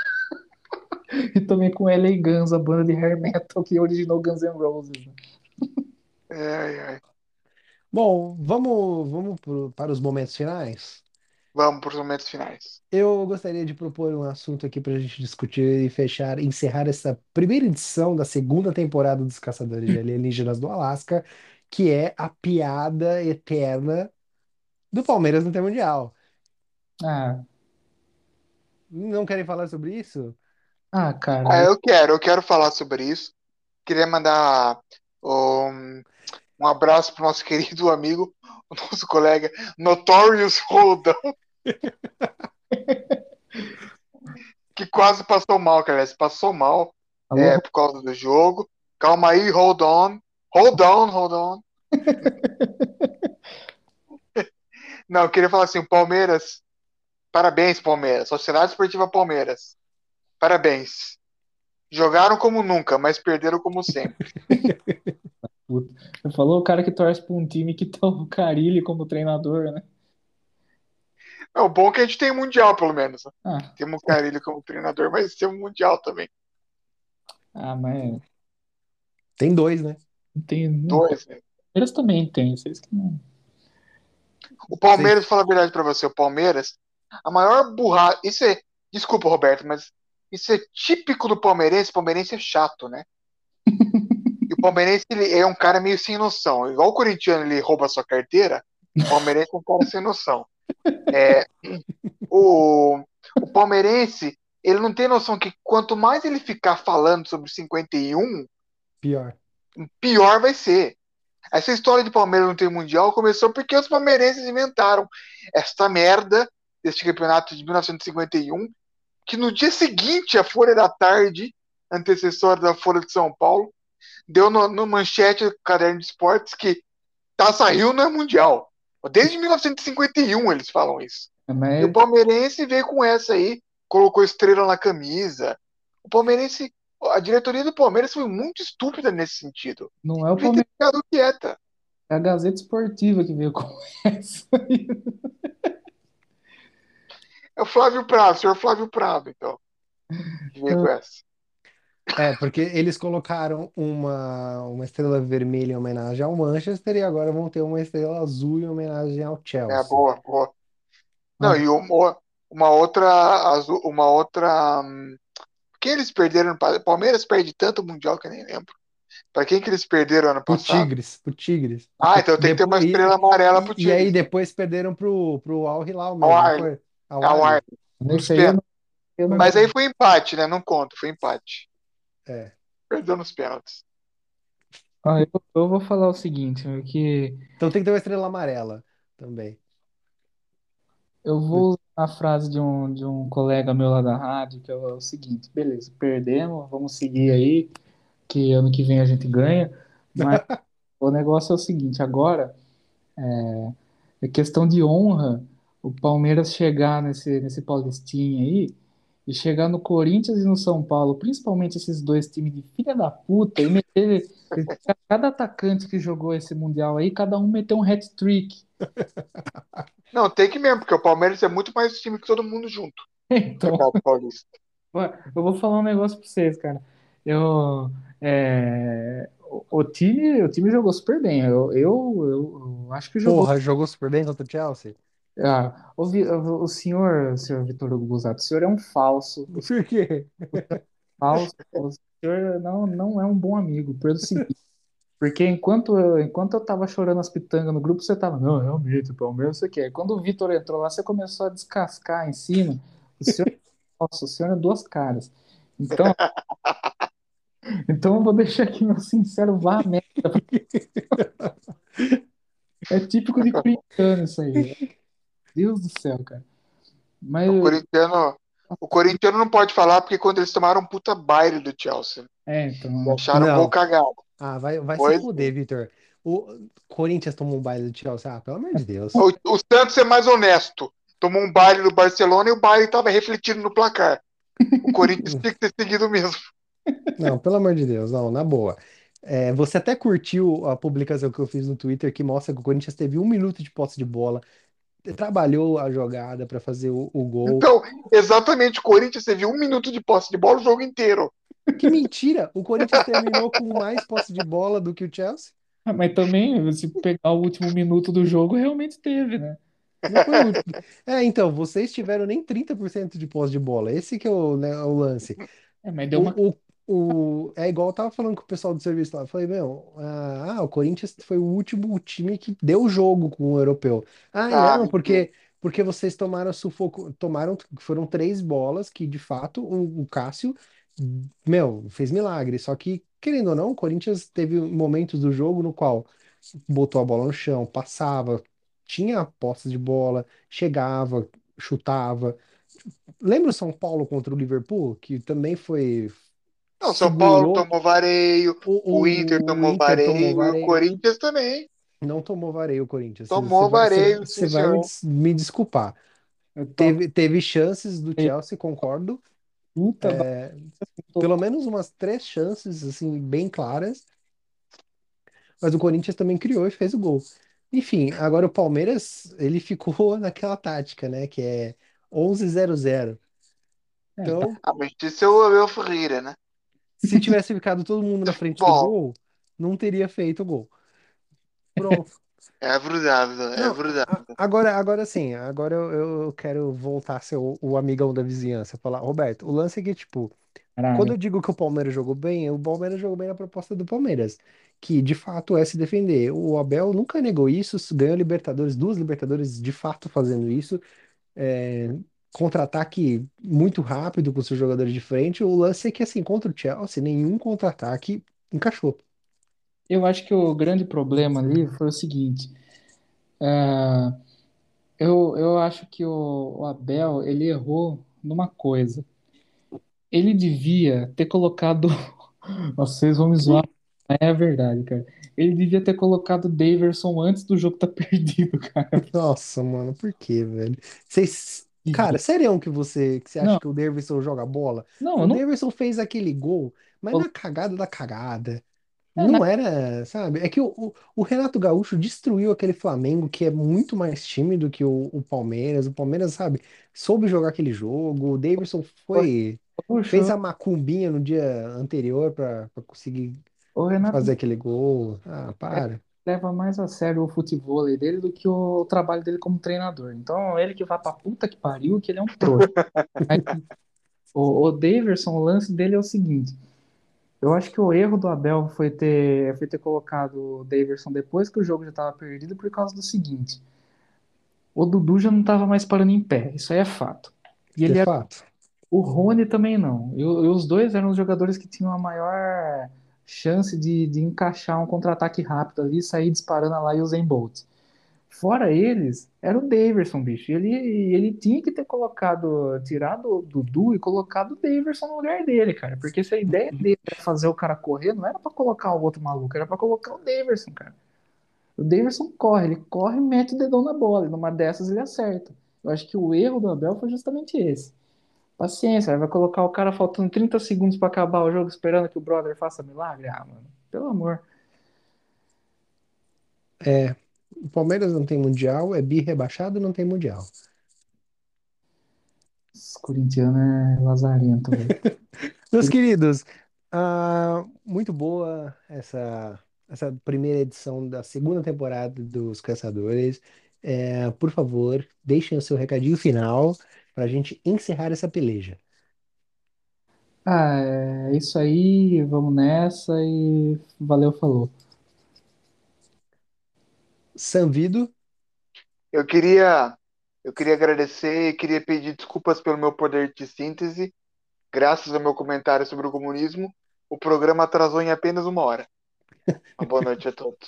E também com o LA Guns, a banda de hair metal que originou Guns N' Roses, né? Ai, ai. Bom, vamos para os momentos finais. Vamos para os momentos finais. Eu gostaria de propor um assunto aqui para a gente discutir e fechar, encerrar essa primeira edição da segunda temporada dos Caçadores de Alienígenas do Alasca, que é a piada eterna do Palmeiras no Mundial. Ah, Não querem falar sobre isso? cara, Ah, eu quero falar sobre isso. Queria mandar um, um abraço para o nosso querido amigo, o nosso colega Notorious Roldão, que quase passou mal, cara. Ele passou mal alô? por causa do jogo. Calma aí, hold on. Hold on, hold on. Não, eu queria falar assim, o Palmeiras, parabéns, Palmeiras. Sociedade Esportiva Palmeiras, parabéns. Jogaram como nunca, mas perderam como sempre. Puta. Você falou o cara que torce pra um time que tá o Carille como treinador, né? É o bom é que a gente tem Mundial, pelo menos, né? Ah, Temos o Carille como treinador, mas temos Mundial também. mas Tem dois, né? não tem. Não, o Dois, né? Palmeiras também tem, vocês que não. O Palmeiras, Vocês- fala a verdade pra você, o Palmeiras, a maior burrada. Desculpa, Roberto, mas isso é típico do palmeirense. O palmeirense é chato, né? E o palmeirense ele é um cara meio sem noção. Igual o corintiano ele rouba sua carteira, o palmeirense é um cara sem noção. É, o, o palmeirense, ele não tem noção que quanto mais ele ficar falando sobre 51, Pior. pior vai ser. Essa história de Palmeiras não ter mundial começou porque os palmeirenses inventaram esta merda deste campeonato de 1951, que no dia seguinte a Folha da Tarde, antecessora da Folha de São Paulo, deu no manchete do Caderno de Esportes que Taça Rio não é mundial. Desde 1951 eles falam isso. E o Mas palmeirense veio com essa aí, colocou estrela na camisa. O palmeirense, a diretoria do Palmeiras foi muito estúpida nesse sentido. não é o Devia ter Palmeiras, ficado quieta. é a Gazeta Esportiva que veio com essa aí. É o Flávio Prado, o senhor Flávio Prado, então, que veio com essa. É, porque eles colocaram uma estrela vermelha em homenagem ao Manchester e agora vão ter uma estrela azul em homenagem ao É, Chelsea. boa, boa. Não, Ah, e uma outra. Quem eles perderam? O Palmeiras perde tanto mundial que eu nem lembro. Pra quem que eles perderam ano Pro passado? Tigres, pro Tigres. Ah, então tem que ter uma Depois, estrela amarela pro e aí Tigres. depois perderam pro Al Hilal Ao mesmo, não Arley. foi? Ao Ao Ali. Arley. Nos Nesse aí pênaltis. eu Foi não Mas mal. aí foi empate, né? Não conta, foi empate. É. Perdeu nos pênaltis. Ah, eu vou falar o seguinte, que Então tem que ter uma estrela amarela também. eu vou usar a frase de um colega meu lá da rádio, que é o seguinte, beleza, perdemos, vamos seguir aí, que ano que vem a gente ganha, mas o negócio é o seguinte, agora é questão de honra o Palmeiras chegar nesse Paulistinha aí e chegar no Corinthians e no São Paulo, principalmente esses dois times de filha da puta, e meter cada atacante que jogou esse Mundial aí, cada um meteu um hat-trick. Não, tem que mesmo, porque o Palmeiras é muito mais time que todo mundo junto. Então, Campeonato Paulista. eu vou falar um negócio pra vocês, cara. Eu, o time jogou super bem. Eu acho que jogou. Porra, jogou super bem contra o Chelsea. Ah, o senhor Vitor Hugo Busato, o senhor é um falso. O senhor Por quê? é falso. O senhor não é um bom amigo. Pelo seguinte, porque enquanto eu tava chorando as pitangas no grupo, você tava, não, realmente, o Palmeiras, você quer. Quando o Vitor entrou lá, você começou a descascar em cima. O senhor, nossa, o senhor é duas caras. Então, então eu vou deixar aqui meu sincero vá merda. É típico de corintiano isso aí. Meu Deus do céu, cara. Mas, O corintiano, o corintiano não pode falar porque quando eles tomaram um puta baile do Chelsea, então, e né? acharam um gol Não. cagado. Ah, vai se Pois fuder, Vitor. O Corinthians tomou um baile do Chelsea. Ah, pelo amor de Deus. o Santos é mais honesto. Tomou um baile do Barcelona e o baile estava refletido no placar. O Corinthians tinha que ter seguido mesmo. Não, pelo amor de Deus, não, na boa. É, você até curtiu a publicação que eu fiz no Twitter que mostra que o Corinthians teve 1 minuto de posse de bola, trabalhou a jogada para fazer o gol. Então, exatamente, o Corinthians teve 1 minuto de posse de bola o jogo inteiro. Que mentira! O Corinthians terminou com mais posse de bola do que o Chelsea. Mas também, se pegar o último minuto do jogo, realmente teve, né? Não foi o último. É, então, vocês tiveram nem 30% de posse de bola. Esse que é o, né, o lance. Mas deu uma. É igual eu tava falando com o pessoal do serviço lá. Eu falei, meu, o Corinthians foi o último time que deu jogo com o europeu. Ah, Ah, não, mentira. porque vocês tomaram sufoco, foram 3 bolas que, de fato, o Cássio, meu, fez milagre. Só que, querendo ou não, o Corinthians teve momentos do jogo no qual botou a bola no chão, passava, tinha posse de bola, chegava, chutava. Lembra o São Paulo contra o Liverpool, que também foi Não, São Paulo segurou tomou vareio, o Inter o tomou Inter tomou vareio e o vareio. Corinthians também Não tomou vareio o Corinthians. Você tomou vai, vareio, sim, você vai me, senhor. me desculpar. Eu tomo Teve chances do Chelsea, concordo. puta Pelo menos umas 3 chances, assim, bem claras. Mas o Corinthians também criou e fez o gol. Enfim, agora o Palmeiras, ele ficou naquela tática, né? Que é 11-0-0. tá. Então, Ah, mas isso é o Abel Ferreira, né? se tivesse ficado todo mundo De na frente do futebol. gol, não teria feito o gol. Pronto. É verdade, é Não, verdade. agora sim, agora eu quero voltar a ser o amigão da vizinhança. Falar, Roberto, o lance é que, tipo, quando Caralho. eu digo que o Palmeiras jogou bem, o Palmeiras jogou bem na proposta do Palmeiras, que de fato é se defender. O Abel nunca negou isso, ganhou Libertadores, 2 Libertadores de fato fazendo isso. É, contra-ataque muito rápido com seus jogadores de frente. O lance é que, assim, contra o Chelsea, nenhum contra-ataque encaixou. Eu acho que o grande problema ali foi o seguinte. ah, eu acho que o Abel, ele errou numa coisa. Ele devia ter colocado. Nossa, vocês vão me zoar. Mas é a verdade, cara. Ele devia ter colocado o Daverson antes do jogo tá perdido, cara. Nossa, mano, por quê, velho? Vocês. Cara, Horrível. sério que você acha Não, que o Davidson joga bola? não, eu O não. Davidson fez aquele gol, mas na cagada da cagada. É, na- Não era, sabe? É que o Renato Gaúcho destruiu aquele Flamengo que é muito mais time do que o Palmeiras. O Palmeiras, sabe, soube jogar aquele jogo. O Davidson fez Puxa, a macumbinha no dia anterior pra conseguir o Renato fazer aquele gol. Ah, para. leva mais a sério o futebol dele do que o trabalho dele como treinador. Então, ele que vai pra puta que pariu, que ele é um trouxa. Mas o Daverson, o lance dele é o seguinte: Eu acho que o erro do Abel foi ter colocado o Daverson depois que o jogo já estava perdido por causa do seguinte: o Dudu já não estava mais parando em pé, isso aí é fato. E De ele era, fato. o Rony também não. E os dois eram os jogadores que tinham a maior chance de encaixar um contra-ataque rápido ali, sair disparando lá e o Usain Bolt. Fora eles, era o Daverson, bicho. Ele tinha que ter colocado, tirado o Dudu e colocado o Daverson no lugar dele, cara. Porque se a ideia dele era fazer o cara correr, não era pra colocar o outro maluco, era pra colocar o Daverson, cara. O Daverson corre, ele corre e mete o dedão na bola, e numa dessas ele acerta. Eu acho que o erro do Abel foi justamente esse. Paciência, vai colocar o cara faltando 30 segundos pra acabar o jogo esperando que o brother faça milagre? Ah, mano, pelo amor. É, o Palmeiras não tem mundial, é bi rebaixado, não tem mundial. Esse corintiano é lazarento, velho. Meus queridos, muito boa essa primeira edição da segunda temporada dos Caçadores. Por favor, deixem o seu recadinho final para a gente encerrar essa peleja. Ah, é isso aí, vamos nessa e valeu, falou. Sanvido, Eu queria, eu queria agradecer e queria pedir desculpas pelo meu poder de síntese. Graças ao meu comentário sobre o comunismo, o programa atrasou em apenas 1 hora. Uma boa noite a todos.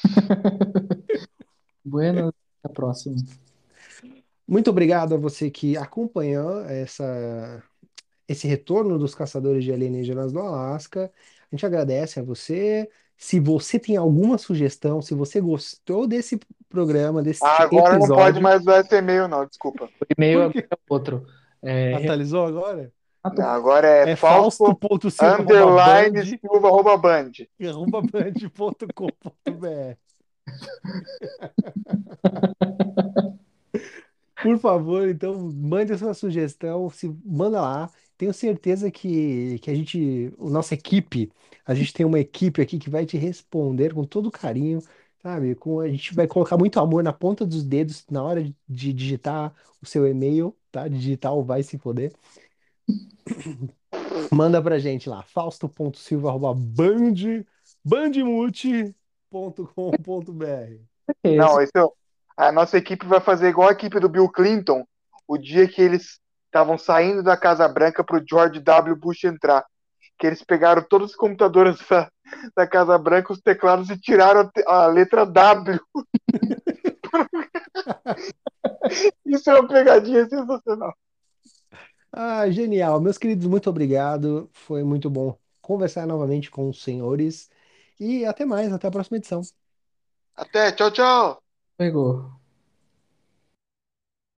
Bueno, até a próxima. muito obrigado a você que acompanhou esse retorno dos caçadores de alienígenas do Alasca. A gente agradece a você. Se você tem alguma sugestão, se você gostou desse programa, Ah, deste agora não pode episódio, mais usar esse e-mail, não, desculpa. O e-mail por agora quê? é outro. É Atualizou agora? Renato Não, agora é É Fausto underline fausto.silva@band, Silva arroba Band. arroba band.com.br. Por favor, então, mande a sua sugestão, manda lá. Tenho certeza que nossa equipe, a gente tem uma equipe aqui que vai te responder com todo carinho, sabe? A gente vai colocar muito amor na ponta dos dedos na hora de digitar o seu e-mail, tá? Digitar o vai se foder. Manda pra gente lá, fausto.silva@bandmulti.com.br. é esse. Não, a nossa equipe vai fazer igual a equipe do Bill Clinton, o dia que eles estavam saindo da Casa Branca para o George W. Bush entrar. Que eles pegaram todos os computadores da Casa Branca, os teclados e tiraram a letra W. Isso é uma pegadinha sensacional. Genial. Meus queridos, muito obrigado. Foi muito bom conversar novamente com os senhores. E até mais, até a próxima edição. Até, tchau, tchau. Pegou.